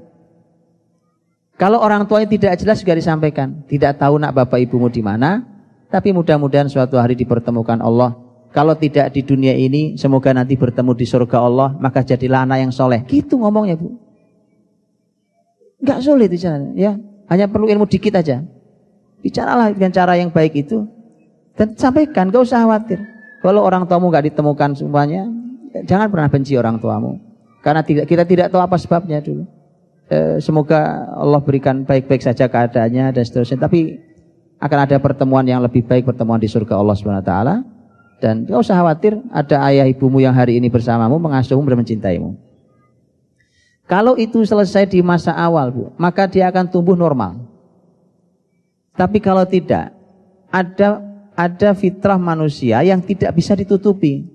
Kalau orang tuanya tidak jelas juga disampaikan. Tidak tahu nak bapak ibumu di mana, tapi mudah-mudahan suatu hari dipertemukan Allah. Kalau tidak di dunia ini, semoga nanti bertemu di surga Allah, maka jadilah anak yang soleh. Gitu ngomongnya, Bu. Gak sulit bicara, ya. Hanya perlu ilmu dikit aja. Bicaralah dengan cara yang baik itu dan sampaikan, gak usah khawatir. Kalau orang tuamu gak ditemukan semuanya, jangan pernah benci orang tuamu. Karena tidak, kita tidak tahu apa sebabnya dulu. E, semoga Allah berikan baik-baik saja keadaannya dan seterusnya. Tapi akan ada pertemuan yang lebih baik, pertemuan di surga Allah subhanahu wa taala. Dan gak usah khawatir, ada ayah ibumu yang hari ini bersamamu, mengasuhmu dan mencintaimu. Kalau itu selesai di masa awal, Bu, maka dia akan tumbuh normal. Tapi kalau tidak, ada ada fitrah manusia yang tidak bisa ditutupi.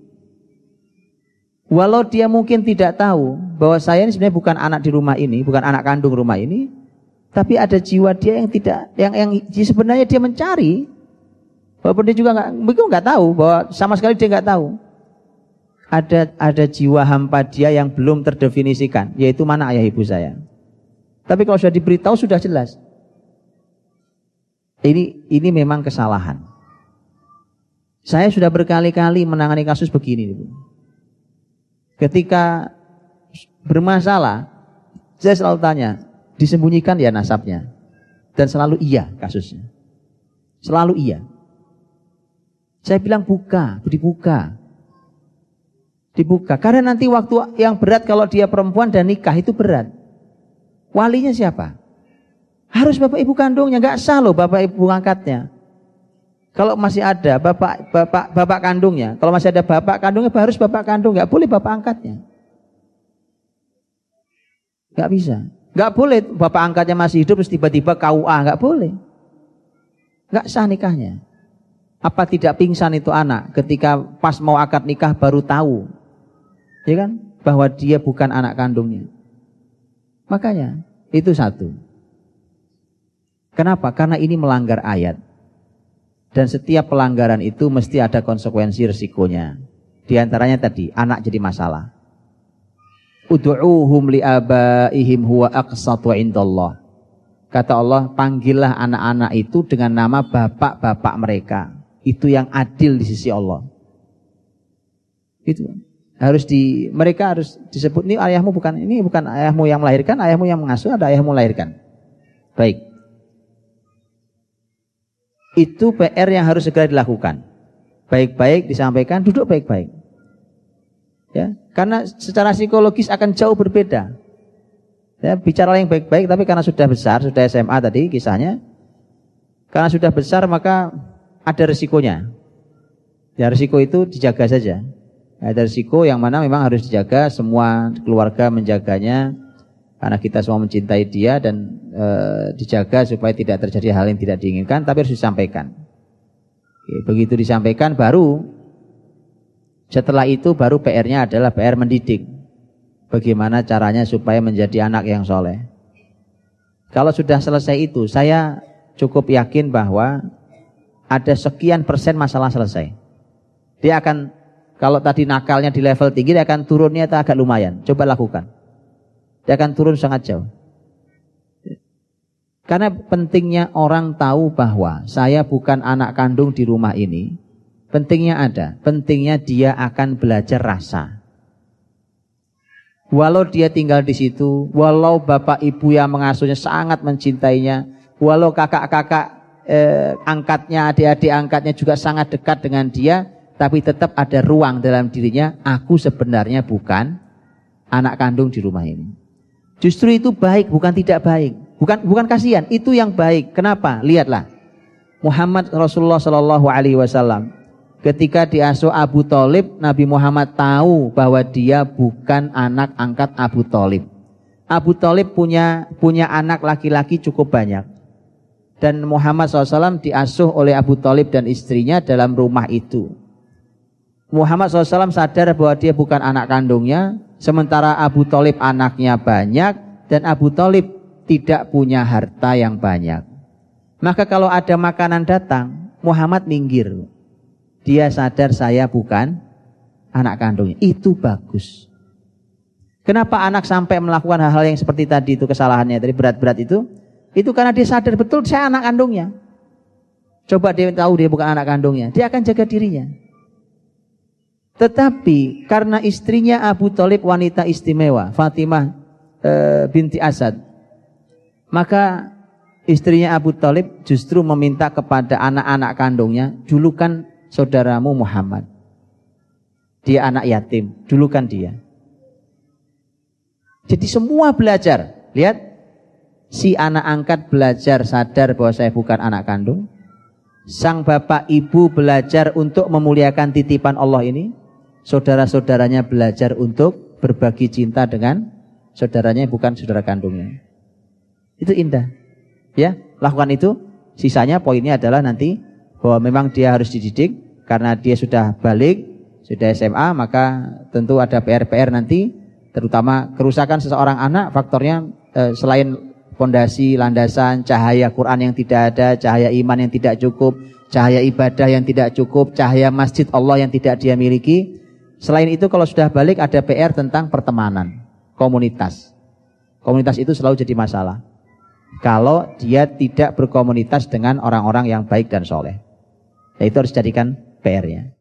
Walau dia mungkin tidak tahu bahwa saya ini sebenarnya bukan anak di rumah ini, bukan anak kandung rumah ini, tapi ada jiwa dia yang tidak, yang yang sebenarnya dia mencari. Walaupun dia juga nggak, mungkin nggak tahu bahwa sama sekali dia nggak tahu. ada ada jiwa hampa dia yang belum terdefinisikan, yaitu mana ayah ibu saya. Tapi kalau sudah diberitahu sudah jelas. Ini ini memang kesalahan. Saya sudah berkali-kali menangani kasus begini. Ketika bermasalah, saya selalu tanya, disembunyikan ya nasabnya. Dan selalu iya kasusnya. Selalu iya. Saya bilang buka, dibuka. Dibuka. Karena nanti waktu yang berat kalau dia perempuan dan nikah itu berat. Walinya siapa? Harus bapak ibu kandungnya, nggak sah loh bapak ibu angkatnya. Kalau masih ada bapak bapak bapak kandungnya, kalau masih ada bapak kandungnya harus bapak kandung, nggak boleh bapak angkatnya. Nggak bisa, nggak boleh bapak angkatnya masih hidup terus tiba-tiba K U A, nggak boleh, nggak sah nikahnya. Apa tidak pingsan itu anak ketika pas mau akad nikah baru tahu, ya kan, bahwa dia bukan anak kandungnya. Makanya itu satu. Kenapa? Karena ini melanggar ayat. Dan setiap pelanggaran itu mesti ada konsekuensi resikonya. Di antaranya tadi, anak jadi masalah. Ud'uuhum li'abaihim huwa aqsatu indallah. Kata Allah, panggillah anak-anak itu dengan nama bapak-bapak mereka. Itu yang adil di sisi Allah. Itu harus di mereka harus disebut, ini ayahmu bukan ini bukan ayahmu yang melahirkan, ayahmu yang mengasuh, ada ayahmu melahirkan. Baik. Itu P R yang harus segera dilakukan. Baik-baik disampaikan, duduk baik-baik. Ya, karena secara psikologis akan jauh berbeda. Ya, bicara yang baik-baik, tapi karena sudah besar, sudah S M A tadi kisahnya, karena sudah besar maka ada risikonya. Ya, risiko itu dijaga saja. Ada risiko yang mana memang harus dijaga, semua keluarga menjaganya. Karena kita semua mencintai dia dan e, dijaga supaya tidak terjadi hal yang tidak diinginkan, tapi harus disampaikan. Oke, begitu disampaikan baru setelah itu baru P R-nya adalah P R mendidik. Bagaimana caranya supaya menjadi anak yang soleh. Kalau sudah selesai itu, saya cukup yakin bahwa ada sekian persen masalah selesai. Dia akan, kalau tadi nakalnya di level tinggi, dia akan turunnya agak lumayan. Coba lakukan. Dia akan turun sangat jauh. Karena pentingnya orang tahu bahwa saya bukan anak kandung di rumah ini. Pentingnya ada. Pentingnya dia akan belajar rasa. Walau dia tinggal di situ, walau bapak ibu yang mengasuhnya sangat mencintainya, walau kakak-kakak eh, angkatnya, adik-adik angkatnya juga sangat dekat dengan dia, tapi tetap ada ruang dalam dirinya, aku sebenarnya bukan anak kandung di rumah ini. Justru itu baik, bukan tidak baik. Bukan bukan kasihan, itu yang baik. Kenapa? Lihatlah. Muhammad Rasulullah Shallallahu Alaihi Wasallam ketika diasuh Abu Thalib, Nabi Muhammad tahu bahwa dia bukan anak angkat Abu Thalib. Abu Thalib punya punya anak laki-laki cukup banyak. Dan Muhammad shallallahu alaihi wasallam diasuh oleh Abu Thalib dan istrinya dalam rumah itu. Muhammad shallallahu alaihi wasallam sadar bahwa dia bukan anak kandungnya. Sementara Abu Thalib anaknya banyak dan Abu Thalib tidak punya harta yang banyak. Maka kalau ada makanan datang, Muhammad minggir. Dia sadar saya bukan anak kandungnya. Itu bagus. Kenapa anak sampai melakukan hal-hal yang seperti tadi itu kesalahannya, tadi berat-berat itu? Itu karena dia sadar betul saya anak kandungnya. Coba dia tahu dia bukan anak kandungnya, dia akan jaga dirinya. Tetapi karena istrinya Abu Thalib wanita istimewa, Fatimah e, binti Asad, maka istrinya Abu Thalib justru meminta kepada anak-anak kandungnya, julukan saudaramu Muhammad. Dia anak yatim, julukan dia. Jadi semua belajar. Lihat, si anak angkat belajar sadar bahwa saya bukan anak kandung. Sang bapak ibu belajar untuk memuliakan titipan Allah ini. Saudara-saudaranya belajar untuk berbagi cinta dengan saudaranya bukan saudara kandungnya. Itu indah. Ya, lakukan itu. Sisanya poinnya adalah nanti bahwa memang dia harus dididik karena dia sudah balik, sudah S M A, maka tentu ada P R-P R nanti, terutama kerusakan seseorang anak faktornya eh, selain fondasi, landasan, cahaya Quran yang tidak ada, cahaya iman yang tidak cukup, cahaya ibadah yang tidak cukup, cahaya masjid Allah yang tidak dia miliki. Selain itu kalau sudah balik ada P R tentang pertemanan, komunitas. Komunitas itu selalu jadi masalah. Kalau dia tidak berkomunitas dengan orang-orang yang baik dan soleh. Ya, itu harus jadikan P R-nya.